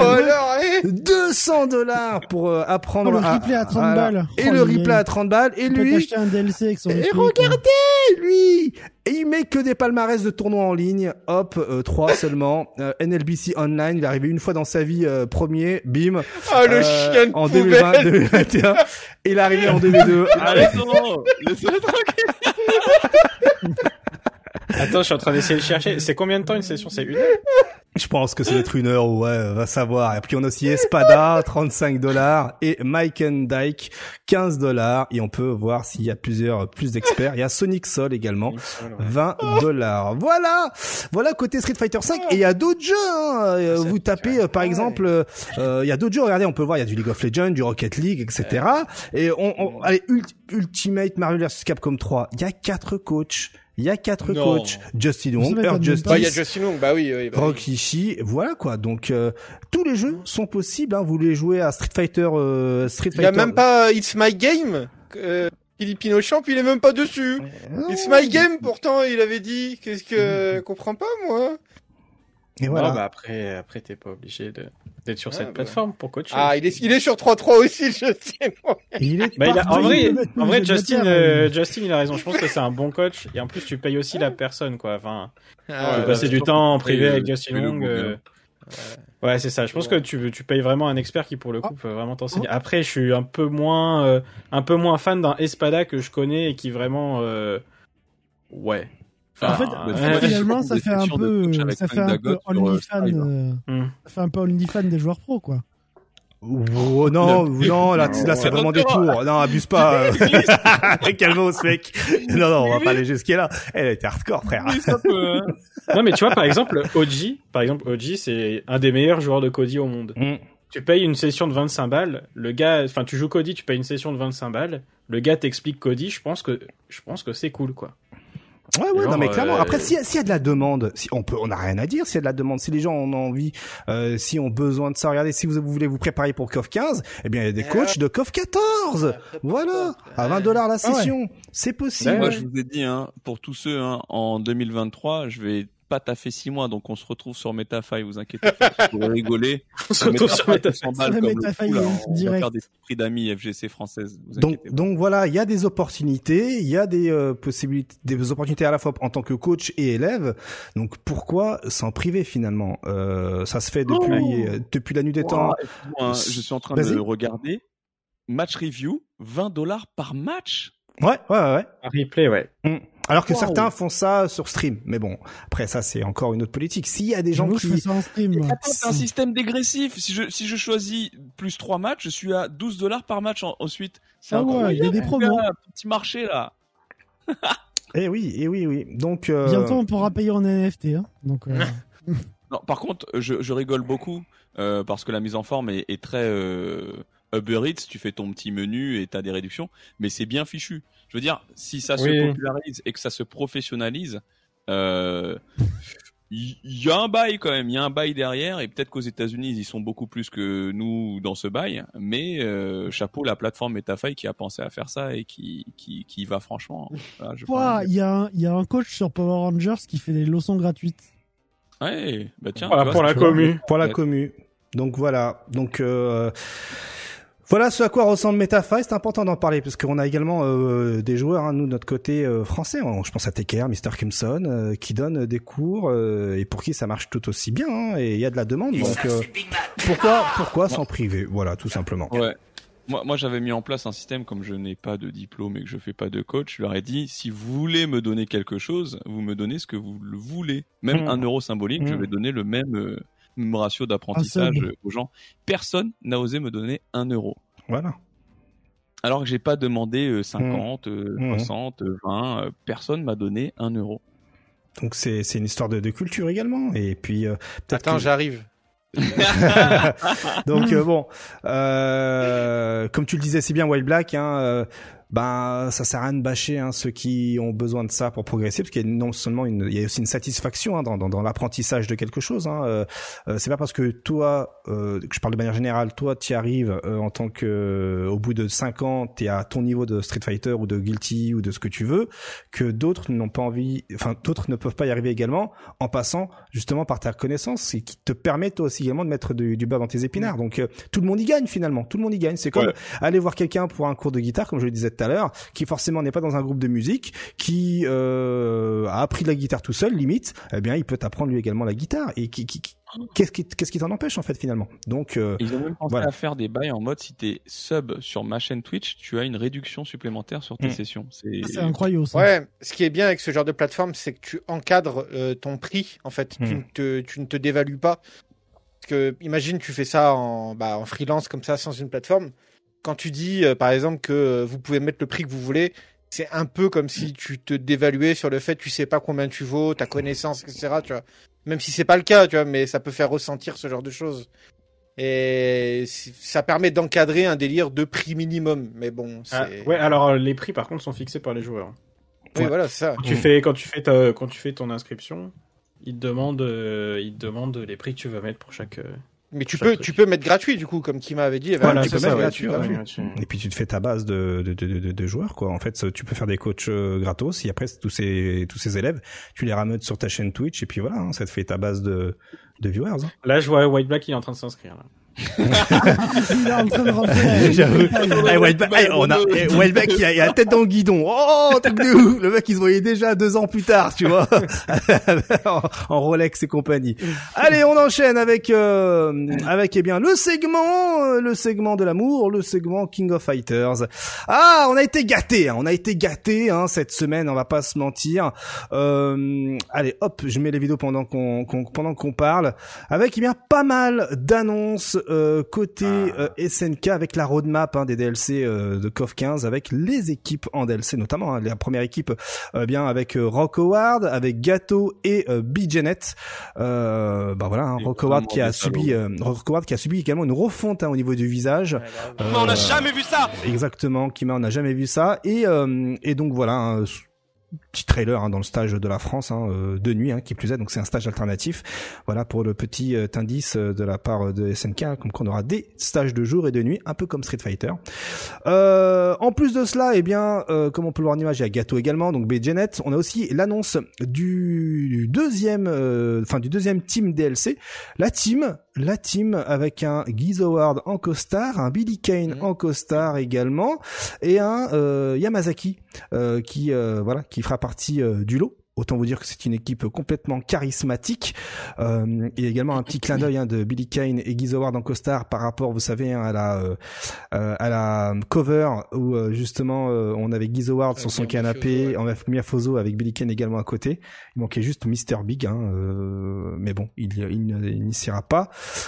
$200 pour apprendre le replay à 30 balles. Et le replay à 30 balles. Et lui. Acheter un DLC avec son replay. Et regardez, lui. Et il met que des palmarès de tournois en ligne. Hop, 3 seulement. NLBC Online, il est arrivé une fois dans sa vie, premier, bim. Ah, le chien de en 2020, 2021. Il est arrivé en 2002. Non, laissez-le tranquille. Attends, je suis en train d'essayer de chercher. C'est combien de temps une session? C'est 1 heure? Je pense que ça doit être 1 heure, ouais, va savoir. Et puis on a aussi Espada, $35, et Mike and Dyke, $15, et on peut voir s'il y a plus d'experts. Il y a Sonic Sol également, $20. Voilà côté Street Fighter 5, et il y a d'autres jeux, hein. Vous tapez, par exemple, il y a d'autres jeux, regardez, on peut voir, il y a du League of Legends, du Rocket League, etc. Et allez, Ultimate Mario vs Capcom 3, il y a 4 coachs. Il y a 4 coachs. Justin Wong, Earth Justice. Il y a Justin Wong, oui. Rock Ishii, voilà quoi. Donc tous les jeux sont possibles. Hein. Vous voulez jouer à Street Fighter. Il y a même pas It's My Game. Filipino Champ, il est même pas dessus. It's My Game, pourtant, il avait dit. Qu'est-ce que comprends pas moi. Et voilà. Non, après t'es pas obligé d'être sur cette plateforme pour coacher. Ah, il est sur 3.3 aussi, je sais. En vrai, Justin, il a raison. Je pense que c'est un bon coach. Et en plus, tu payes aussi la personne, quoi. Enfin, tu peux passer du temps en privé avec Justin Wong. Ouais, c'est ça. Je pense que tu payes vraiment un expert qui, pour le coup, peut vraiment t'enseigner. Après, je suis un peu moins fan d'un Espada que je connais et qui vraiment, ouais. En fait, finalement, ça fait un peu OnlyFans des joueurs pro, quoi. Oh non, là c'est vraiment des tours. Non, abuse pas. Calmos, mec. Non, on va pas aller jusqu'à là. Elle était hardcore, frère. Non, mais tu vois, par exemple, OG, c'est un des meilleurs joueurs de Cody au monde. Tu payes une session de 25 balles, tu joues Cody, tu payes une session de 25 balles, le gars t'explique Cody, je pense que c'est cool, quoi. Ouais, non, mais clairement. Après, s'il y a de la demande, on n'a rien à dire s'il y a de la demande. Si les gens en ont envie, si ont besoin de ça, regardez, si vous voulez vous préparer pour KOF 15, eh bien, il y a des coachs de KOF 14. Voilà. À $20 la session. C'est possible. Moi, je vous ai dit, pour tous ceux, en 2023, je vais pas taffer 6 mois, donc on se retrouve sur Metafy, vous inquiétez pas, vous rigolez. On se retrouve sur Metafy. On va faire des prix d'amis FGC française. Donc voilà, il y a des opportunités, il y a des possibilités, des opportunités à la fois en tant que coach et élève. Donc pourquoi s'en priver finalement? Ça se fait depuis la nuit des temps. Je suis en train de regarder. Match review, $20 par match. Ouais. Un replay, ouais. Alors que certains font ça sur stream, mais bon, après ça c'est encore une autre politique. S'il y a des gens qui font ça en stream, c'est un système dégressif. Si je choisis plus 3 matchs, je suis à $12 par match ensuite. C'est incroyable. Il y a des promos. Petit marché là. Eh oui. Donc bientôt on pourra payer en NFT. Donc. Non, par contre, je rigole beaucoup parce que la mise en forme est très Uber Eats. Tu fais ton petit menu et t'as des réductions, mais c'est bien fichu. Je veux dire, si ça se popularise et que ça se professionnalise, il y a un bail quand même, il y a un bail derrière, et peut-être qu'aux États-Unis ils y sont beaucoup plus que nous dans ce bail, mais chapeau la plateforme Metafy qui a pensé à faire ça et qui va franchement. Voilà, il y a un coach sur Power Rangers qui fait des leçons gratuites. Ouais, bah tiens. Voilà, pour la commu. Pour la commu. Donc voilà. Voilà ce à quoi ressemble Metafy, c'est important d'en parler parce qu'on a également des joueurs, nous de notre côté français, je pense à TKR, Mr. Kimson, qui donnent des cours et pour qui ça marche tout aussi bien, et il y a de la demande, donc pourquoi s'en priver, voilà, tout simplement. Ouais. Moi j'avais mis en place un système, comme je n'ai pas de diplôme et que je fais pas de coach, je leur ai dit, si vous voulez me donner quelque chose, vous me donnez ce que vous le voulez, même €1 symbolique, je vais donner le même ratio d'apprentissage aux gens. Personne n'a osé me donner €1. Voilà. Alors que j'ai pas demandé 50, 60, 20, personne m'a donné €1. Donc c'est une histoire de culture également, et puis attends, j'arrive. Donc comme tu le disais si bien, Wild Black, ça sert à rien de bâcher ceux qui ont besoin de ça pour progresser, parce qu'il y a non seulement il y a aussi une satisfaction dans l'apprentissage de quelque chose. C'est pas parce que toi, que je parle de manière générale, toi tu y arrives en tant que au bout de 5 ans t'es à ton niveau de Street Fighter ou de Guilty ou de ce que tu veux, que d'autres n'ont pas envie, d'autres ne peuvent pas y arriver également en passant justement par ta connaissance, et qui te permet toi aussi également de mettre du beurre dans tes épinards. Donc tout le monde y gagne finalement, tout le monde y gagne. C'est comme aller voir quelqu'un pour un cours de guitare, comme je le disais tout tout à l'heure, qui forcément n'est pas dans un groupe de musique, qui a appris de la guitare tout seul, limite, eh bien, il peut apprendre lui également la guitare. Et qu'est-ce qui t'en empêche en fait finalement? Donc ils ont même pensé à faire des bails en mode si t'es sub sur ma chaîne Twitch, tu as une réduction supplémentaire sur tes sessions. C'est incroyable ça. Ouais, ce qui est bien avec ce genre de plateforme, c'est que tu encadres ton prix en fait. Tu ne te dévalues pas. Parce que imagine tu fais ça en freelance comme ça sans une plateforme. Quand tu dis par exemple que vous pouvez mettre le prix que vous voulez, c'est un peu comme si tu te dévaluais sur le fait que tu sais pas combien tu vaux, ta connaissance, etc. Tu vois. Même si c'est pas le cas, tu vois, mais ça peut faire ressentir ce genre de choses. Et ça permet d'encadrer un délire de prix minimum. Mais bon, c'est... ouais, alors les prix par contre sont fixés par les joueurs. Oui, voilà, c'est ça. Quand tu fais ton inscription, ils te demandent les prix que tu vas mettre pour chaque. Mais tu peux mettre gratuit du coup, comme Kima avait dit. Voilà, tu peux mettre gratuit. Et puis tu te fais ta base de joueurs quoi. En fait, tu peux faire des coachs gratos. Et après tous ces élèves, tu les ramènes sur ta chaîne Twitch et puis voilà, ça te fait ta base de viewers. Hein. Là, je vois White Black, il est en train de s'inscrire. Là. Il est en train de rentrer. J'avoue. Whiteback, il a la tête dans le guidon. Oh, truc de ouf. Le mec, il se voyait déjà 2 ans plus tard, tu vois. en Rolex et compagnie. Allez, on enchaîne avec eh bien, le segment de l'amour, le segment King of Fighters. Ah, on a été gâtés, hein, cette semaine, on va pas se mentir. Allez, hop, je mets les vidéos pendant qu'on parle. Avec, eh bien, pas mal d'annonces côté SNK avec la roadmap des DLC de KOF 15 avec les équipes en DLC notamment la première équipe bien avec Rock Howard, avec Gato et BJNet. Rock Howard qui a subi également une refonte au niveau du visage. On n'a jamais vu ça. Exactement, Kima, on n'a jamais vu ça et donc voilà. Petit trailer dans le stage de la France de nuit qui plus est, donc c'est un stage alternatif, voilà pour le petit indice de la part de SNK, comme qu'on aura des stages de jour et de nuit un peu comme Street Fighter. En plus de cela, eh bien comme on peut le voir en image, il y a Gato également, donc BJNet. On a aussi l'annonce du deuxième team DLC, la team avec un Giz Howard en costard, un Billy Kane en costard également, et un Yamazaki qui fera partie du lot. Autant vous dire que c'est une équipe complètement charismatique. Et également un petit clin d'œil de Billy Kane et Giz Howard en costard par rapport, vous savez, à la cover où justement on avait Giz Howard sur son canapé, on avait Miyafozo avec Billy Kane également à côté. Il manquait juste Mr. Big, mais bon, il n'y sera pas.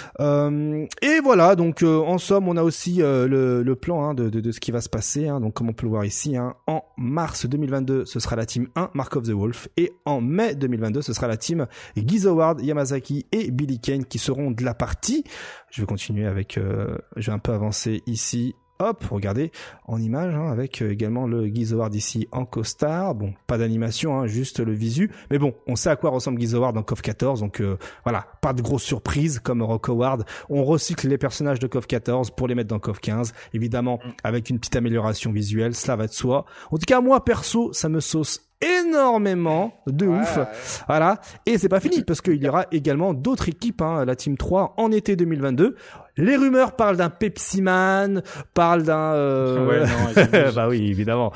Et voilà, donc en somme, on a aussi le plan de ce qui va se passer. Donc comme on peut le voir ici, en mars 2022, ce sera la team 1, Mark of the Wolf. Et en mai 2022, ce sera la team Giz Howard, Yamazaki et Billy Kane qui seront de la partie. Je vais continuer avec... je vais un peu avancer ici. Hop, regardez, en image, avec également le Giz Howard ici en costard. Bon, pas d'animation, juste le visu. Mais bon, on sait à quoi ressemble Giz Howard dans KOF 14. Donc voilà, pas de grosse surprise comme Rock Howard. On recycle les personnages de KOF 14 pour les mettre dans KOF 15. Évidemment, avec une petite amélioration visuelle, cela va de soi. En tout cas, moi, perso, ça me sauce énormément de ouf. Voilà. Et c'est pas fini parce qu'il y aura également d'autres équipes, la Team 3 en été 2022. Les rumeurs parlent d'un Pepsi Man, parlent d'un bah oui, évidemment.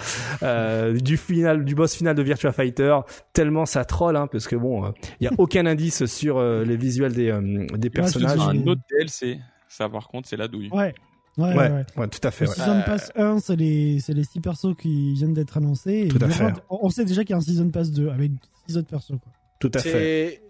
Du boss final de Virtua Fighter, tellement ça troll parce que bon, il y a aucun indice sur les visuels des personnages. Un autre DLC, ça par contre, c'est la douille. Ouais, tout à fait. Le Season Pass 1, c'est les 6 persos qui viennent d'être annoncés. Et tout à fait. On sait déjà qu'il y a un Season Pass 2 avec 6 autres persos. Quoi. Tout à fait.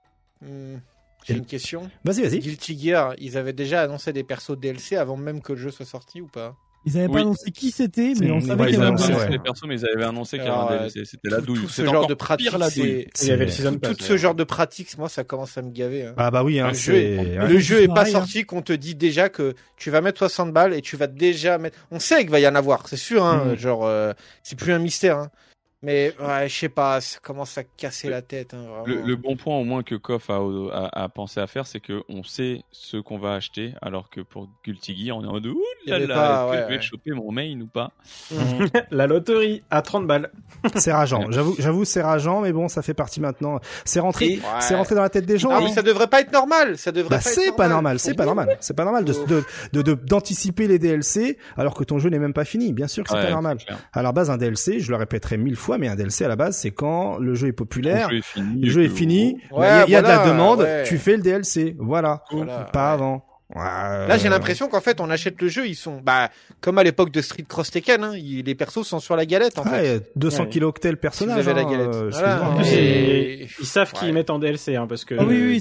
J'ai une question. Vas-y. Guilty Gear, ils avaient déjà annoncé des persos DLC avant même que le jeu soit sorti ou pas? Ils n'avaient pas annoncé qui c'était, mais on savait qu'il y avait annoncé les persos, mais ils avaient annoncé qu'il y avait un DLC. C'était la douille. Tout ce genre de pratique, il y avait le Season Pass. Tout ce genre de pratique, moi, ça commence à me gaver. Ah bah oui, le jeu est pas sorti qu'on te dit déjà que tu vas mettre 60 balles et tu vas déjà mettre. On sait qu'il va y en avoir, c'est sûr. Genre, c'est plus un mystère. Mais ouais, je sais pas, ça commence à casser la tête. Hein, le bon point au moins que KOF a pensé à faire, c'est que on sait ce qu'on va acheter, alors que pour Guilty Gear, on est en mode ouh là là, est-ce que je vais choper mon main ou pas? La loterie à 30 balles. C'est rageant. J'avoue, c'est rageant, mais bon, ça fait partie maintenant. C'est rentré dans la tête des gens. Ah oui, ça devrait pas être normal. Ça devrait pas normal. C'est pas normal d'anticiper les DLC alors que ton jeu n'est même pas fini. Bien sûr que c'est pas normal. À la base, un DLC, je le répéterai 1000 fois, mais un DLC à la base, c'est quand le jeu est populaire, le jeu est fini, il y a de la demande, tu fais le DLC. Voilà. Pas avant. Là, j'ai l'impression qu'en fait, on achète le jeu, ils sont, comme à l'époque de Street Cross Tekken, hein, les persos sont sur la galette, en fait. 200 kilooctets le personnage. Vous avez la galette. Ils savent qu'ils mettent en DLC, hein, parce que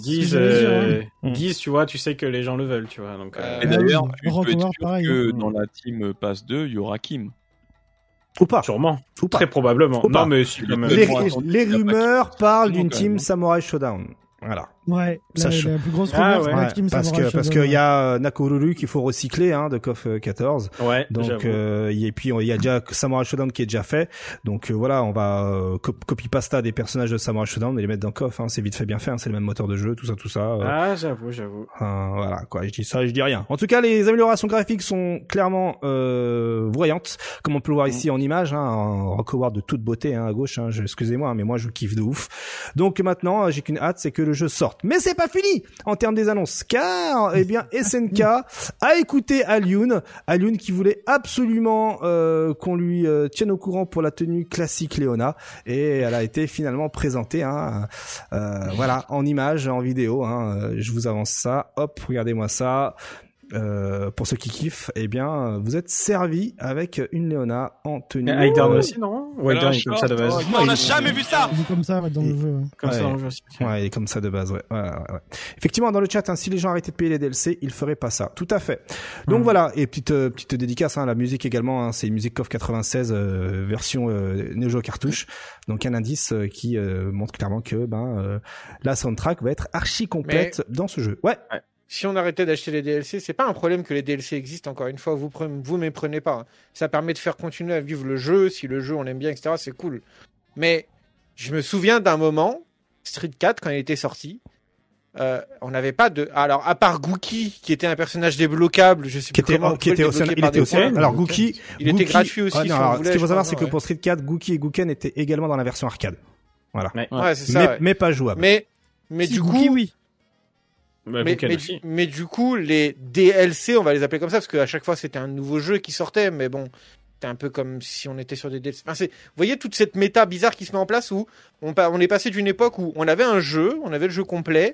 Guise, tu vois, tu sais que les gens le veulent, tu vois. Donc, et d'ailleurs, tu peux être sûr que dans la team Pass 2, il y aura Kim. Ou pas. Sûrement. Très probablement. Non, mais si, quand même. Les rumeurs parlent d'une team Samurai Shodown. Voilà. Ouais, la plus grosse rumeur, c'est la team Samurai Shodown. Parce qu'il y a Nakoruru qu'il faut recycler, hein, de KOF 14. Ouais. Donc, et puis, il y a déjà Samurai Shodown qui est déjà fait. Donc, voilà, on va, copy-pasta des personnages de Samurai Shodown et les mettre dans KOF, hein. C'est vite fait, bien fait, hein. C'est le même moteur de jeu, tout ça. J'avoue. Voilà, quoi. Je dis ça, je dis rien. En tout cas, les améliorations graphiques sont clairement, voyantes. Comme on peut le voir ici en image, hein, en recover de toute beauté, hein, à gauche, hein. Excusez-moi, mais moi, je kiffe de ouf. Donc, maintenant, j'ai qu'une hâte, c'est que le jeu sorte. Mais c'est pas fini en termes des annonces, car SNK a écouté Alioun qui voulait absolument qu'on lui tienne au courant pour la tenue classique Leona, et elle a été finalement présentée, hein, voilà, en images, en vidéo, hein. Je vous avance ça, hop, regardez-moi ça. Pour ceux qui kiffent, vous êtes servis avec une Leona en tenue. Aidan aussi, non? Ouais, Aidan est comme ça de base. On n'a jamais vu ça! Il est comme ça dans le jeu. Comme ça dans le jeu aussi. Ouais, il est comme ça de base, ouais. Effectivement, dans le chat, hein, si les gens arrêtaient de payer les DLC, ils feraient pas ça. Tout à fait. Donc voilà, et petite dédicace, hein, la musique également, hein, c'est une musique KOF 96, version Neo Geo cartouche. Donc un indice qui montre clairement que la soundtrack va être archi complète dans ce jeu. Ouais. Si on arrêtait d'acheter les DLC, c'est pas un problème que les DLC existent, encore une fois, vous méprenez pas. Ça permet de faire continuer à vivre le jeu, si le jeu on l'aime bien, etc., c'est cool. Mais je me souviens d'un moment, Street 4, quand il était sorti, on n'avait pas de... Alors, à part Gookie, qui était un personnage débloquable, je sais plus comment... Qui était au alors, Gookie... Il était gratuit aussi, si on voulait. Ce qu'il faut savoir, c'est que pour Street 4, Gookie et Gooken étaient également dans la version arcade. Voilà. Ouais, c'est ça. Mais pas jouable. Mais du coup... Gookie, oui. Mais du coup, les DLC, on va les appeler comme ça, parce qu'à chaque fois, c'était un nouveau jeu qui sortait, mais bon, c'était un peu comme si on était sur des DLC. Enfin, vous voyez toute cette méta bizarre qui se met en place où on est passé d'une époque où on avait un jeu, on avait le jeu complet,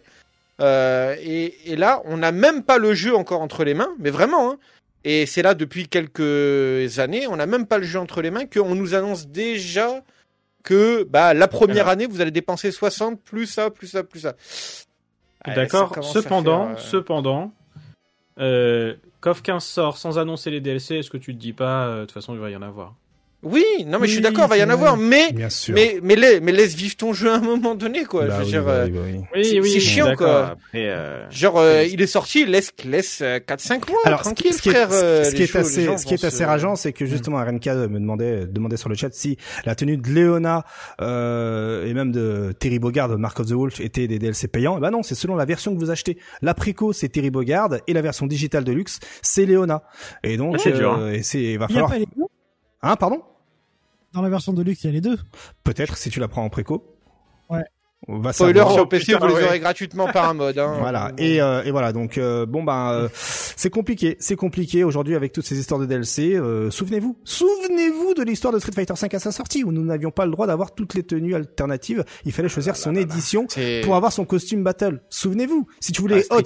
et là, on n'a même pas le jeu encore entre les mains, mais vraiment, hein. Et c'est là, depuis quelques années, on n'a même pas le jeu entre les mains, qu'on nous annonce déjà que la première année, vous allez dépenser 60, plus ça. D'accord. Cependant, KOF 15 sort sans annoncer les DLC. Est-ce que tu te dis pas, de toute façon, il va y en avoir? Oui, non, mais je suis d'accord, il va y en avoir, mais laisse vivre ton jeu à un moment donné, quoi. Je veux dire, c'est chiant, quoi. Après, il est sorti, laisse 4-5 mois, alors, tranquille, frère. Ce qui est assez rageant, c'est que justement, RNK me demandait sur le chat si la tenue de Leona, et même de Terry Bogard, de Mark of the Wolf, étaient des DLC payants. Non, c'est selon la version que vous achetez. La préco, c'est Terry Bogard, et la version digitale de luxe, c'est Leona. Et donc, c'est dur. Va falloir... Hein, pardon? Dans la version de luxe, il y a les deux. Peut-être, si tu la prends en préco. Ouais. Spoiler sur PC, vous les aurez gratuitement par un mode, hein. Voilà. Et voilà. Donc, c'est compliqué aujourd'hui avec toutes ces histoires de DLC. Souvenez-vous de l'histoire de Street Fighter 5 à sa sortie où nous n'avions pas le droit d'avoir toutes les tenues alternatives. Il fallait choisir son édition pour avoir son costume battle. Souvenez-vous. Si tu voulais Hot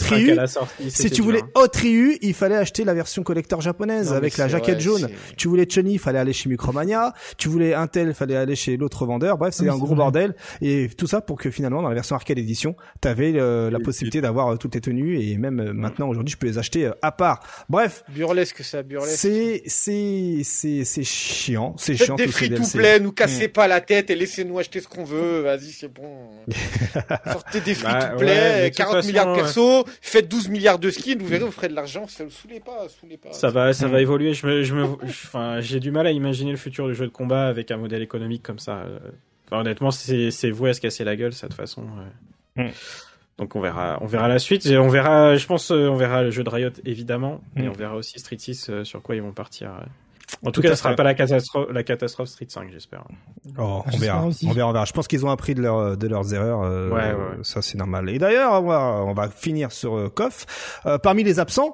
Ryu, il fallait acheter la version collector japonaise avec la jaquette jaune. Tu voulais Chun-Li, il fallait aller chez Micromania. Tu voulais Intel, il fallait aller chez l'autre vendeur. Bref, c'est un gros bordel. Et tout ça pour que que finalement dans la version arcade édition, t'avais la possibilité d'avoir toutes les tenues et même maintenant aujourd'hui je peux les acheter à part. Bref. Burlesque. C'est chiant. C'est Faites chiant. des free-to-play, nous cassez pas la tête et laissez-nous acheter ce qu'on veut. Vas-y, c'est bon. Sortez des free-to-play, 40 milliards de persos, faites 12 milliards de skins, vous verrez, vous ferez de l'argent. Saoulez pas. Ça va évoluer. J'ai du mal à imaginer le futur du jeu de combat avec un modèle économique comme ça. Enfin, honnêtement, c'est voué à se casser la gueule, ça, de toute façon. Donc on verra la suite. Et on verra le jeu de Riot, évidemment. Et on verra aussi Street 6 sur quoi ils vont partir. En tout cas, ce sera pas la catastrophe Street 5, j'espère. Oh, on verra. Je pense qu'ils ont appris de leurs erreurs. Ça, c'est normal. Et d'ailleurs, on va finir sur KOF. Parmi les absents,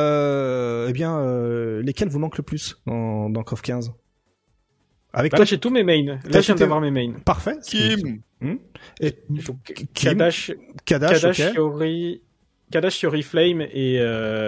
lesquels vous manquent le plus dans KOF 15? Avec toi, j'ai tous mes mains. Là, je viens d'avoir mes mains. Parfait. Kim. Et Kadash, okay. Kadash, Yori, Flame et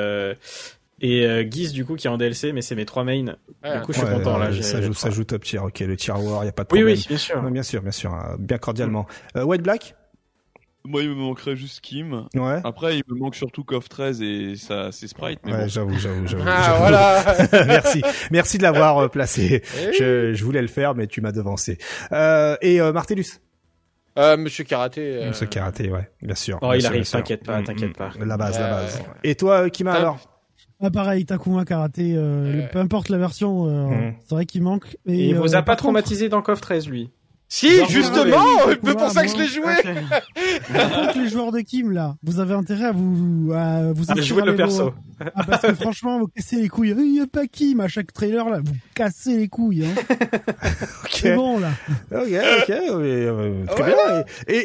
Guise du coup qui est en DLC, mais c'est mes 3 mains. Du coup, je suis content là. Ça joue top tier. Ok, le tier war, y a pas de problème. Oui, bien sûr. Bien sûr, bien cordialement. White Black. Moi, il me manquerait juste Kim. Ouais. Après, il me manque surtout KOF 13 et ses sprites. Mais ouais, bon. j'avoue. Voilà. Merci de l'avoir placé. Je voulais le faire, mais tu m'as devancé. Et Martellus. Monsieur Karaté. Monsieur Karaté, ouais, bien sûr. Oh, il arrive, t'inquiète pas. La base. Et toi, Kima, alors? Pareil, Takuma Karaté, peu importe la version, c'est vrai qu'il manque. Et il vous a pas traumatisé dans KOF 13, lui? Si, justement, c'est pour ça que je l'ai joué. Par contre, les joueurs de Kim, là, vous avez intérêt à vous jouer le perso. Parce que franchement, vous cassez les couilles. Il y a pas Kim à chaque trailer, là. Vous cassez les couilles, hein. C'est bon, là. Ok. Très bien.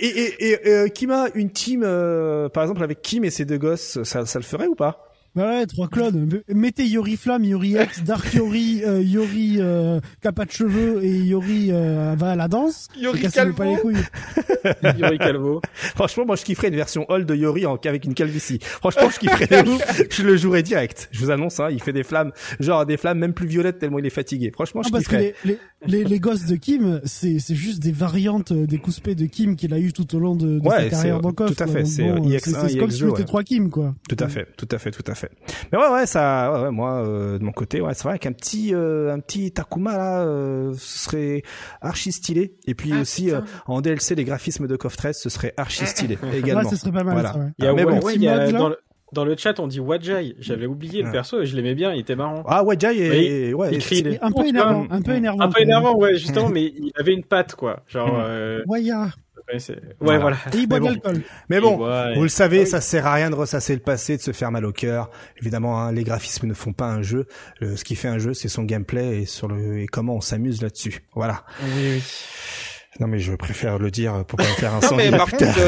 Et Kima, une team, par exemple, avec Kim et ses 2 gosses, ça le ferait ou pas? Ouais, 3 clones. Mettez Yori Flamme, Yori X, Dark Yori, Yori Capa de cheveux et Yori va à la danse. Yori Calvo. Pas les couilles. Yori Calvo. Franchement, moi je kifferais une version old de Yori avec une calvitie. Franchement, je kifferais de ouf. Je le jouerais direct. Je vous annonce, il fait des flammes, genre des flammes même plus violettes tellement il est fatigué. Franchement, je kifferais. Parce que les gosses de Kim, c'est juste des variantes des cousplay de Kim qu'il a eu tout au long de sa carrière dans KOF. Tout à fait. C'est IX1, c'est comme si c'était 3 Kim, quoi. Tout à fait. Mais ouais, moi de mon côté, ouais, c'est vrai qu'un petit Takuma là, ce serait archi stylé. Et puis aussi en DLC les graphismes de KOF 13, ce serait archi stylé également. Ouais, ce serait pas mal. Voilà. Ça, ouais. Il y a dans le chat on dit Wajai. J'avais oublié le perso et je l'aimais bien, il était marrant. Ah Wajai il crie un peu énervant. Un peu énervant, ouais, justement, mais il avait une patte quoi, genre. Waya. Voilà. Et il boit de l'alcool. Mais bon, vous le savez, ça sert à rien de ressasser le passé, de se faire mal au cœur. Évidemment, les graphismes ne font pas un jeu. Ce qui fait un jeu, c'est son gameplay et comment on s'amuse là-dessus. Voilà. Oui. Non mais je préfère le dire pour pas me faire un son. Non mais par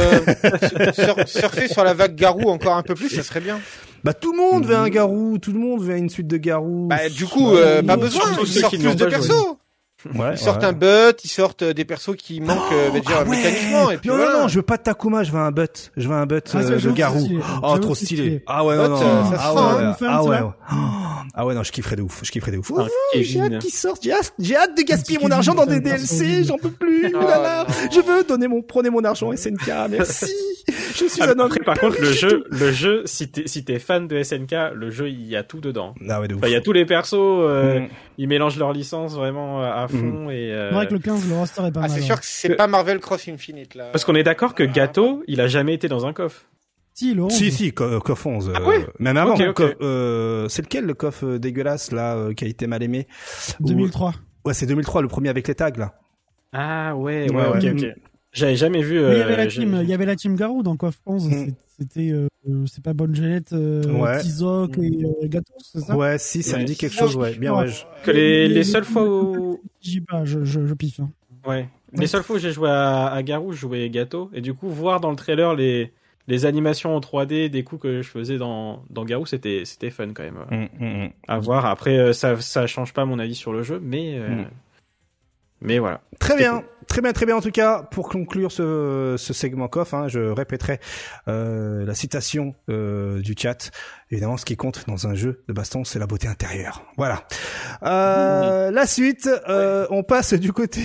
contre, surfer sur la vague Garou encore un peu plus, ça serait bien. Bah tout le monde veut un Garou, tout le monde veut une suite de Garou. Bah du coup, pas besoin, ils sortent plus de persos. Ils sortent un butt, ils sortent des persos qui manquent mécaniquement et puis voilà. Non, je veux pas de Takuma, je veux un butt de Garou. Oh, trop stylé. Ah ouais, non. Ah ouais, non, je kifferais de ouf. J'ai hâte qu'ils sortent. J'ai hâte de gaspiller mon argent dans des DLC, j'en peux plus. Je veux prenez mon argent SNK, merci. Je suis un homme. Après, par contre, le jeu, si t'es fan de SNK, le jeu, il y a tout dedans. Ah ouais, de ouf. Enfin, il y a tous les persos, ils mélangent leurs licences vraiment à fond et c'est vrai que le 15, le roster est pas mal. C'est sûr que c'est pas Marvel Cross Infinite, là. Parce qu'on est d'accord que Gato, il a jamais été dans un KOF. Si, le 11. Si, KOF 11. Même avant, c'est lequel le KOF dégueulasse, là, qui a été mal aimé? 2003. Ouais, c'est 2003, le premier avec les tags, là. Ah ouais, ok. J'avais jamais vu. Il y avait la team Garou dans KOF 11. C'était, c'est pas Bonne Gelette, Tizok et Gatos, c'est ça? Ouais, si, ça me dit quelque chose, ouais. Bien, ouais. Que les seules fois où. J'y pas, je piffe. Hein. Ouais. Les seules fois où j'ai joué à Garou, je jouais Gato. Et du coup, voir dans le trailer les animations en 3D des coups que je faisais dans Garou, c'était fun quand même. À voir. Après, ça change pas mon avis sur le jeu, mais voilà. Très bien. très bien en tout cas. Pour conclure ce segment coff, je répéterai la citation du chat. Évidemment, ce qui compte dans un jeu de baston, c'est la beauté intérieure. Voilà. La suite, on passe du côté.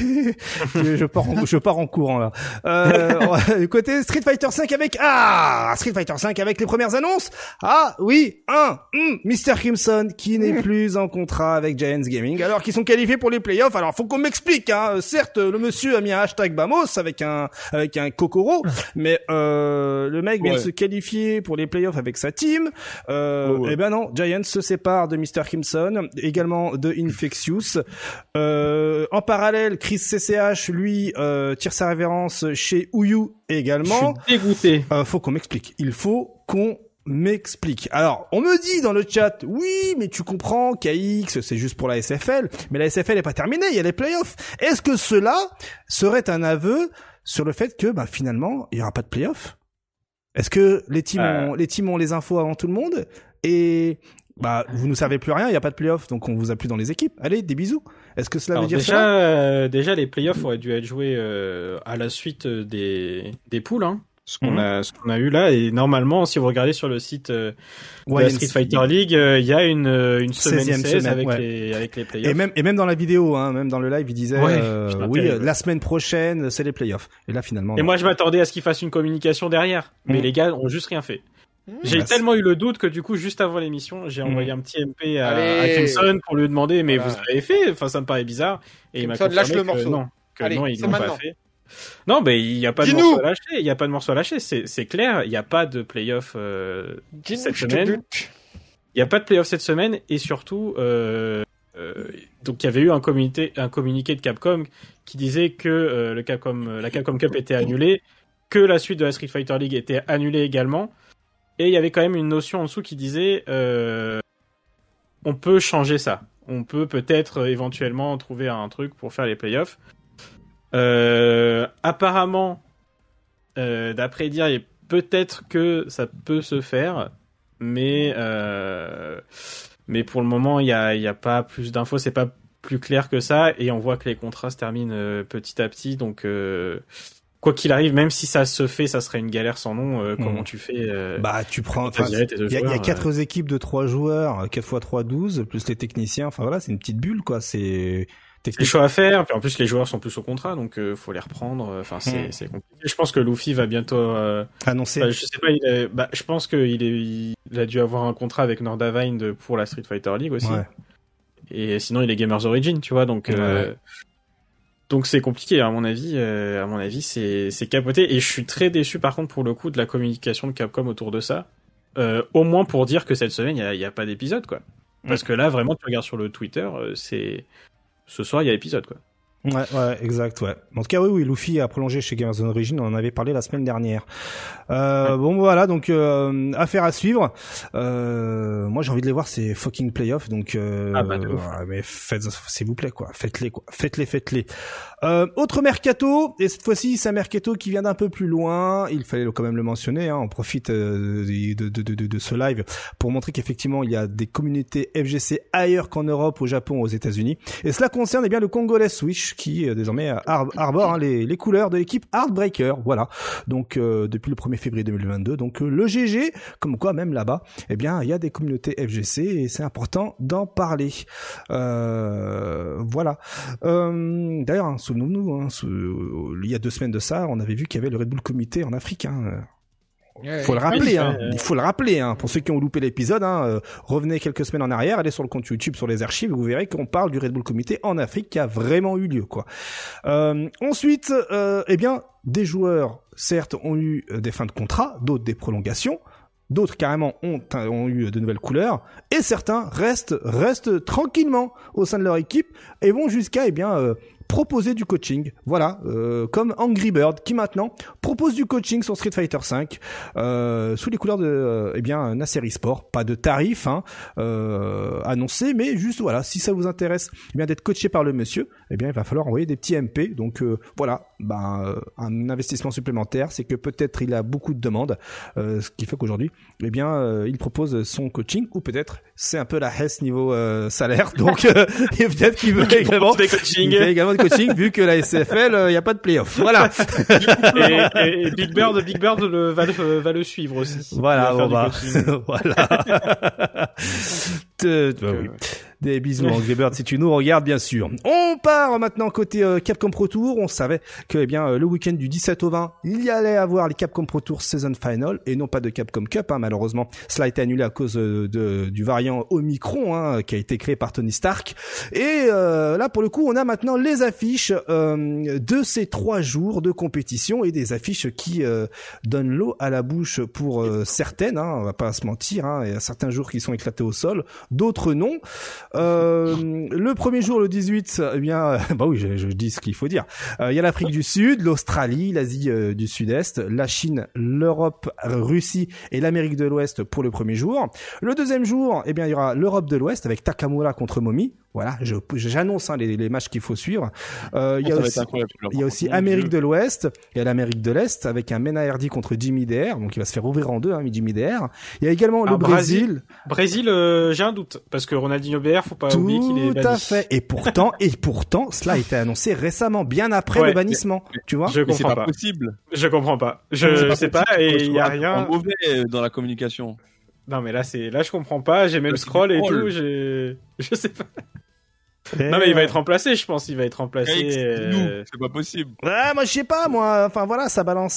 je pars en courant là. Du côté Street Fighter 5 avec Street Fighter 5 avec les premières annonces. Ah oui, Mr. Crimson qui n'est plus en contrat avec Giants Gaming, alors qu'ils sont qualifiés pour les playoffs. Alors, faut qu'on m'explique. Certes, le monsieur a mis un hashtag Bamos avec un Kokoro, mais le mec vient de se qualifier pour les playoffs avec sa team. Eh ben non, Giants se sépare de Mr. Crimson, également de Infectious. En parallèle, Chris CCH, lui, tire sa révérence chez Ouyu également. Je suis dégoûté. Faut qu'on m'explique. Il faut qu'on m'explique. Alors, on me dit dans le chat, oui, mais tu comprends KX, c'est juste pour la SFL, mais la SFL est pas terminée, il y a les playoffs. Est-ce que cela serait un aveu sur le fait que, finalement, il y aura pas de playoffs? Est-ce que les teams ont les infos avant tout le monde et vous ne savez plus rien, il y a pas de playoffs, donc on vous a plus dans les équipes. Allez, des bisous. Est-ce que cela veut dire ça? Déjà les playoffs auraient dû être joués à la suite des poules, ce qu'on a eu là, et normalement, si vous regardez sur le site de la Street Fighter League, il y a une semaine 16 avec les playoffs. Et même dans la vidéo, même dans le live, il disait la semaine prochaine, c'est les playoffs. Et là finalement. Et moi je m'attendais à ce qu'ils fassent une communication derrière, mais les gars ont juste rien fait. J'ai tellement eu le doute que du coup, juste avant l'émission, j'ai envoyé un petit MP à Crimson pour lui demander, mais vous avez fait? Enfin, ça me paraît bizarre. Et Crimson, il m'a confirmé non, ils l'ont pas fait. Non, mais il n'y a pas de morceau à lâcher. Il n'y a pas de morceau à lâcher. C'est clair. Il n'y a pas de playoff cette semaine. Il n'y a pas de playoff cette semaine. Et surtout, donc il y avait eu un communiqué de Capcom qui disait que la Capcom Cup était annulée, que la suite de la Street Fighter League était annulée également. Et il y avait quand même une notion en dessous qui disait on peut changer ça. On peut peut-être éventuellement trouver un truc pour faire les playoffs. Apparemment, d'après dire, peut-être que ça peut se faire, mais pour le moment, il y a pas plus d'infos, c'est pas plus clair que ça, et on voit que les contrats se terminent petit à petit, donc quoi qu'il arrive, même si ça se fait, ça serait une galère sans nom. Comment tu fais tu prends. Il y a 4 équipes de 3 joueurs, 4 x 3, 12, plus les techniciens. Enfin voilà, c'est une petite bulle, quoi. C'est des choix à faire. Puis en plus, les joueurs sont plus au contrat, donc faut les reprendre. Enfin, c'est compliqué. Je pense que Luffy va bientôt annoncer. Je sais pas. Je pense qu'il a dû avoir un contrat avec Nordavine pour la Street Fighter League aussi. Ouais. Et sinon, il est Gamers Origin, tu vois. Donc donc c'est compliqué. À mon avis, c'est capoté. Et je suis très déçu, par contre, pour le coup, de la communication de Capcom autour de ça. Au moins pour dire que cette semaine, il y a pas d'épisode, quoi. Parce que là, vraiment, tu regardes sur le Twitter, ce soir, il y a épisode, quoi. Ouais, exact, ouais. En tout cas, oui, Luffy a prolongé chez Gamers Origin, on en avait parlé la semaine dernière. Bon, voilà, donc, affaire à suivre. Moi, j'ai envie de les voir, ces fucking playoffs, donc, mais faites, s'il vous plaît, quoi. Faites-les, quoi. Faites-les. Autre mercato, et cette fois-ci, c'est un mercato qui vient d'un peu plus loin. Il fallait quand même le mentionner, on profite de ce live pour montrer qu'effectivement, il y a des communautés FGC ailleurs qu'en Europe, au Japon, aux États-Unis. Et cela concerne, bien, le Congolais Switch, qui désormais arbore les couleurs de l'équipe Heartbreaker, voilà. Donc depuis le 1er février 2022, donc le GG, comme quoi même là-bas, il y a des communautés FGC et c'est important d'en parler. Voilà. D'ailleurs, souvenons-nous, il y a 2 semaines de ça, on avait vu qu'il y avait le Red Bull Comité en Afrique. Il faut le rappeler, pour ceux qui ont loupé l'épisode, revenez quelques semaines en arrière, allez sur le compte YouTube, sur les archives, vous verrez qu'on parle du Red Bull Comité en Afrique qui a vraiment eu lieu, quoi. Ensuite, des joueurs, certes, ont eu des fins de contrat, d'autres des prolongations, d'autres carrément ont eu de nouvelles couleurs, et certains restent tranquillement au sein de leur équipe et vont jusqu'à proposer du coaching, voilà, comme Angry Bird qui maintenant propose du coaching sur Street Fighter 5 sous les couleurs de Nasser Sport, pas de tarif annoncé, mais juste voilà, si ça vous intéresse d'être coaché par le monsieur, il va falloir envoyer des petits MP, donc voilà, un investissement supplémentaire, c'est que peut-être il a beaucoup de demandes, ce qui fait qu'aujourd'hui, il propose son coaching, ou peut-être c'est un peu la Hesse niveau salaire, donc et peut-être qu'il veut également des coaching, vu que la SFL, il y a pas de play-off. Voilà. et Big Bird va le suivre aussi. Voilà, voilà. Oui. Des bisous Angry Bird si tu nous regardes, bien sûr. On part maintenant côté Capcom Pro Tour. On savait que le week-end du 17 au 20, il y allait avoir les Capcom Pro Tour Season Final et non pas de Capcom Cup. Malheureusement, cela a été annulé à cause du variant Omicron qui a été créé par Tony Stark. Et là, pour le coup, on a maintenant les affiches de ces 3 jours de compétition et des affiches qui donnent l'eau à la bouche pour certaines. On va pas se mentir. Il y a certains jours qui sont éclatés au sol, d'autres non. Le premier jour, le 18, je dis ce qu'il faut dire. Il y a l'Afrique du Sud, l'Australie, l'Asie du Sud-Est, la Chine, l'Europe, Russie et l'Amérique de l'Ouest pour le premier jour. Le deuxième jour, il y aura l'Europe de l'Ouest avec Takamura contre Momi. Voilà, j'annonce les matchs qu'il faut suivre. Il y a aussi Amérique de l'Ouest et l'Amérique de l'Est avec un Mena Hardy contre Jimmy DR, donc il va se faire ouvrir en deux, Jimmy DR. Il y a également le Brésil. Brésil, j'ai un doute parce que Ronaldinho BR, faut pas oublier qu'il est banni. Tout à fait. Et pourtant, cela a été annoncé récemment, bien après le bannissement. Tu vois? Je comprends pas. Possible. Je comprends pas. Je sais pas et il y a rien mauvais dans la communication. Non mais là je comprends pas. J'ai même scroll et tout. Je sais pas. Non mais il va être remplacé, je pense. Il va être remplacé. C'est pas possible. Ouais, moi je sais pas, Enfin voilà, ça balance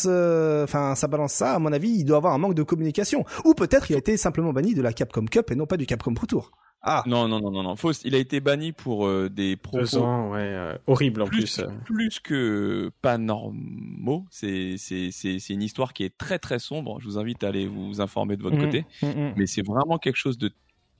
ça. À mon avis, il doit avoir un manque de communication. Ou peut-être il a été simplement banni de la Capcom Cup et non pas du Capcom Pro Tour. Ah. Non. Fausse. Il a été banni pour des propos. 2 ans, horrible en plus. Plus que pas normaux. C'est une histoire qui est très très sombre. Je vous invite à aller vous informer de votre côté. Mais c'est vraiment quelque chose de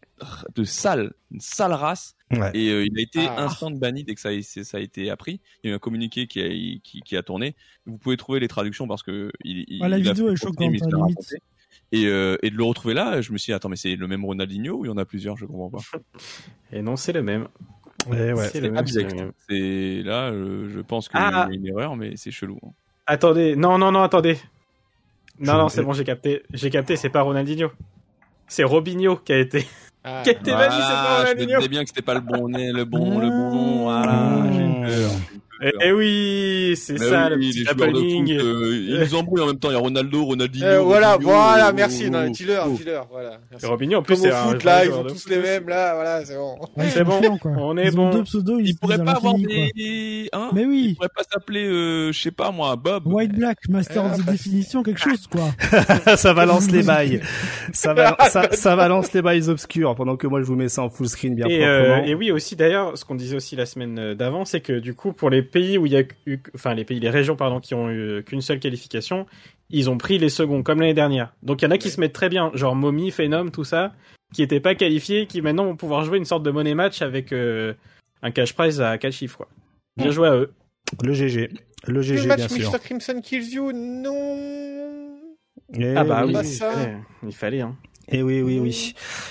sale, une sale race. Ouais. Et il a été instant banni dès que ça a été appris. Il y a eu un communiqué qui a tourné. Vous pouvez trouver les traductions parce que la vidéo est choquante à la limite. Et de le retrouver là, je me suis dit attends, mais c'est le même Ronaldinho ou il y en a plusieurs, je comprends pas. Et non, c'est le même. C'est abject. C'est là, je pense qu'il y a une erreur, mais c'est chelou. Attendez, non, attendez. Non, c'est bon, j'ai capté, c'est pas Ronaldinho. C'est Robinho qui a été banni, c'est pas Ronaldinho. Je me disais bien que c'était pas le bon nom, voilà, j'ai eu peur. Eh oui, c'est ça, le petit happening. Ils nous embrouillent en même temps, il y a Ronaldinho. Voilà, merci, non, dealer, voilà. Et Robinho, en plus, c'est un foot, là, ils sont tous les mêmes, là, voilà, c'est bon. C'est bon, on est bon. 2 pseudos, ils pourraient pas avoir des, mais oui. Ils pourraient pas s'appeler, je sais pas, moi, Bob. White Black, Master of the Definition, quelque chose, quoi. Ça balance les bails. Ça balance les bails obscurs pendant que moi, je vous mets ça en full screen bien proprement. Et oui, aussi, d'ailleurs, ce qu'on disait aussi la semaine d'avant, c'est que, du coup, pour les pays où il y a eu, les régions, qui ont eu qu'une seule qualification, ils ont pris les seconds, comme l'année dernière. Donc, il y en a qui se mettent très bien, genre Momi, Phenom, tout ça, qui étaient pas qualifiés, qui maintenant vont pouvoir jouer une sorte de money match avec un cash prize à 4 chiffres, quoi. Bien joué à eux. Le GG, bien sûr. Le match Mr. Crimson Kills You, non. Oui, il fallait, hein. Et oui.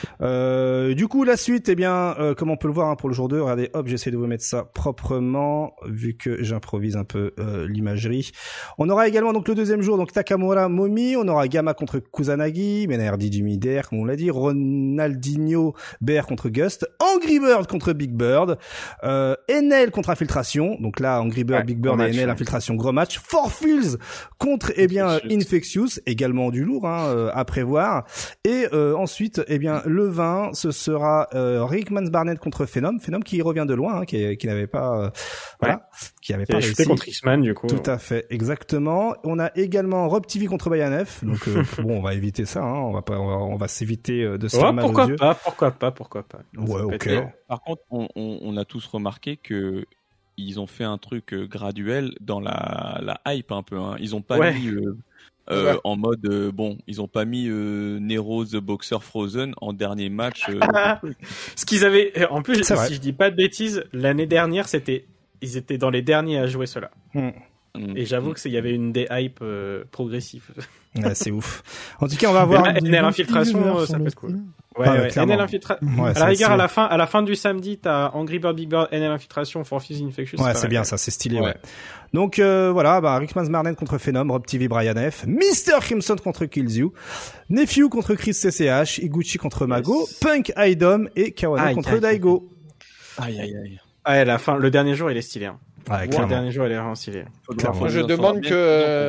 Du coup, la suite, comme on peut le voir pour le jour 2, regardez, hop, j'essaie de vous mettre ça proprement, vu que j'improvise un peu l'imagerie. On aura également donc le deuxième jour, donc Takamura, Momi, on aura Gamma contre Kusanagi, Mena Hardy, Jimmy DR, comme on l'a dit, Ronaldinho, Bear contre Gust, Angry Bird contre Big Bird, Enel contre Infiltration, donc là, Angry Bird, Big Bird et Enel, Infiltration, gros match, Four Fields contre, Infectious, également du lourd, à prévoir, et ensuite, le 20, ce sera Rickman Barnett contre Phenom qui revient de loin, qui n'avait pas, qui avait pas réussi contre X-Man du coup. Tout à fait, exactement. On a également Rob TV contre Bayanef, donc bon, on va éviter ça, on va s'éviter de se faire mal aux yeux. Pourquoi pas. Ouais, ok. Par contre, on a tous remarqué que ils ont fait un truc graduel dans la hype un peu. Ils ont pas mis en mode ils ont pas mis Nero the Boxer Frozen en dernier match. Ce qu'ils avaient en plus, si je dis pas de bêtises, l'année dernière ils étaient dans les derniers à jouer cela. Et j'avoue que y avait une des hype progressive. Ouais, c'est ouf. En tout cas, on va voir. NL Infiltration, ça peut être cool. Ouais, NL Infiltration. À la rigueur, à la fin du samedi, t'as Angry Bird Big Bird, NL Infiltration, For Fizz Infectious. Ouais, c'est bien ça, c'est stylé, ouais. Donc, voilà, Rickman Marden contre Phenom, Rob TV, Brian F, Mr. Crimson contre Kills You, Nephew contre Chris CCH, Iguchi contre Mago, Punk Idom et Kawano contre Daigo. Aïe. Ouais, le dernier jour, il est stylé. Ouais, le dernier jour, il est vraiment stylé. Je demande que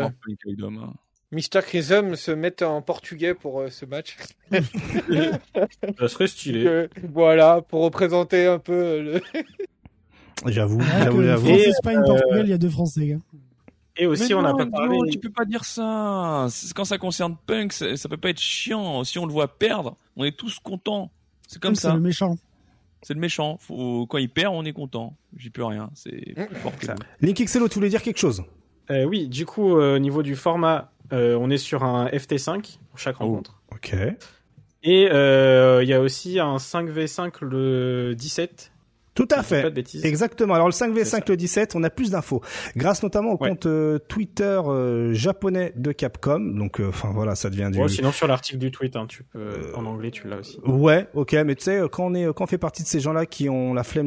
Mr. Crimson se mette en portugais pour ce match. Ça serait stylé. Voilà, pour représenter un peu le... J'avoue. France, Espagne, Portugal, il y a 2 Français, gars. Et aussi, on n'a pas parlé. Tu peux pas dire ça. Quand ça concerne Punk, ça peut pas être chiant. Si on le voit perdre, on est tous contents. C'est comme ça. C'est le méchant. C'est le méchant. Quand il perd, on est content. J'y peux rien. C'est fort que ça. Link XLO, tu voulais dire quelque chose? Oui, du coup, au niveau du format, on est sur un FT5 pour chaque rencontre. Ok. Et il y a aussi un 5v5 le 17. Tout à fait. Pas de bêtises. Exactement. Alors le 5v5 le 17, on a plus d'infos grâce notamment au compte Twitter japonais de Capcom. Donc voilà, ça devient du sinon sur l'article du tweet tu peux en anglais, tu l'as aussi. Ouais, OK, mais tu sais quand on fait partie de ces gens-là qui ont la flemme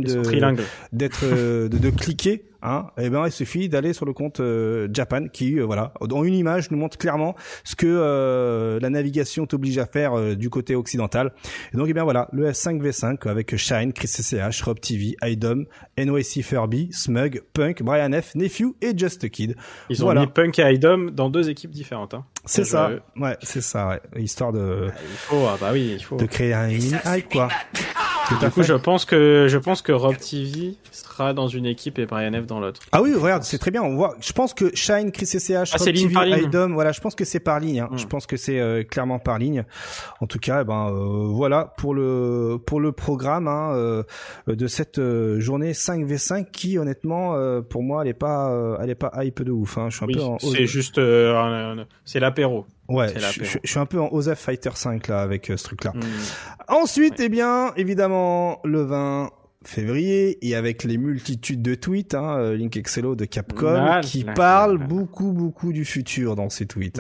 de cliquer, il suffit d'aller sur le compte Japan qui dans une image nous montre clairement ce que la navigation t'oblige à faire du côté occidental. Et donc le S5v5 avec Shine, Chris CCH, Rob TV, Idom, NYC Furby, Smug, Punk, Brian F, Nephew et Just a Kid. Ils ont mis Punk et Idom dans 2 équipes différentes. C'est ça. Ouais, c'est ça, ouais. Histoire de il faut de créer un hype quoi. Du coup, je pense que Rob TV sera dans une équipe et Brian F dans l'autre. Ah oui, regarde, c'est très bien. On voit. Je pense que Shine, Chris CCH, Rob TV, Idom, voilà, je pense que c'est par ligne. Je pense que c'est clairement par ligne. En tout cas, voilà pour le programme de cette journée 5v5 qui, honnêtement, pour moi, elle est pas hype de ouf. Je suis un peu. C'est juste, c'est l'apéro. Ouais, je suis un peu en Osef Fighter 5 là avec ce truc-là. Ensuite, évidemment, le 20 février et avec les multitudes de tweets, Link XLO de Capcom qui parle beaucoup du futur dans ses tweets.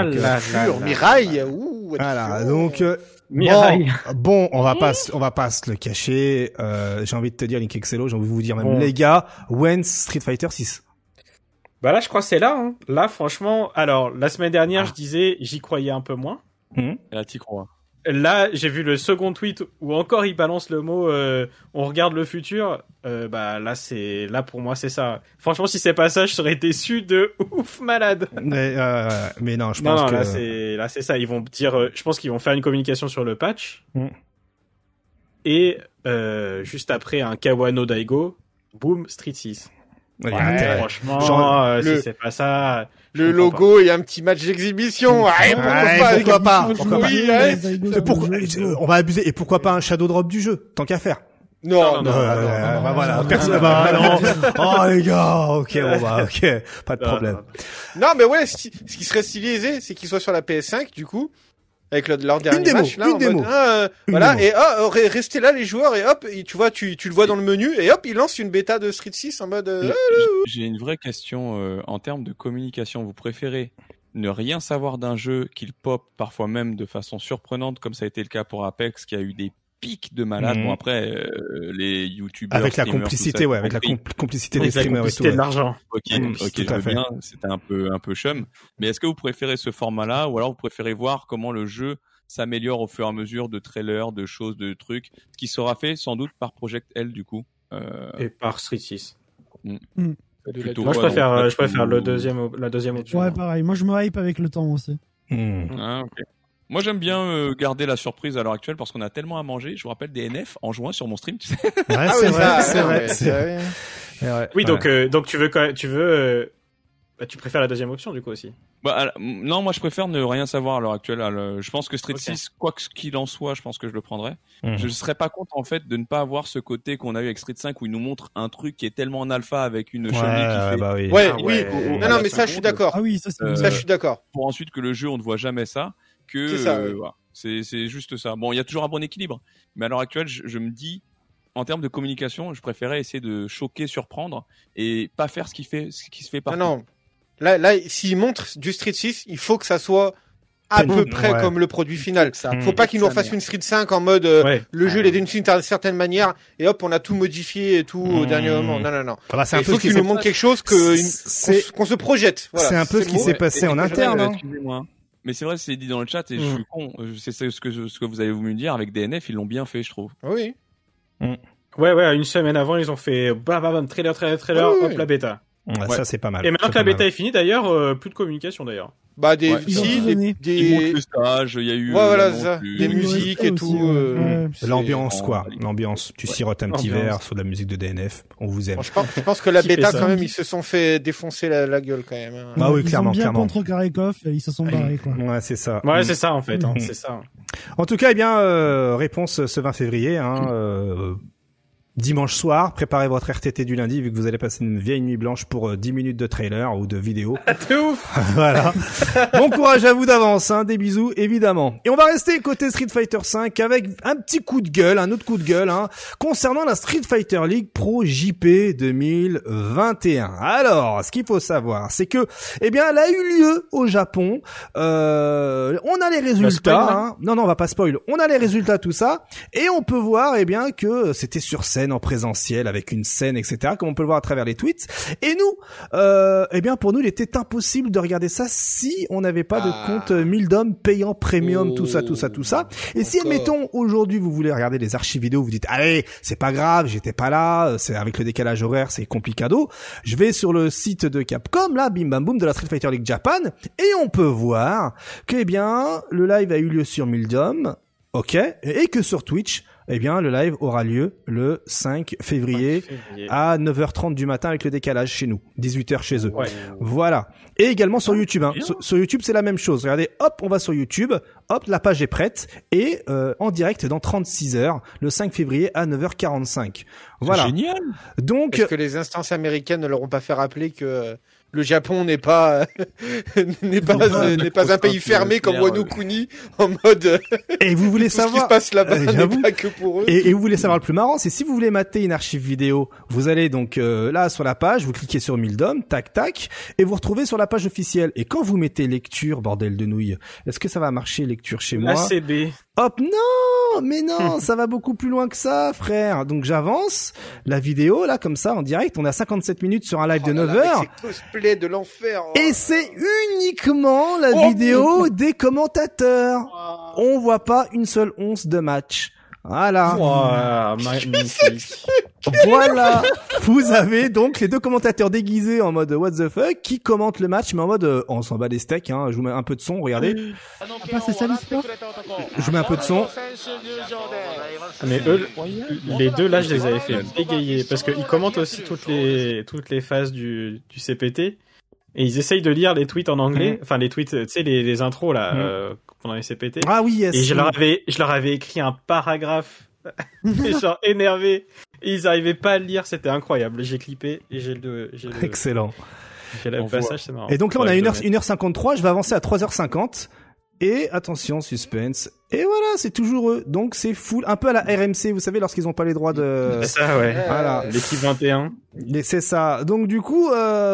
Mirai, voilà, donc bon, on va pas se le cacher. J'ai envie de te dire Link XLO, j'ai envie de vous dire même les gars, when's Street Fighter 6? Là, je crois que c'est là. Là, franchement, alors la semaine dernière, je disais, j'y croyais un peu moins. Et là, t'y crois. Là, j'ai vu le second tweet où encore il balance le mot on regarde le futur. Là pour moi c'est ça. Franchement, si c'est pas ça, je serais déçu de ouf malade. Mais non, je pense que là c'est ça. Ils vont dire, je pense qu'ils vont faire une communication sur le patch. Et juste après un Kawano Daigo, boom, Street 6. Franchement, si c'est pas ça, le logo et un petit match d'exhibition. Pourquoi pas? On va abuser. Et pourquoi pas un shadow drop du jeu, tant qu'à faire? Non. Voilà. Personne. Non. Oh les gars. Ok. Pas de problème. Non, mais ouais. Ce qui serait stylisé, c'est qu'il soit sur la PS5 du coup. Avec leur dernier match là, restez là les joueurs et hop, tu vois, tu le vois dans le menu et hop, il lance une bêta de Street 6 en mode. J'ai une vraie question en termes de communication. Vous préférez ne rien savoir d'un jeu qu'il pop parfois même de façon surprenante, comme ça a été le cas pour Apex, qui a eu des pics de malades. Bon après, les youtubeurs avec la complicité, avec la complicité des streamers et tout. De l'argent. Ok, je veux bien. C'était un peu chum. Mais est-ce que vous préférez ce format-là, ou alors vous préférez voir comment le jeu s'améliore au fur et à mesure de trailers, de choses, de trucs, ce qui sera fait sans doute par Project L du coup. Et par Street 6. Moi, je préfère la deuxième option. Ouais, pareil. Moi, je me hype avec le temps aussi. Ok. Moi, j'aime bien garder la surprise à l'heure actuelle parce qu'on a tellement à manger. Je vous rappelle des NF en juin sur mon stream, tu sais. Ouais, c'est vrai. Oui, donc tu préfères la deuxième option du coup aussi. Non, moi je préfère ne rien savoir à l'heure actuelle. Je pense que Street 6, quoi qu'il en soit, je pense que je le prendrais. Je serais pas contre en fait de ne pas avoir ce côté qu'on a eu avec Street 5 où il nous montre un truc qui est tellement en alpha avec une Chun-Li qui fait. Non, mais ça je suis d'accord. Ah oui, ça je suis d'accord. Pour ensuite que le jeu on ne voit jamais ça. C'est ça. C'est juste ça. Bon, il y a toujours un bon équilibre, mais à l'heure actuelle, je me dis, en termes de communication, je préférais essayer de choquer, surprendre, et pas faire ce qui se fait partout. Non. Là, s'ils montrent du Street 6, il faut que ça soit à peu près comme le produit final. Faut pas qu'ils nous refassent une Street 5 en mode le jeu il est d'une certaine manière et hop on a tout modifié et tout au dernier moment. Non. Voilà, il faut qu'ils nous montrent quelque chose qu'on se projette. Voilà, c'est un peu ce qui s'est passé en interne. Excusez-moi. Mais c'est vrai, c'est dit dans le chat et je suis con. C'est ce que vous avez voulu me dire avec DNF, ils l'ont bien fait, je trouve. Oui. Ouais, une semaine avant, ils ont fait bam, trailer, hop, la bêta. Ça c'est pas mal. Et maintenant que la bêta est finie, d'ailleurs, plus de communication d'ailleurs. Bah ils montrent le stage, il y a eu des musiques et tout. L'ambiance quoi, l'ambiance. Tu sirotes un petit verre sur de la musique de DNF. On vous aime. Je pense que la bêta quand même, ils se sont fait défoncer la gueule quand même. Ah oui, clairement. Ils ont bien contrecarré Koff et ils se sont barrés quoi. Ouais, c'est ça. Ouais, c'est ça en fait. C'est ça. En tout cas, eh bien, réponse ce 20 février. Dimanche soir, préparez votre RTT du lundi vu que vous allez passer une vieille nuit blanche pour 10 minutes de trailer ou de vidéo. C'est ouf. Voilà. Bon courage à vous d'avance, des bisous évidemment. Et on va rester côté Street Fighter 5 avec un petit coup de gueule, un autre coup de gueule concernant la Street Fighter League Pro JP 2021. Alors, ce qu'il faut savoir, c'est que elle a eu lieu au Japon. On a les résultats, Non, on va pas spoil. On a les résultats tout ça et on peut voir que c'était sur scène en présentiel avec une scène etc comme on peut le voir à travers les tweets et nous pour nous il était impossible de regarder ça si on n'avait pas de compte Mildom payant premium tout ça et si admettons aujourd'hui vous voulez regarder les archives vidéo vous dites allez c'est pas grave j'étais pas là c'est avec le décalage horaire c'est complicado je vais sur le site de Capcom là bim bam boum de la Street Fighter League Japan et on peut voir que le live a eu lieu sur Mildom et que sur Twitch le live aura lieu le 5 février à 9h30 du matin avec le décalage chez nous, 18h chez eux. Ouais. Voilà. Et également sur YouTube. Sur YouTube, c'est la même chose. Regardez, hop, on va sur YouTube, hop, la page est prête et en direct dans 36 heures, le 5 février à 9h45. Voilà. C'est génial. Donc, est-ce que les instances américaines ne leur ont pas fait rappeler que le Japon n'est pas un pays fermé comme Wano Kuni en mode et vous voulez savoir ce qui se passe là-bas n'est pas que pour eux. Et vous voulez savoir le plus marrant, c'est si vous voulez mater une archive vidéo, vous allez donc là sur la page, vous cliquez sur Mildom, tac et vous retrouvez sur la page officielle et quand vous mettez lecture bordel de nouilles, est-ce que ça va marcher lecture chez moi ACB. Hop, non, ça va beaucoup plus loin que ça, frère. Donc j'avance la vidéo là comme ça en direct, on a 57 minutes sur un live de 9 heures. Avec ces cosplays de l'enfer. Et c'est uniquement la vidéo des commentateurs. On voit pas une seule once de match. Voilà. Magnifique. Voilà. Vous avez donc les deux commentateurs déguisés en mode what the fuck qui commentent le match mais en mode on s'en bat les steaks je vous mets un peu de son, regardez. C'est ça l'histoire. Je vous mets un peu de son. Mais eux, les deux là, je les avais fait bégayer parce qu'ils commentent aussi toutes les phases du CPT et ils essayent de lire les tweets en anglais, enfin les tweets, tu sais les intros là pendant les CPT. Ah oui, yes. Et je leur avais écrit un paragraphe genre énervé. Et ils arrivaient pas à le lire, c'était incroyable. J'ai clippé et j'ai le excellent. J'ai le passage, c'est marrant. Et donc là, on a 1h53, je vais avancer à 3h50. Et attention, suspense. Et voilà, c'est toujours eux. Donc c'est full, un peu à la RMC, vous savez, lorsqu'ils ont pas les droits de... C'est ça, ouais. Voilà. L'équipe 21. C'est ça. Donc du coup,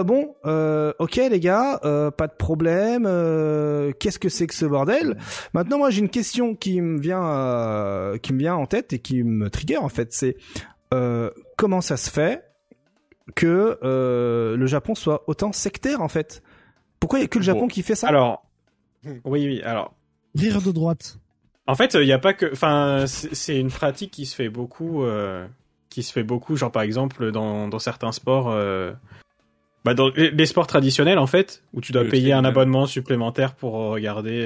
ok les gars, pas de problème. Qu'est-ce que c'est que ce bordel? Maintenant, moi, j'ai une question qui me vient en tête et qui me trigger en fait. C'est comment ça se fait que le Japon soit autant sectaire en fait? Pourquoi il y a que le Japon qui fait ça? Alors, oui, alors. Rire de droite. En fait, il y a pas que, enfin, c'est une pratique qui se fait beaucoup, genre par exemple dans certains sports, dans les sports traditionnels en fait, où tu dois payer un abonnement supplémentaire pour regarder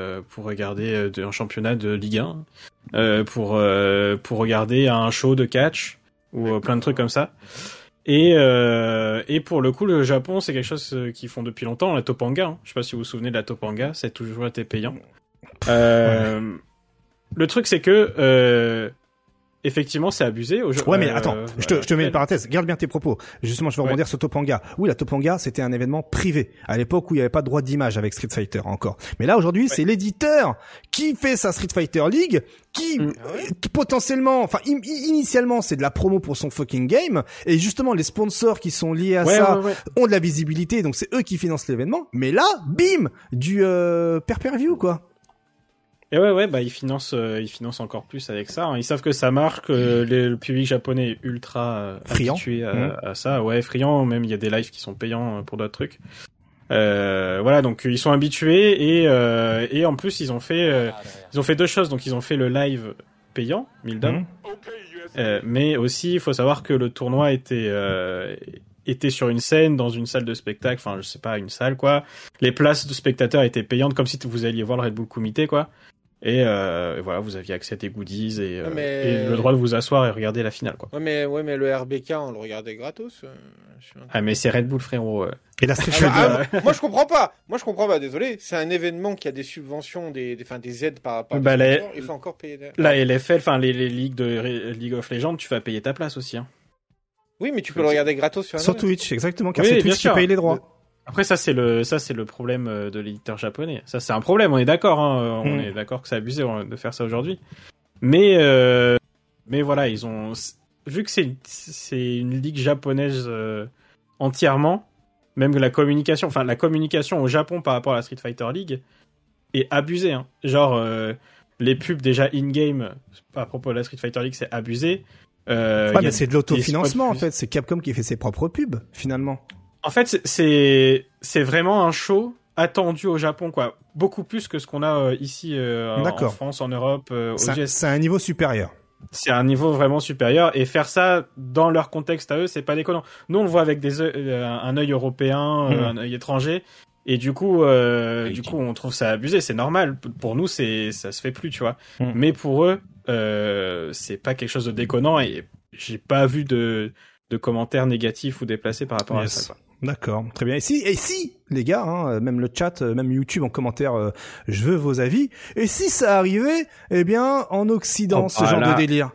un championnat de Ligue 1, pour regarder un show de catch ou plein de trucs comme ça. Et pour le coup, le Japon, c'est quelque chose qu'ils font depuis longtemps, la Topanga. Je sais pas si vous vous souvenez de la Topanga, c'est toujours été payant. Le truc, c'est que effectivement, c'est abusé. Ouais, mais attends, je te mets une parenthèse. Garde bien tes propos. Justement, je vais rebondir sur Topanga. Oui, la Topanga, c'était un événement privé. À l'époque où il n'y avait pas de droit d'image avec Street Fighter encore. Mais là, aujourd'hui, c'est l'éditeur qui fait sa Street Fighter League, qui potentiellement, enfin, initialement, c'est de la promo pour son fucking game. Et justement, les sponsors qui sont liés à ça ont de la visibilité. Donc, c'est eux qui financent l'événement. Mais là, bim, du pay-per-view, quoi. Et ils financent encore plus avec ça. Ils savent que ça marche, que le public japonais est ultra habitué à ça. Ouais, friand. Même il y a des lives qui sont payants pour d'autres trucs. Donc ils sont habitués et en plus ils ont fait deux choses. Donc ils ont fait le live payant, 1000 $. Mais aussi il faut savoir que le tournoi était sur une scène dans une salle de spectacle. Enfin, je sais pas, une salle quoi. Les places de spectateurs étaient payantes comme si vous alliez voir le Red Bull Comité quoi. Et voilà, vous aviez accès à des goodies et le droit de vous asseoir et regarder la finale, quoi. Ouais, mais le RBK, on le regardait gratos. Mais c'est Red Bull, frérot. Et la Street Fighter. Moi, je comprends pas. Désolé. C'est un événement qui a des subventions, des aides par il faut encore payer. La LFL, enfin, les ligues de League of Legends, tu vas payer ta place aussi, hein. Oui, mais tu peux le regarder gratos sur Twitch, exactement, car c'est Twitch qui paye les droits. Après, ça c'est le problème de l'éditeur japonais. Ça c'est un problème, on est d'accord, hein. On est d'accord que c'est abusé de faire ça aujourd'hui. Mais voilà, ils ont vu que c'est une ligue japonaise entièrement, même la communication au Japon par rapport à la Street Fighter League est abusée, hein. Genre les pubs déjà in-game à propos de la Street Fighter League, c'est abusé. Mais c'est de l'autofinancement en fait, c'est Capcom qui fait ses propres pubs finalement. En fait, c'est vraiment un show attendu au Japon, quoi. Beaucoup plus que ce qu'on a ici en France, en Europe, aux US. C'est un niveau supérieur. C'est un niveau vraiment supérieur. Et faire ça dans leur contexte à eux, c'est pas déconnant. Nous, on le voit avec un œil européen, un œil étranger. Et du coup, on trouve ça abusé. C'est normal. Pour nous, ça se fait plus, tu vois. Mais pour eux, c'est pas quelque chose de déconnant. Et j'ai pas vu de commentaires négatifs ou déplacés par rapport à ça, quoi. D'accord, très bien. Et si, les gars, hein, même le chat, même YouTube en commentaire, je veux vos avis. Et si ça arrivait, eh bien, en Occident, ce genre de délire.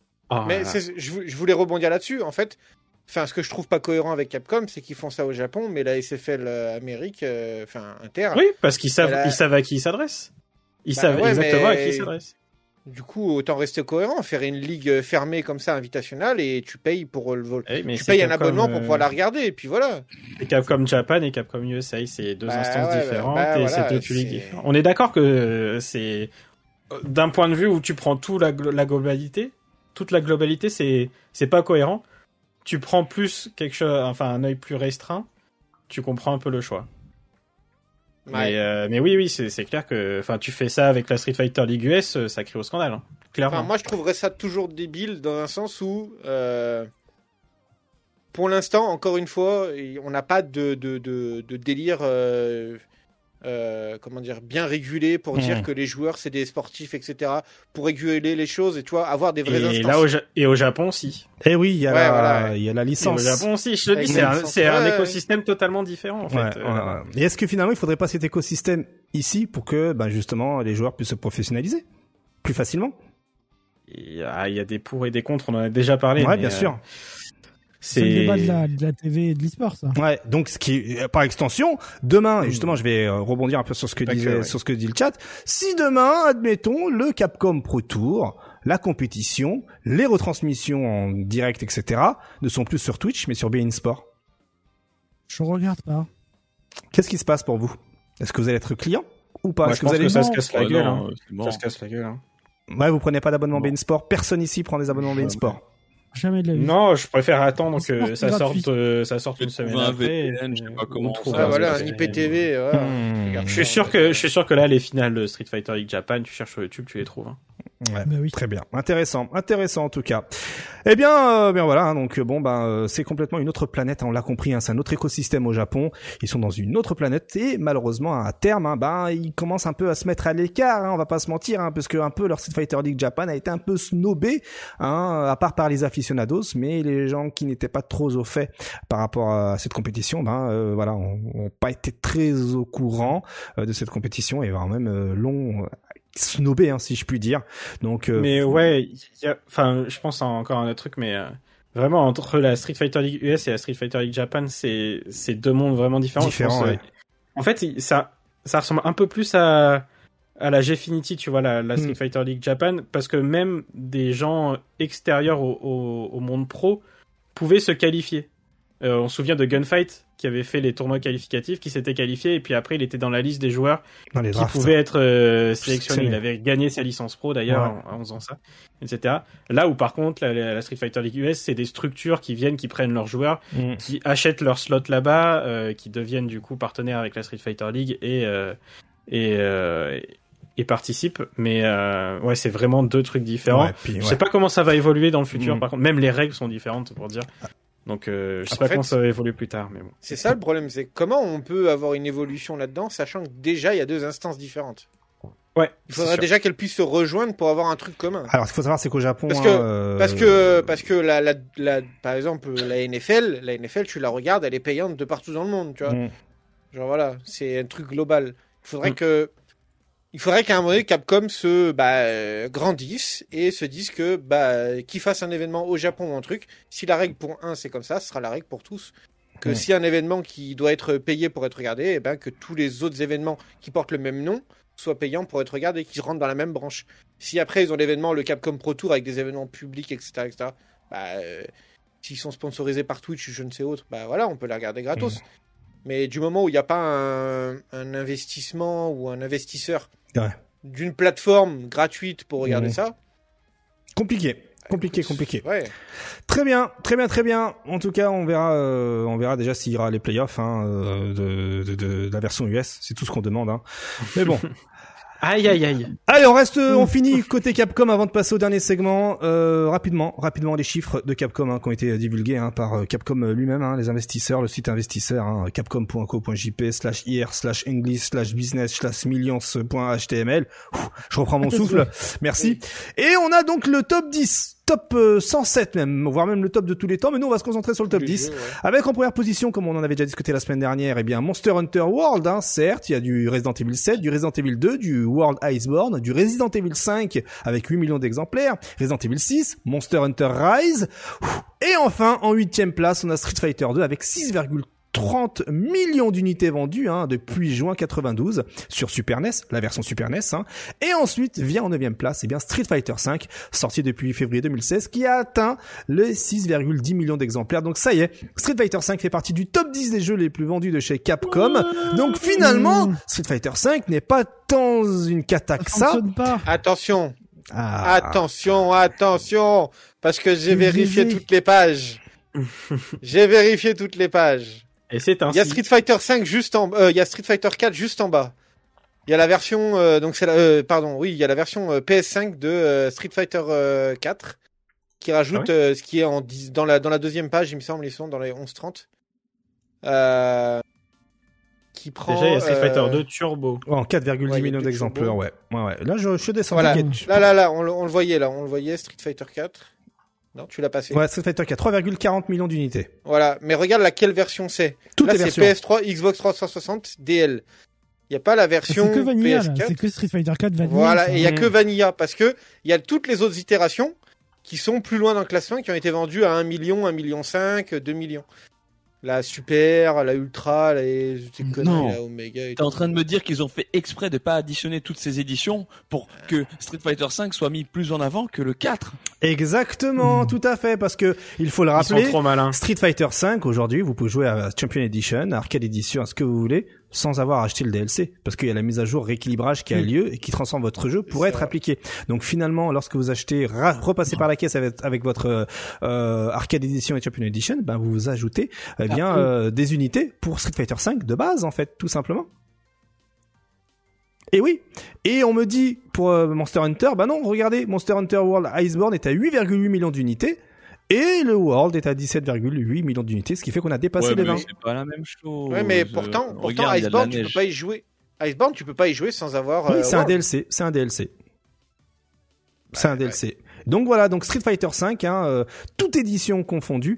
Je voulais rebondir là-dessus. En fait, ce que je trouve pas cohérent avec Capcom, c'est qu'ils font ça au Japon, mais la SFL Amérique, Inter. Oui, parce qu'ils savent à qui ils s'adressent. Ils savent exactement à qui ils s'adressent. Du coup, autant rester cohérent, faire une ligue fermée comme ça, invitationnelle, et tu payes pour le vol. Tu payes un abonnement pour pouvoir la regarder, et puis voilà. Et Capcom Japan et Capcom USA, c'est deux instances différentes, et c'est deux publics différents. On est d'accord que c'est, d'un point de vue où tu prends toute la globalité, c'est pas cohérent. Tu prends plus quelque chose, enfin, un œil plus restreint, tu comprends un peu le choix. Mais oui, c'est clair que, enfin, tu fais ça avec la Street Fighter League US, ça crie au scandale, hein, clairement. Moi, je trouverais ça toujours débile dans un sens où, pour l'instant, encore une fois, on n'a pas de délire, bien régulé pour dire que les joueurs c'est des sportifs, etc. Pour réguler les choses et tu vois, avoir des vraies instances. Et au Japon aussi. Eh oui, il y a la licence. Et au Japon aussi, je te dis, c'est un écosystème totalement différent en fait. Et est-ce que finalement il faudrait pas cet écosystème ici pour que, justement, les joueurs puissent se professionnaliser plus facilement? Il y a des pour et des contre, on en a déjà parlé. Ouais, bien sûr. C'est le débat de la TV et de l'e-sport, ça. Ouais, donc ce qui par extension, demain, et justement, je vais rebondir un peu sur ce que dit le chat. Si demain, admettons, le Capcom Pro Tour, la compétition, les retransmissions en direct, etc., ne sont plus sur Twitch, mais sur beIN Sport. Je regarde pas. Qu'est-ce qui se passe pour vous? Est-ce que vous allez être client ou pas? Est-ce que vous allez... ça se casse la gueule, hein. Ça se casse la gueule, hein. Ouais, vous prenez pas d'abonnement beIN Sport. Personne ici prend des abonnements beIN Sport. Jamais de la vie. Non, je préfère attendre que ça sorte une semaine après. Je sais pas comment. Voilà, un IPTV. Je suis sûr que là, les finales de Street Fighter League Japan, tu cherches sur YouTube, tu les trouves, hein. Ouais, oui. Très bien, intéressant en tout cas. Eh bien, voilà, hein, donc c'est complètement une autre planète, hein, on l'a compris, hein, c'est un autre écosystème au Japon. Ils sont dans une autre planète et malheureusement à terme, ils commencent un peu à se mettre à l'écart, hein, on va pas se mentir, hein, parce que un peu leur Street Fighter League Japan a été un peu snobé, hein, à part par les aficionados, mais les gens qui n'étaient pas trop au fait par rapport à cette compétition, ont pas été très au courant de cette compétition et voire même snobé, hein, si je puis dire. Donc, mais ouais, je pense à encore un autre truc, mais vraiment entre la Street Fighter League US et la Street Fighter League Japan, c'est deux mondes vraiment différents. Ouais. En fait, ça ressemble un peu plus à la Gfinity, tu vois, la Street Fighter League Japan, parce que même des gens extérieurs au monde pro pouvaient se qualifier. On se souvient de Gunfight qui avait fait les tournois qualificatifs, qui s'était qualifié, et puis après il était dans la liste des joueurs qui pouvaient être sélectionnés. Il avait gagné sa licence pro d'ailleurs en faisant ça, etc. Là où par contre la Street Fighter League US, c'est des structures qui prennent leurs joueurs, qui achètent leur slot là-bas, qui deviennent du coup partenaires avec la Street Fighter League et participent. Mais ouais, c'est vraiment deux trucs différents. Je sais pas comment ça va évoluer dans le futur. Par contre, même les règles sont différentes pour dire. Donc je sais pas comment ça va évoluer plus tard, mais bon. C'est ça le problème, c'est comment on peut avoir une évolution là-dedans, sachant que déjà il y a deux instances différentes. Ouais. Il faudrait déjà qu'elles puissent se rejoindre pour avoir un truc commun. Alors ce qu'il faut savoir, c'est qu'au Japon, parce que par exemple la NFL, tu la regardes, elle est payante de partout dans le monde, tu vois. Genre voilà, c'est un truc global. Il faudrait qu'à un moment donné, Capcom se grandisse et se dise que qu'ils fassent un événement au Japon ou un truc. Si la règle pour un c'est comme ça, ce sera la règle pour tous. Que si un événement qui doit être payé pour être regardé, que tous les autres événements qui portent le même nom soient payants pour être regardés et qui rentrent dans la même branche. Si après ils ont l'événement, le Capcom Pro Tour avec des événements publics, etc., s'ils sont sponsorisés par Twitch ou je ne sais autre, voilà, on peut les regarder gratos. Mais du moment où il n'y a pas un investissement ou un investisseur d'une plateforme gratuite pour regarder ça. Compliqué. Ouais. Très bien. En tout cas, on verra déjà s'il y aura les playoffs de la version US. C'est tout ce qu'on demande. Mais bon. Aïe. Allez, on finit côté Capcom avant de passer au dernier segment. Rapidement, les chiffres de Capcom qui ont été divulgués par Capcom lui-même, les investisseurs, le site investisseur, capcom.co.jp/ir/english/business/millions.html. Je reprends mon souffle. Merci. Et on a donc le top 10. Top 107 même, voire même le top de tous les temps, mais nous on va se concentrer sur le top 10, avec en première position, comme on en avait déjà discuté la semaine dernière, Monster Hunter World, certes, il y a du Resident Evil 7, du Resident Evil 2, du World Iceborne, du Resident Evil 5 avec 8 millions d'exemplaires, Resident Evil 6, Monster Hunter Rise, et enfin, en 8e place, on a Street Fighter 2 avec 6,30 millions d'unités vendues depuis juin 92 sur Super NES, la version Super NES. Et ensuite vient en 9e place Street Fighter 5, sorti depuis février 2016, qui a atteint les 6,10 millions d'exemplaires. Donc ça y est, Street Fighter 5 fait partie du top 10 des jeux les plus vendus de chez Capcom. Donc finalement, Street Fighter 5 n'est pas tant une cata que ça. Attention, parce que j'ai vérifié toutes les pages. Et c'est ainsi. Il y a Street Fighter 5 il y a Street Fighter 4 juste en bas. Il y a la version il y a la version PS5 de Street Fighter 4 qui rajoute ce qui est dans la deuxième page, il me semble, ils sont dans les 11:30. Qui prend déjà il y a Street Fighter 2 Turbo en 4,10 millions d'exemplaires. Ouais. Là je descends. Voilà. Là on le voyait Street Fighter 4. Non, tu l'as passé. Ouais, Street Fighter 4, 3,40 millions d'unités. Voilà, mais regarde laquelle version c'est. Toutes là, les versions. C'est PS3, Xbox 360, DL. Il n'y a pas la version c'est que Vanilla, PS4. C'est que Street Fighter 4 Vanilla. Voilà, et il n'y a que Vanilla, parce que il y a toutes les autres itérations qui sont plus loin dans le classement, qui ont été vendues à 1 million, 1,5 million, 2 millions. La Super, la Ultra, la Omega. T'es en train de me dire qu'ils ont fait exprès de pas additionner toutes ces éditions pour que Street Fighter 5 soit mis plus en avant que le 4? Exactement, tout à fait, parce que il faut le rappeler. Ils sont trop malins. Street Fighter 5 aujourd'hui, vous pouvez jouer à Champion Edition, à Arcade Edition, à ce que vous voulez, sans avoir acheté le DLC, parce qu'il y a la mise à jour rééquilibrage qui a lieu et qui transforme votre jeu pour être appliqué. Donc finalement, lorsque vous achetez, repassez par la caisse avec votre Arcade Edition et Champion Edition, vous ajoutez des unités pour Street Fighter 5 de base en fait, tout simplement. Et oui, et on me dit pour Monster Hunter, non, regardez, Monster Hunter World Iceborne est à 8,8 millions d'unités. Et le World est à 17,8 millions d'unités, ce qui fait qu'on a dépassé les 20. C'est pas la même chose. Ouais, mais pourtant Iceborne, tu peux pas y jouer. Iceborne, tu peux pas y jouer sans avoir. Oui, c'est un DLC. C'est un DLC. Donc voilà, donc Street Fighter 5, toute édition confondue,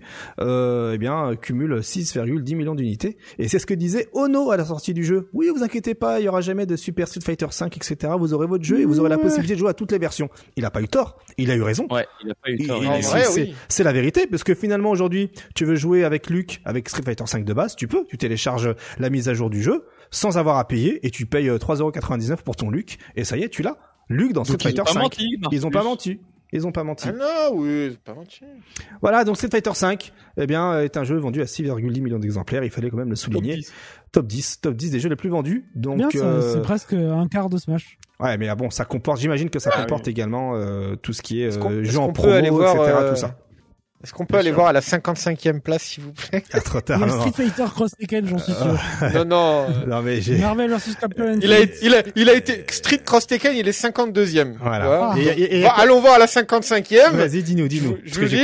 cumule 6,10 millions d'unités. Et c'est ce que disait Ono à la sortie du jeu. Oui, vous inquiétez pas, il y aura jamais de Super Street Fighter 5, etc. Vous aurez votre jeu et vous aurez la possibilité de jouer à toutes les versions. Il a pas eu tort. Il a eu raison. Ouais, il a pas eu tort. C'est la vérité, parce que finalement aujourd'hui, tu veux jouer avec Luke, avec Street Fighter 5 de base, tu télécharges la mise à jour du jeu sans avoir à payer et tu payes 3,99€ pour ton Luke et ça y est, tu l'as. Luke dans Street Fighter 5. Ils ont pas menti. Ah non, oui, c'est pas menti. Voilà, donc Street Fighter 5, est un jeu vendu à 6,10 millions d'exemplaires. Il fallait quand même le souligner. Top 10 des jeux les plus vendus. Donc, bien, c'est presque un quart de Smash. Ouais, mais bon, ça comporte, j'imagine que ça comporte également tout ce qui est jeux en promo, etc., tout ça. Est-ce qu'on peut aller voir à la 55e place, s'il vous plaît? Trop tard. Il y a Street Fighter Cross Tekken, j'en suis sûr. Non. Mais j'ai... Marvel vs Capcom. Il a été Street Cross Tekken, il est 52e. Voilà. Allons voir à la 50e. Vas-y, dis-nous. Je vous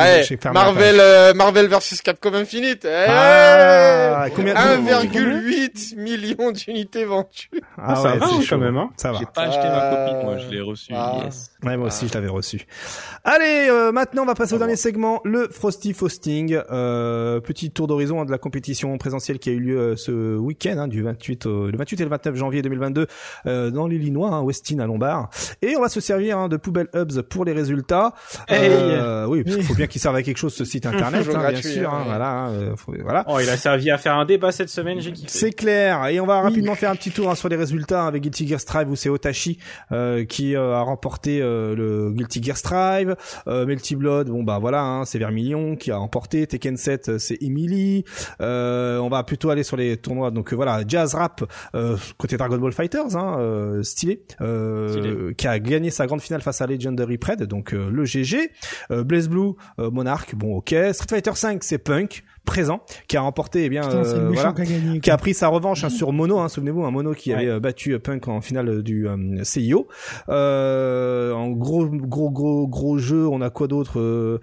dis. Marvel vs Capcom Infinite. Combien 1,8 million d'unités vendues. Ça va quand même, hein. Ça va. J'ai pas acheté ma copie, moi, je l'ai reçu. Yes. Ouais, moi aussi, je l'avais reçu. Allez, maintenant, on va passer au dernier segment. Le Frosty Fausting, petit tour d'horizon de la compétition présentielle qui a eu lieu ce week-end, le 28 et le 29 janvier 2022 dans l'Illinois, Westin à Lombard. Et on va se servir de Poubelle Hubs pour les résultats. Oui, parce qu'il faut bien qu'il serve à quelque chose ce site internet, bien sûr. Voilà. Oh, il a servi à faire un débat cette semaine, j'ai kiffé. C'est clair. Et on va rapidement faire un petit tour sur les résultats avec Guilty Gear Strive où c'est Otachi qui a remporté le Guilty Gear Strive. Melty Blood, c'est Vermilion qui a remporté. Tekken 7, c'est Emily. On va plutôt aller sur les tournois. Donc Jazz Rap côté Dragon Ball Fighters, stylé. Qui a gagné sa grande finale face à Legendary Pred, donc le GG. Blaze Blue, Monarch, Street Fighter 5, c'est Punk présent qui a remporté qui a pris sa revanche sur Mono, souvenez-vous, un Mono qui avait battu Punk en finale du CIO. En gros jeu, on a quoi d'autre?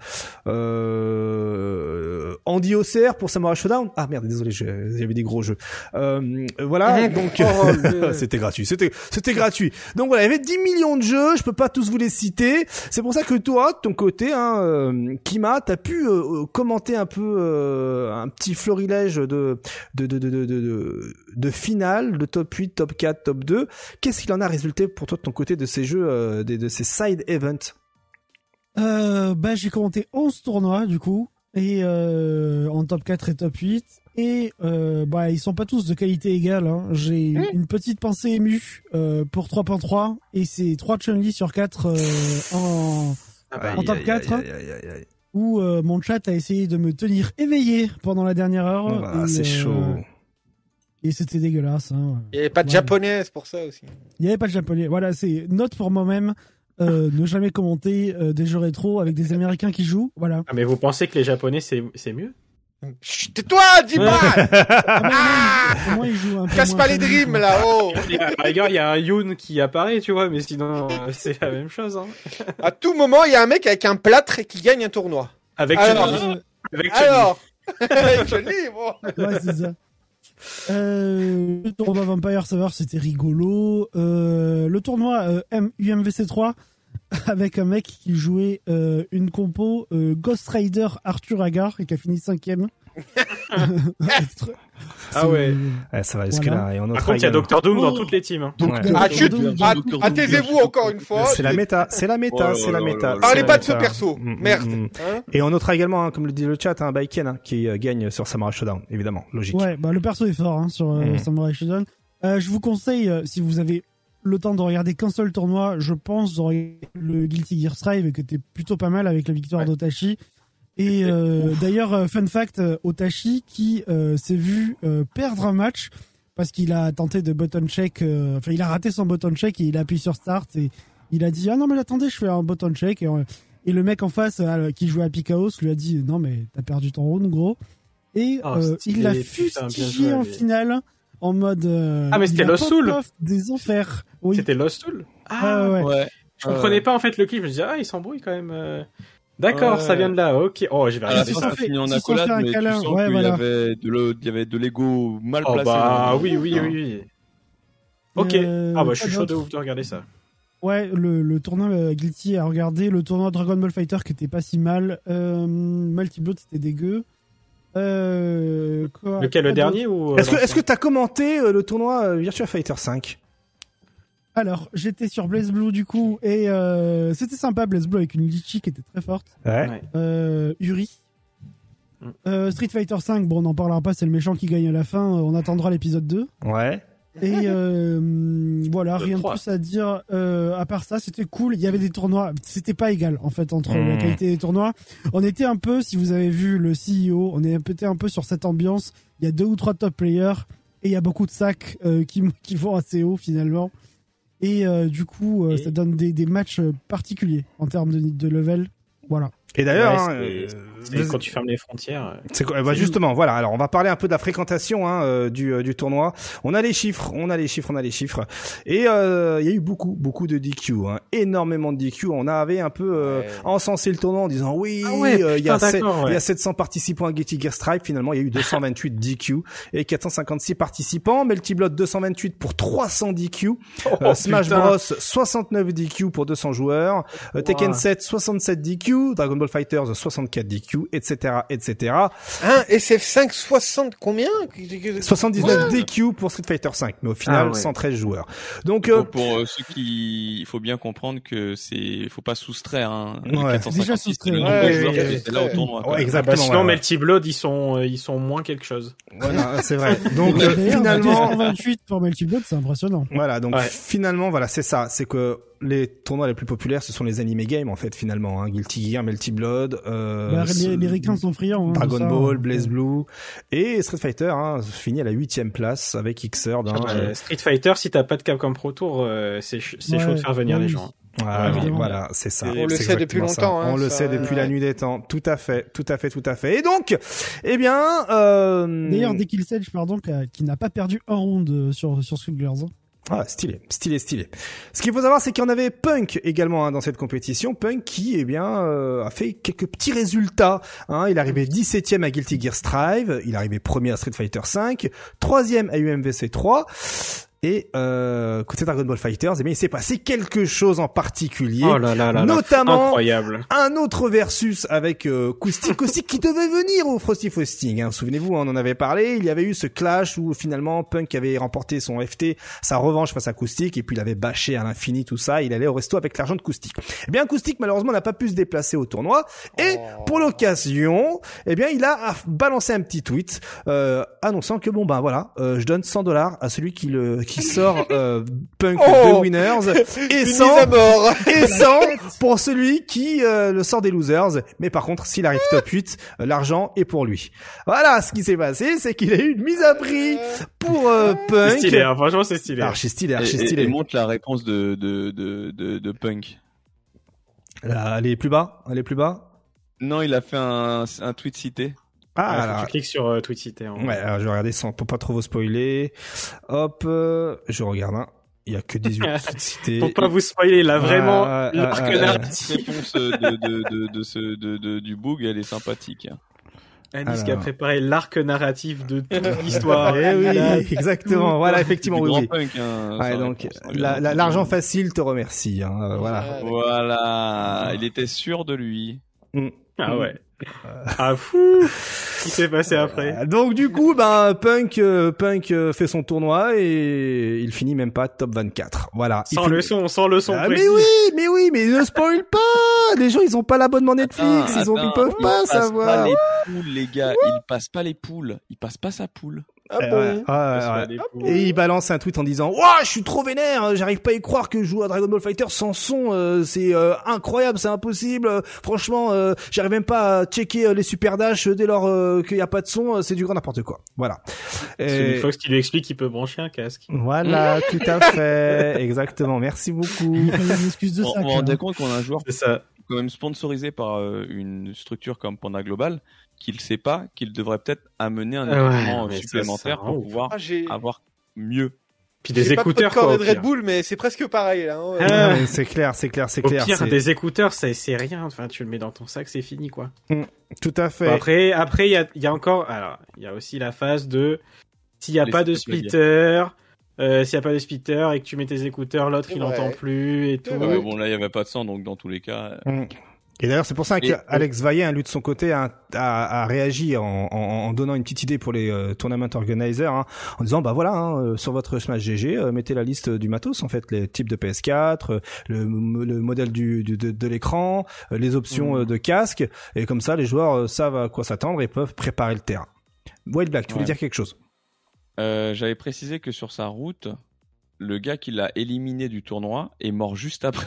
Andy OCR pour Samurai Showdown. Ah merde, désolé, j'avais des gros jeux. Donc c'était gratuit. C'était gratuit. Donc voilà, il y avait 10 millions de jeux, je peux pas tous vous les citer. C'est pour ça que toi, de ton côté, Kima, t'as pu commenter un peu un petit florilège de finale, de top 8, top 4, top 2. Qu'est-ce qu'il en a résulté pour toi de ton côté de ces jeux, de ces side events? J'ai commenté 11 tournois du coup et en top 4 et top 8 et ils sont pas tous de qualité égale, J'ai une petite pensée émue pour 3.3 et c'est 3 Chun-Li sur 4 en top 4 où mon chat a essayé de me tenir éveillé pendant la dernière heure. C'est chaud. Et c'était dégueulasse. Il n'y avait pas de japonais, c'est pour ça aussi. Il n'y avait pas de japonais. Voilà, c'est note pour moi-même. Ne jamais commenter des jeux rétro avec des Américains qui jouent. Voilà. Ah, mais vous pensez que les Japonais c'est mieux? Chut, tais-toi, dis pas. Casse pas les dreams là-haut. Regarde, il y a un Yoon qui apparaît, tu vois, mais sinon c'est la même chose. À tout moment, il y a un mec avec un plâtre qui gagne un tournoi. Avec Chun-Li. Avec Chun-Li, bon. Ouais, c'est ça. Le tournoi Vampire Server, c'était rigolo. Le tournoi UMVC 3 avec un mec qui jouait une compo Ghost Rider Arthur Agar et qui a fini 5ème. Ah ouais. Ça va jusque-là. Et par contre, il y a Dr Doom dans toutes les teams. Taisez-vous encore une fois. C'est la méta. Parlez pas de ce perso. Merde. Et on notera également, comme le dit le chat, Baiken qui gagne sur Samurai Shodown, évidemment, logique. Ouais, le perso est fort sur Samurai Shodown. Je vous conseille, si vous avez le temps de regarder qu'un seul tournoi, je pense, de regarder le Guilty Gear Strive, qui était plutôt pas mal avec la victoire d'Otachi. Et d'ailleurs, fun fact, Otachi qui s'est vu perdre un match parce qu'il a tenté de button check, il a raté son button check et il a appuyé sur start et il a dit ah non mais attendez, je fais un button check et le mec en face qui jouait à Pickaos lui a dit non mais t'as perdu ton round gros et il l'a fustigé en finale en mode mais c'était Lost Soul des enfers. Oui. C'était Lost Soul. Ouais. Je comprenais pas en fait le clip, je me disais il s'embrouille quand même. D'accord, ça vient de là. Ok. Oh, je vais regarder ça. Fini en accolade, mais tu sens qu'il y avait de l'ego mal placé. Oui. Ok. Je suis chaud de ouf de regarder ça. Ouais, le tournoi Guilty à regarder, le tournoi Dragon Ball Fighter qui était pas si mal, Multi-Blood c'était dégueu. Lequel, le dernier ou Est-ce que t'as commenté le tournoi Virtua Fighter 5? Alors, j'étais sur BlazBlue du coup et c'était sympa BlazBlue avec une Litchi qui était très forte. Ouais. Uri. Street Fighter 5, bon on n'en parlera pas, c'est le méchant qui gagne à la fin, on attendra l'épisode 2. Ouais. Et voilà, rien de plus à dire. À part ça, c'était cool. Il y avait des tournois. C'était pas égal en fait entre la qualité des tournois. On était un peu, si vous avez vu le CEO, on était un peu sur cette ambiance. Il y a 2 ou 3 top players et il y a beaucoup de sacs qui vont assez haut finalement. Et du coup, ça donne des matchs particuliers en termes de level. Voilà. Et d'ailleurs, quand tu fermes les frontières. C'est quoi, bah justement, voilà. Alors, on va parler un peu de la fréquentation du tournoi. On a les chiffres. Et il y a eu beaucoup de DQ, énormément de DQ. On avait un peu encensé le tournoi en disant il y a 700 participants à Guilty Gear Strive. Finalement, il y a eu 228 DQ et 456 participants. Multi-Blood 228 pour 300 DQ. Smash Bros 69 DQ pour 200 joueurs. Tekken 7 67 DQ. Dragon Ball Fighters 64 DQ, etc. SF5 60 combien? 79 DQ pour Street Fighter 5, mais au final 113 joueurs. Donc pour ceux qui, il faut bien comprendre que faut pas soustraire déjà soustrait. C'est là au tournoi. Exactement. Sinon Multi-Blood ils sont moins quelque chose. Voilà, c'est vrai. Donc finalement 228 pour Multi-Blood, c'est impressionnant. Voilà, donc finalement voilà, c'est ça, c'est que les tournois les plus populaires, ce sont les anime games en fait finalement, Guilty Gear, Multi-Blood, les ricains sont friands. Dragon Ball, BlazBlue et Street Fighter finit à la 8e place avec Xrd. Street Fighter, si t'as pas de Capcom Pro Tour, c'est chaud de faire venir les gens. Voilà, c'est ça. On le sait depuis longtemps. On le sait depuis la nuit des temps. Tout à fait. Et donc, d'ailleurs, dès qu'il Edge, qui n'a pas perdu un round sur Skullgirls. Ah, stylé. Ce qu'il faut savoir, c'est qu'il y en avait Punk également dans cette compétition. Punk qui, a fait quelques petits résultats. Il est arrivé 17e à Guilty Gear Strive. Il est arrivé premier à Street Fighter 5. 3e à UMVC 3. Et côté Dragon Ball Fighters, il s'est passé quelque chose en particulier, notamment incroyable. Un autre versus avec Koustik qui devait venir au Frosty Frosting. Souvenez-vous, on en avait parlé. Il y avait eu ce clash où finalement Punk avait remporté son FT, sa revanche face à Koustik, et puis il avait bâché à l'infini tout ça. Il allait au resto avec l'argent de Koustik. Koustik malheureusement n'a pas pu se déplacer au tournoi, et pour l'occasion, il a balancé un petit tweet annonçant que je donne $100 à celui qui sort Punk The Winners et 100 pour celui qui le sort des losers, mais par contre s'il arrive top 8 l'argent est pour lui. Voilà, ce qui s'est passé, c'est qu'il a eu une mise à prix pour Punk. C'est stylé, franchement c'est stylé. Archi stylé. Et montre la réponse de Punk. Elle est plus bas. Non, il a fait un tweet cité. Tu cliques sur tweet cité. Ouais, alors je vais regarder pour pas trop vous spoiler. Hop, je regarde. Il y a que 18 tweets cités. Pour pas vous spoiler, là vraiment l'arc narratif. La réponse du bug, elle est sympathique. Alice qui a préparé l'arc narratif de toute l'histoire. Oui, exactement. Voilà, effectivement, oui. Punk, donc l'argent facile te remercie. Voilà, il était sûr de lui. Ah ouais. Fou. Qu'est-ce qui s'est passé après? Donc du coup, Punk fait son tournoi et il finit même pas top 24. Voilà. Sans le son précis. Mais ne spoil pas. Les gens, ils ont pas l'abonnement Netflix, ils peuvent pas savoir. Les poules, les gars, ils passent pas les poules, ils passent pas sa poule. Et il balance un tweet en disant je suis trop vénère, j'arrive pas à y croire que je joue à Dragon Ball Fighter sans son, c'est incroyable, c'est impossible, franchement j'arrive même pas à checker les super dash dès lors qu'il y a pas de son, c'est du grand n'importe quoi. Voilà. C'est Fox qui lui explique qu'il peut brancher un casque. Voilà, tout à fait, exactement. Merci beaucoup. Une excuse de ça. On rend compte qu'on a un joueur c'est ça. Quand même sponsorisé par une structure comme Panda Global, qu'il sait pas qu'il devrait peut-être amener un équipement supplémentaire pour pouvoir avoir mieux. Puis des écouteurs, quoi. De Red Bull, mais c'est presque pareil, là. C'est clair. Au pire, des écouteurs, c'est rien. Enfin, tu le mets dans ton sac, c'est fini, quoi. Tout à fait. Bon, après, il y a encore, alors, il y a aussi la phase de, s'il y a pas de splitter, s'il y a pas de speeder et que tu mets tes écouteurs, l'autre il n'entend plus et tout. Bon là il y avait pas de sang donc dans tous les cas. Et d'ailleurs, c'est pour ça qu'Alex Vaillant, lui de son côté, a réagi en donnant une petite idée pour les tournament organizers, en disant bah voilà, sur votre Smash GG, mettez la liste du matos en fait, les types de PS4, le modèle de l'écran, les options de casque, et comme ça les joueurs savent à quoi s'attendre et peuvent préparer le terrain. White Black, tu voulais dire quelque chose? J'avais précisé que sur sa route, le gars qui l'a éliminé du tournoi est mort juste après.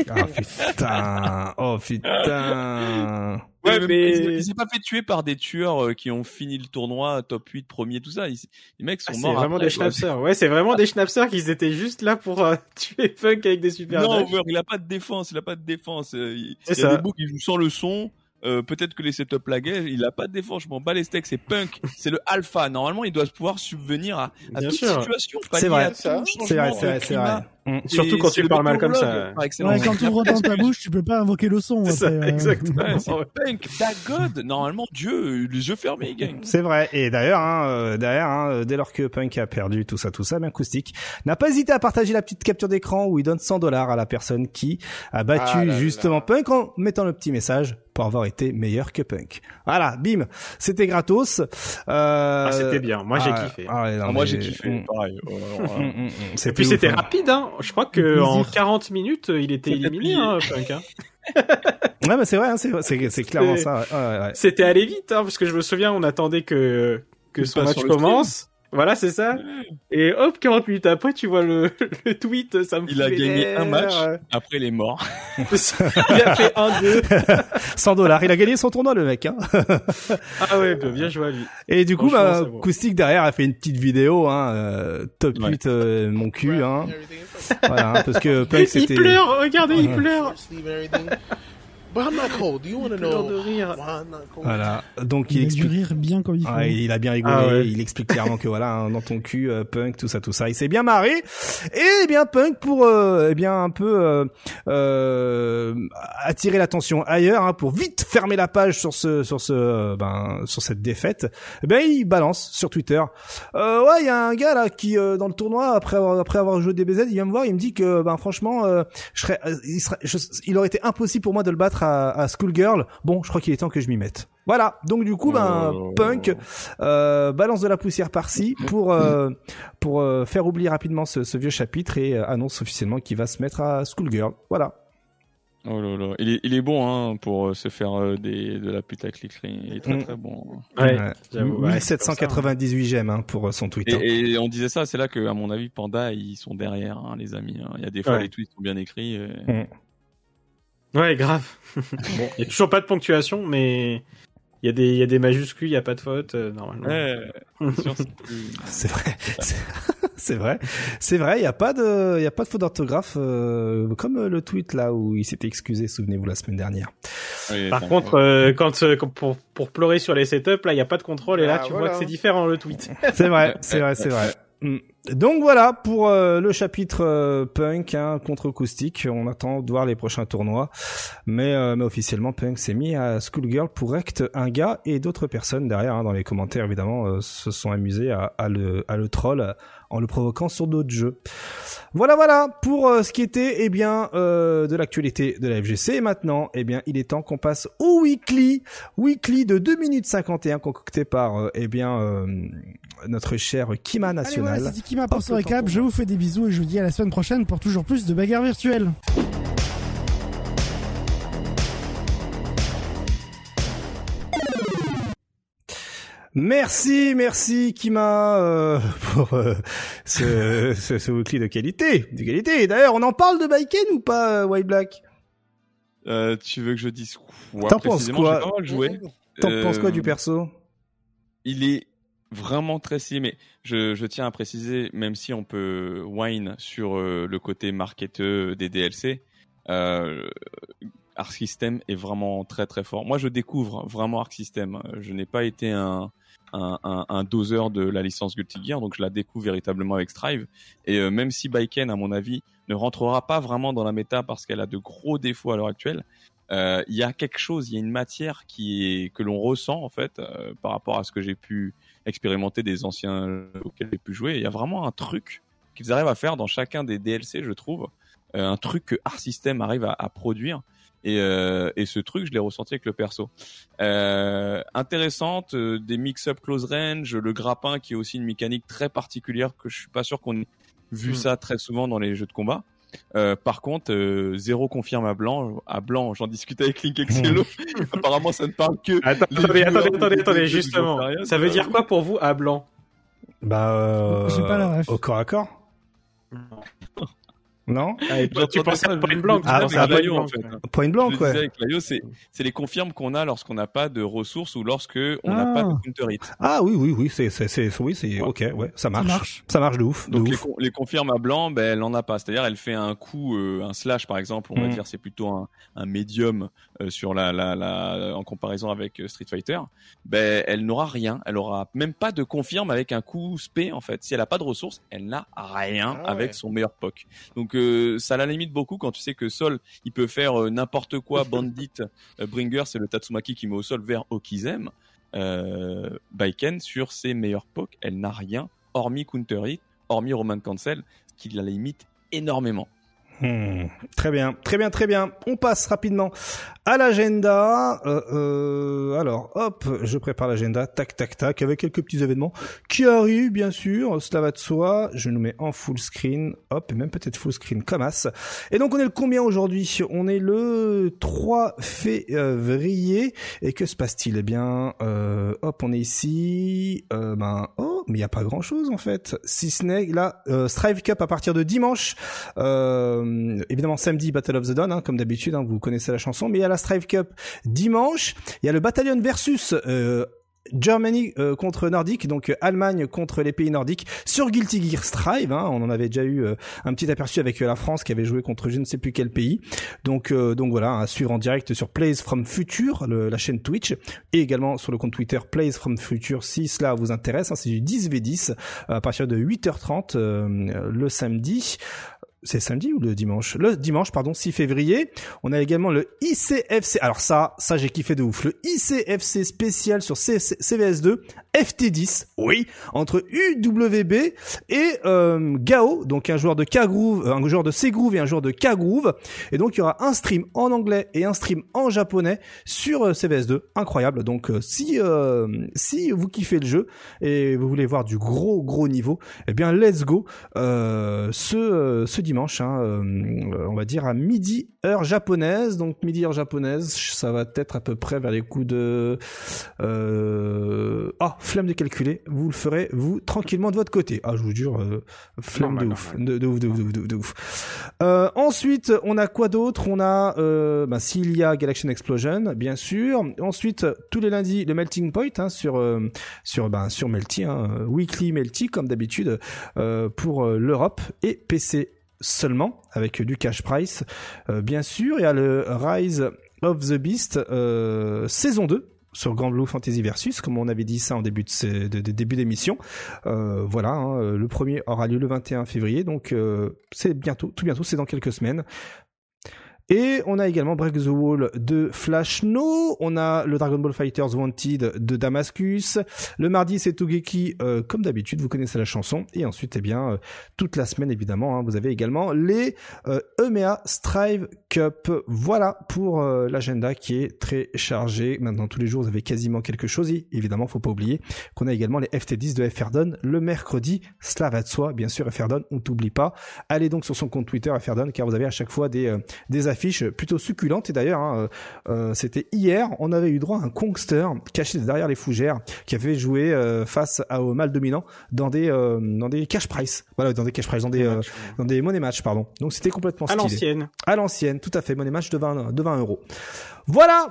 Oh putain. Ouais, mais il s'est pas fait tuer par des tueurs qui ont fini le tournoi top 8 premier tout ça. Les mecs sont morts. C'est vraiment des schnapsers. Ouais, c'est vraiment des schnapsers qui étaient juste là pour tuer Punk avec des super Non, il a pas de défense, il y a des bouts qui jouent sans le son. Peut-être que les setups laguaient, il a pas de défense, je m'en bats les steaks, c'est Punk, c'est le alpha. Normalement, il doit pouvoir subvenir à toute situation. C'est vrai, c'est vrai. Surtout quand tu parles mal comme ça. Ouais, quand tu ouvres ta bouche, tu peux pas invoquer le son. Exactement. C'est Punk, that God. Normalement, Dieu, les yeux fermés, il gagne. C'est vrai. Et d'ailleurs, dès lors que Punk a perdu tout ça, bien Acoustic n'a pas hésité à partager la petite capture d'écran où il donne $100 à la personne qui a battu justement Punk en mettant le petit message pour avoir été meilleur que Punk. Voilà, bim, c'était gratos. C'était bien. Moi, j'ai kiffé. Moi, j'ai kiffé. Pareil. Et puis c'était rapide, hein. Je crois que en 40 minutes, il était éliminé, Punk. Ouais, mais c'est vrai, c'est clairement ça. Ouais. C'était allé vite, parce que je me souviens, on attendait que son match commence. Voilà, c'est ça. Et hop, 40 minutes après, tu vois le tweet, ça me Il a gagné un match, après il est mort. Il a fait 1-2. $100, il a gagné son tournoi, le mec, Ah ouais, bien joué à lui. Et du coup, Acoustic derrière a fait une petite vidéo, top 8, mon cul, Voilà, parce que Punk c'était... Il pleure, regardez, il pleure. But I'm not cold. Do you want to know de rire. why I'm not cold? Voilà. Donc il explique. Il a dû rire bien comme il faut. Il a bien rigolé. Il explique clairement que voilà, dans ton cul, Punk, tout ça. Il s'est bien marré. Et bien Punk pour un peu attirer l'attention ailleurs, pour vite fermer la page sur cette défaite. Il balance sur Twitter. Il y a un gars là qui dans le tournoi après avoir joué DBZ, il vient me voir, il me dit que franchement, il aurait été impossible pour moi de le battre à Schoolgirl. Bon, je crois qu'il est temps que je m'y mette. Voilà. Donc du coup, Punk balance de la poussière par-ci pour faire oublier rapidement ce vieux chapitre et annonce officiellement qu'il va se mettre à Schoolgirl. Voilà. Oh là là, il est bon pour se faire de la putacliquerie. Il est très très bon. Ouais. 1798 j'aime pour son tweet. Et on disait ça, c'est là que à mon avis Panda ils sont derrière les amis. Il y a des fois les tweets sont bien écrits. Ouais, grave. Bon, il y a toujours pas de ponctuation, mais il y a des majuscules, il y a pas de faute normalement. C'est vrai. C'est vrai, il y a pas de faute d'orthographe comme le tweet là où il s'était excusé, souvenez-vous, la semaine dernière. Oui, par contre pour pleurer sur les setups là, il y a pas de contrôle et là tu vois que c'est différent le tweet. C'est vrai. Donc voilà pour le chapitre Punk contre Acoustic. On attend de voir les prochains tournois, mais officiellement Punk s'est mis à Schoolgirl pour rect un gars et d'autres personnes derrière dans les commentaires évidemment se sont amusés à le troll en le provoquant sur d'autres jeux. Voilà pour ce qui était de l'actualité de la FGC. Et maintenant, il est temps qu'on passe au weekly de 2 minutes 51 concocté par notre cher Kima National. Allez, voilà, c'est Kima pour ce récap. Je vous fais des bisous et je vous dis à la semaine prochaine pour toujours plus de bagarres virtuelles. Merci Kima pour ce weekly de qualité. Et d'ailleurs, on en parle de Baiken ou pas, White Black? Tu veux que je dise quoi? T'en penses quoi? J'ai pas mal joué. T'en penses quoi du perso? Il est vraiment très stylé, mais je tiens à préciser, même si on peut whine sur le côté marketeux des DLC, Arc System est vraiment très très fort. Moi, je découvre vraiment Arc System. Je n'ai pas été un doseur de la licence Guilty Gear, donc je la découvre véritablement avec Strive. Et même si Baiken, à mon avis, ne rentrera pas vraiment dans la méta parce qu'elle a de gros défauts à l'heure actuelle, il y a quelque chose, il y a une matière que l'on ressent en fait par rapport à ce que j'ai pu expérimenter des anciens auxquels j'ai pu jouer. Il y a vraiment un truc qu'ils arrivent à faire dans chacun des DLC, je trouve, un truc que Arc System arrive à produire. Et ce truc, je l'ai ressenti avec le perso. Intéressante, des mix-up close range, le grappin qui est aussi une mécanique très particulière que je suis pas sûr qu'on ait vu ça très souvent dans les jeux de combat. Par contre, zéro confirme à blanc. À blanc, j'en discutais avec Link Excello. Apparemment, ça ne parle que. Attendez, justement. Ça veut dire quoi pour vous à blanc? J'ai pas la ref. Au corps à corps. Non? Tu penses à Point Blank, en fait. Point Blank, ouais. Avec Layo, c'est les confirmes qu'on a lorsqu'on n'a pas de ressources ou lorsque on n'a pas de counter hit. Ah oui, c'est ok, ouais, ça marche de ouf. Donc les confirmes à blanc, elle n'en a pas. C'est-à-dire, elle fait un coup, un slash par exemple, on va dire, c'est plutôt un médium sur en comparaison avec Street Fighter. Elle n'aura rien. Elle aura même pas de confirme avec un coup spé en fait. Si elle a pas de ressources, elle n'a rien avec son meilleur POC. Donc ça la limite beaucoup quand tu sais que Sol il peut faire n'importe quoi. Bandit, Bringer, c'est le Tatsumaki qui met au sol vers Okizem. Baiken sur ses meilleurs POC, elle n'a rien hormis counter hit, hormis Roman Cancel, ce qui la limite énormément. Très bien. On passe rapidement à l'agenda. Alors, hop, je prépare l'agenda. Tac, avec quelques petits événements qui arrivent, bien sûr. Cela va de soi. Je nous mets en full screen. Hop, et même peut-être full screen comme as. Et donc, on est le combien aujourd'hui? On est le 3 février. Et que se passe-t-il? Eh bien, hop, on est ici. Mais il n'y a pas grand-chose, en fait. Si ce n'est, là, Strive Cup à partir de dimanche. Évidemment samedi Battle of the Dawn, comme d'habitude, vous connaissez la chanson, mais il y a la Strive Cup dimanche, il y a le Battalion versus Germany contre Nordique, donc Allemagne contre les pays nordiques sur Guilty Gear Strive, on en avait déjà eu un petit aperçu avec la France qui avait joué contre je ne sais plus quel pays, donc voilà, à suivre en direct sur Plays from Future, la chaîne Twitch, et également sur le compte Twitter Plays from Future si cela vous intéresse, c'est du 10v10 à partir de 8h30 le samedi. C'est samedi ou le dimanche? Le dimanche, 6 février. On a également le ICFC. Alors ça j'ai kiffé de ouf. Le ICFC spécial sur CVS2. FT10, oui, entre UWB et Gao, donc un joueur de K-Groove, un joueur de C-Groove et un joueur de K-Groove. Et donc il y aura un stream en anglais et un stream en japonais sur CVS2. Incroyable. Donc si vous kiffez le jeu et vous voulez voir du gros niveau, eh bien let's go. Ce dimanche, on va dire à midi heure japonaise. Donc midi heure japonaise, ça va être à peu près vers les coups de flemme de calculer, vous le ferez vous tranquillement de votre côté. Je vous jure, flemme de ouf. Ensuite, on a quoi d'autre? On a s'il y a Galaxian Explosion, bien sûr. Ensuite, tous les lundis, le Melting Point sur Melty, Weekly Melty comme d'habitude pour l'Europe et PC seulement avec du cash price. Bien sûr, il y a le Rise of the Beast saison 2 sur Grand Blue Fantasy Versus, comme on avait dit ça en début début d'émission. Le premier aura lieu le 21 février, donc c'est tout bientôt, c'est dans quelques semaines. Et on a également Break the Wall de Flash No, on a le Dragon Ball Fighters Wanted de Damascus, le mardi c'est Tougeki, comme d'habitude, vous connaissez la chanson, et ensuite, toute la semaine, évidemment, vous avez également les EMEA Strive Cup. Voilà pour l'agenda qui est très chargé. Maintenant, tous les jours, vous avez quasiment quelque chose, et évidemment, faut pas oublier qu'on a également les FT10 de FRDon le mercredi, cela va de soi, bien sûr, FRDon, on t'oublie pas. Allez donc sur son compte Twitter FRDon, car vous avez à chaque fois des affiches plutôt succulentes, et d'ailleurs c'était hier, on avait eu droit à un Kongster caché derrière les fougères qui avait joué face au mal dominant dans des cash price, dans des money match, pardon. Donc c'était complètement stylé. À l'ancienne, tout à fait, money match de 20 €. Voilà.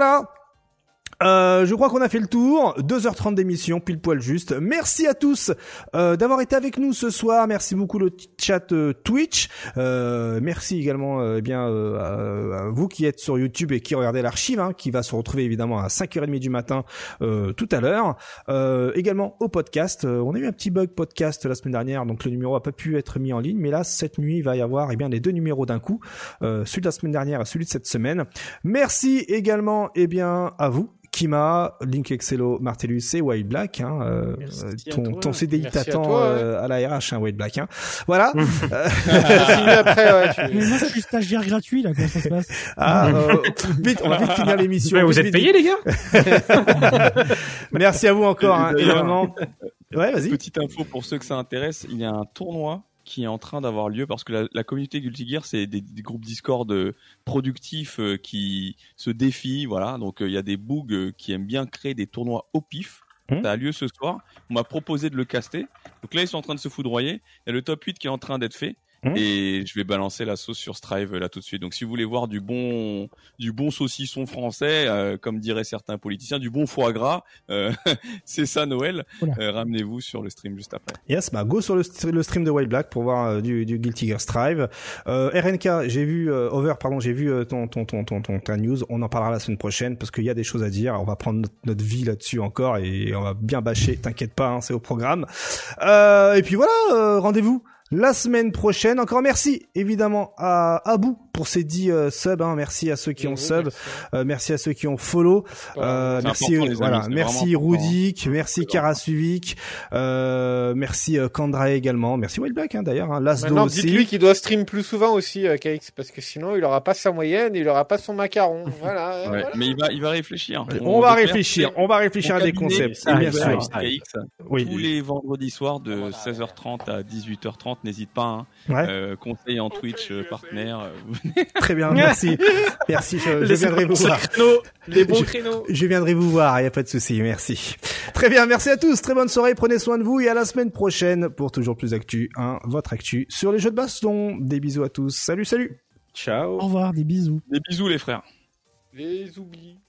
Je crois qu'on a fait le tour. 2h30 d'émission, pile poil juste. Merci à tous d'avoir été avec nous ce soir. Merci beaucoup le chat Twitch. Merci également à vous qui êtes sur YouTube et qui regardez l'archive, qui va se retrouver évidemment à 5h30 du matin tout à l'heure. Également au podcast. On a eu un petit bug podcast la semaine dernière, donc le numéro a pas pu être mis en ligne. Mais là, cette nuit, il va y avoir les deux numéros d'un coup. Celui de la semaine dernière et celui de cette semaine. Merci également à vous Kima, Link Excello, Martellus et White Black. Ton CDI t'attend à la RH, White Black. Voilà. Après, Mais moi, je suis stagiaire gratuit, là. Comment ça se passe? Vite, on va vite finir l'émission. Mais vous êtes payés, les gars? Merci à vous encore, énormément. Ouais, vas-y. Petite info pour ceux que ça intéresse, il y a un tournoi qui est en train d'avoir lieu parce que la communauté Guilty Gear, c'est des groupes Discord productifs qui se défient, voilà. Donc il y a des boogs qui aiment bien créer des tournois au pif. Ça a lieu ce soir. On m'a proposé de le caster. Donc là, ils sont en train de se foudroyer. Il y a le top 8 qui est en train d'être fait. Et je vais balancer la sauce sur Strive là tout de suite. Donc si vous voulez voir du bon saucisson français, comme diraient certains politiciens, du bon foie gras, c'est ça Noël. Ramenez-vous sur le stream juste après. Yes, go sur le stream de White Black pour voir du Guilty Gear Strive. RNK, j'ai vu ta news. On en parlera la semaine prochaine parce qu'il y a des choses à dire. On va prendre notre vie là-dessus encore et on va bien bâcher. T'inquiète pas, c'est au programme. Et puis voilà, rendez-vous la semaine prochaine. Encore merci évidemment à Abou pour ces 10 subs. Merci à ceux qui ont sub, merci à ceux qui ont follow. Merci merci Rudik, merci Karasuvik, merci Kandra également, merci White Black d'ailleurs. Lasdo maintenant, aussi. Dites-lui qu'il doit stream plus souvent aussi KX parce que sinon il aura pas sa moyenne, il aura pas son macaron. Voilà. Ouais, mais il va réfléchir. On va réfléchir à des concepts. Bien sûr. KX, tous les vendredis soirs de 16h30 à 18h30. N'hésite pas. Conseil en Twitch partenaire. Très bien, merci. Je viendrai vous voir. Les bons créneaux. Je viendrai vous voir, il n'y a pas de souci, merci. Très bien, merci à tous. Très bonne soirée, prenez soin de vous et à la semaine prochaine pour toujours plus actu, votre actu sur les jeux de baston. Des bisous à tous. Salut. Ciao. Au revoir, des bisous. Des bisous les frères. Les oublis.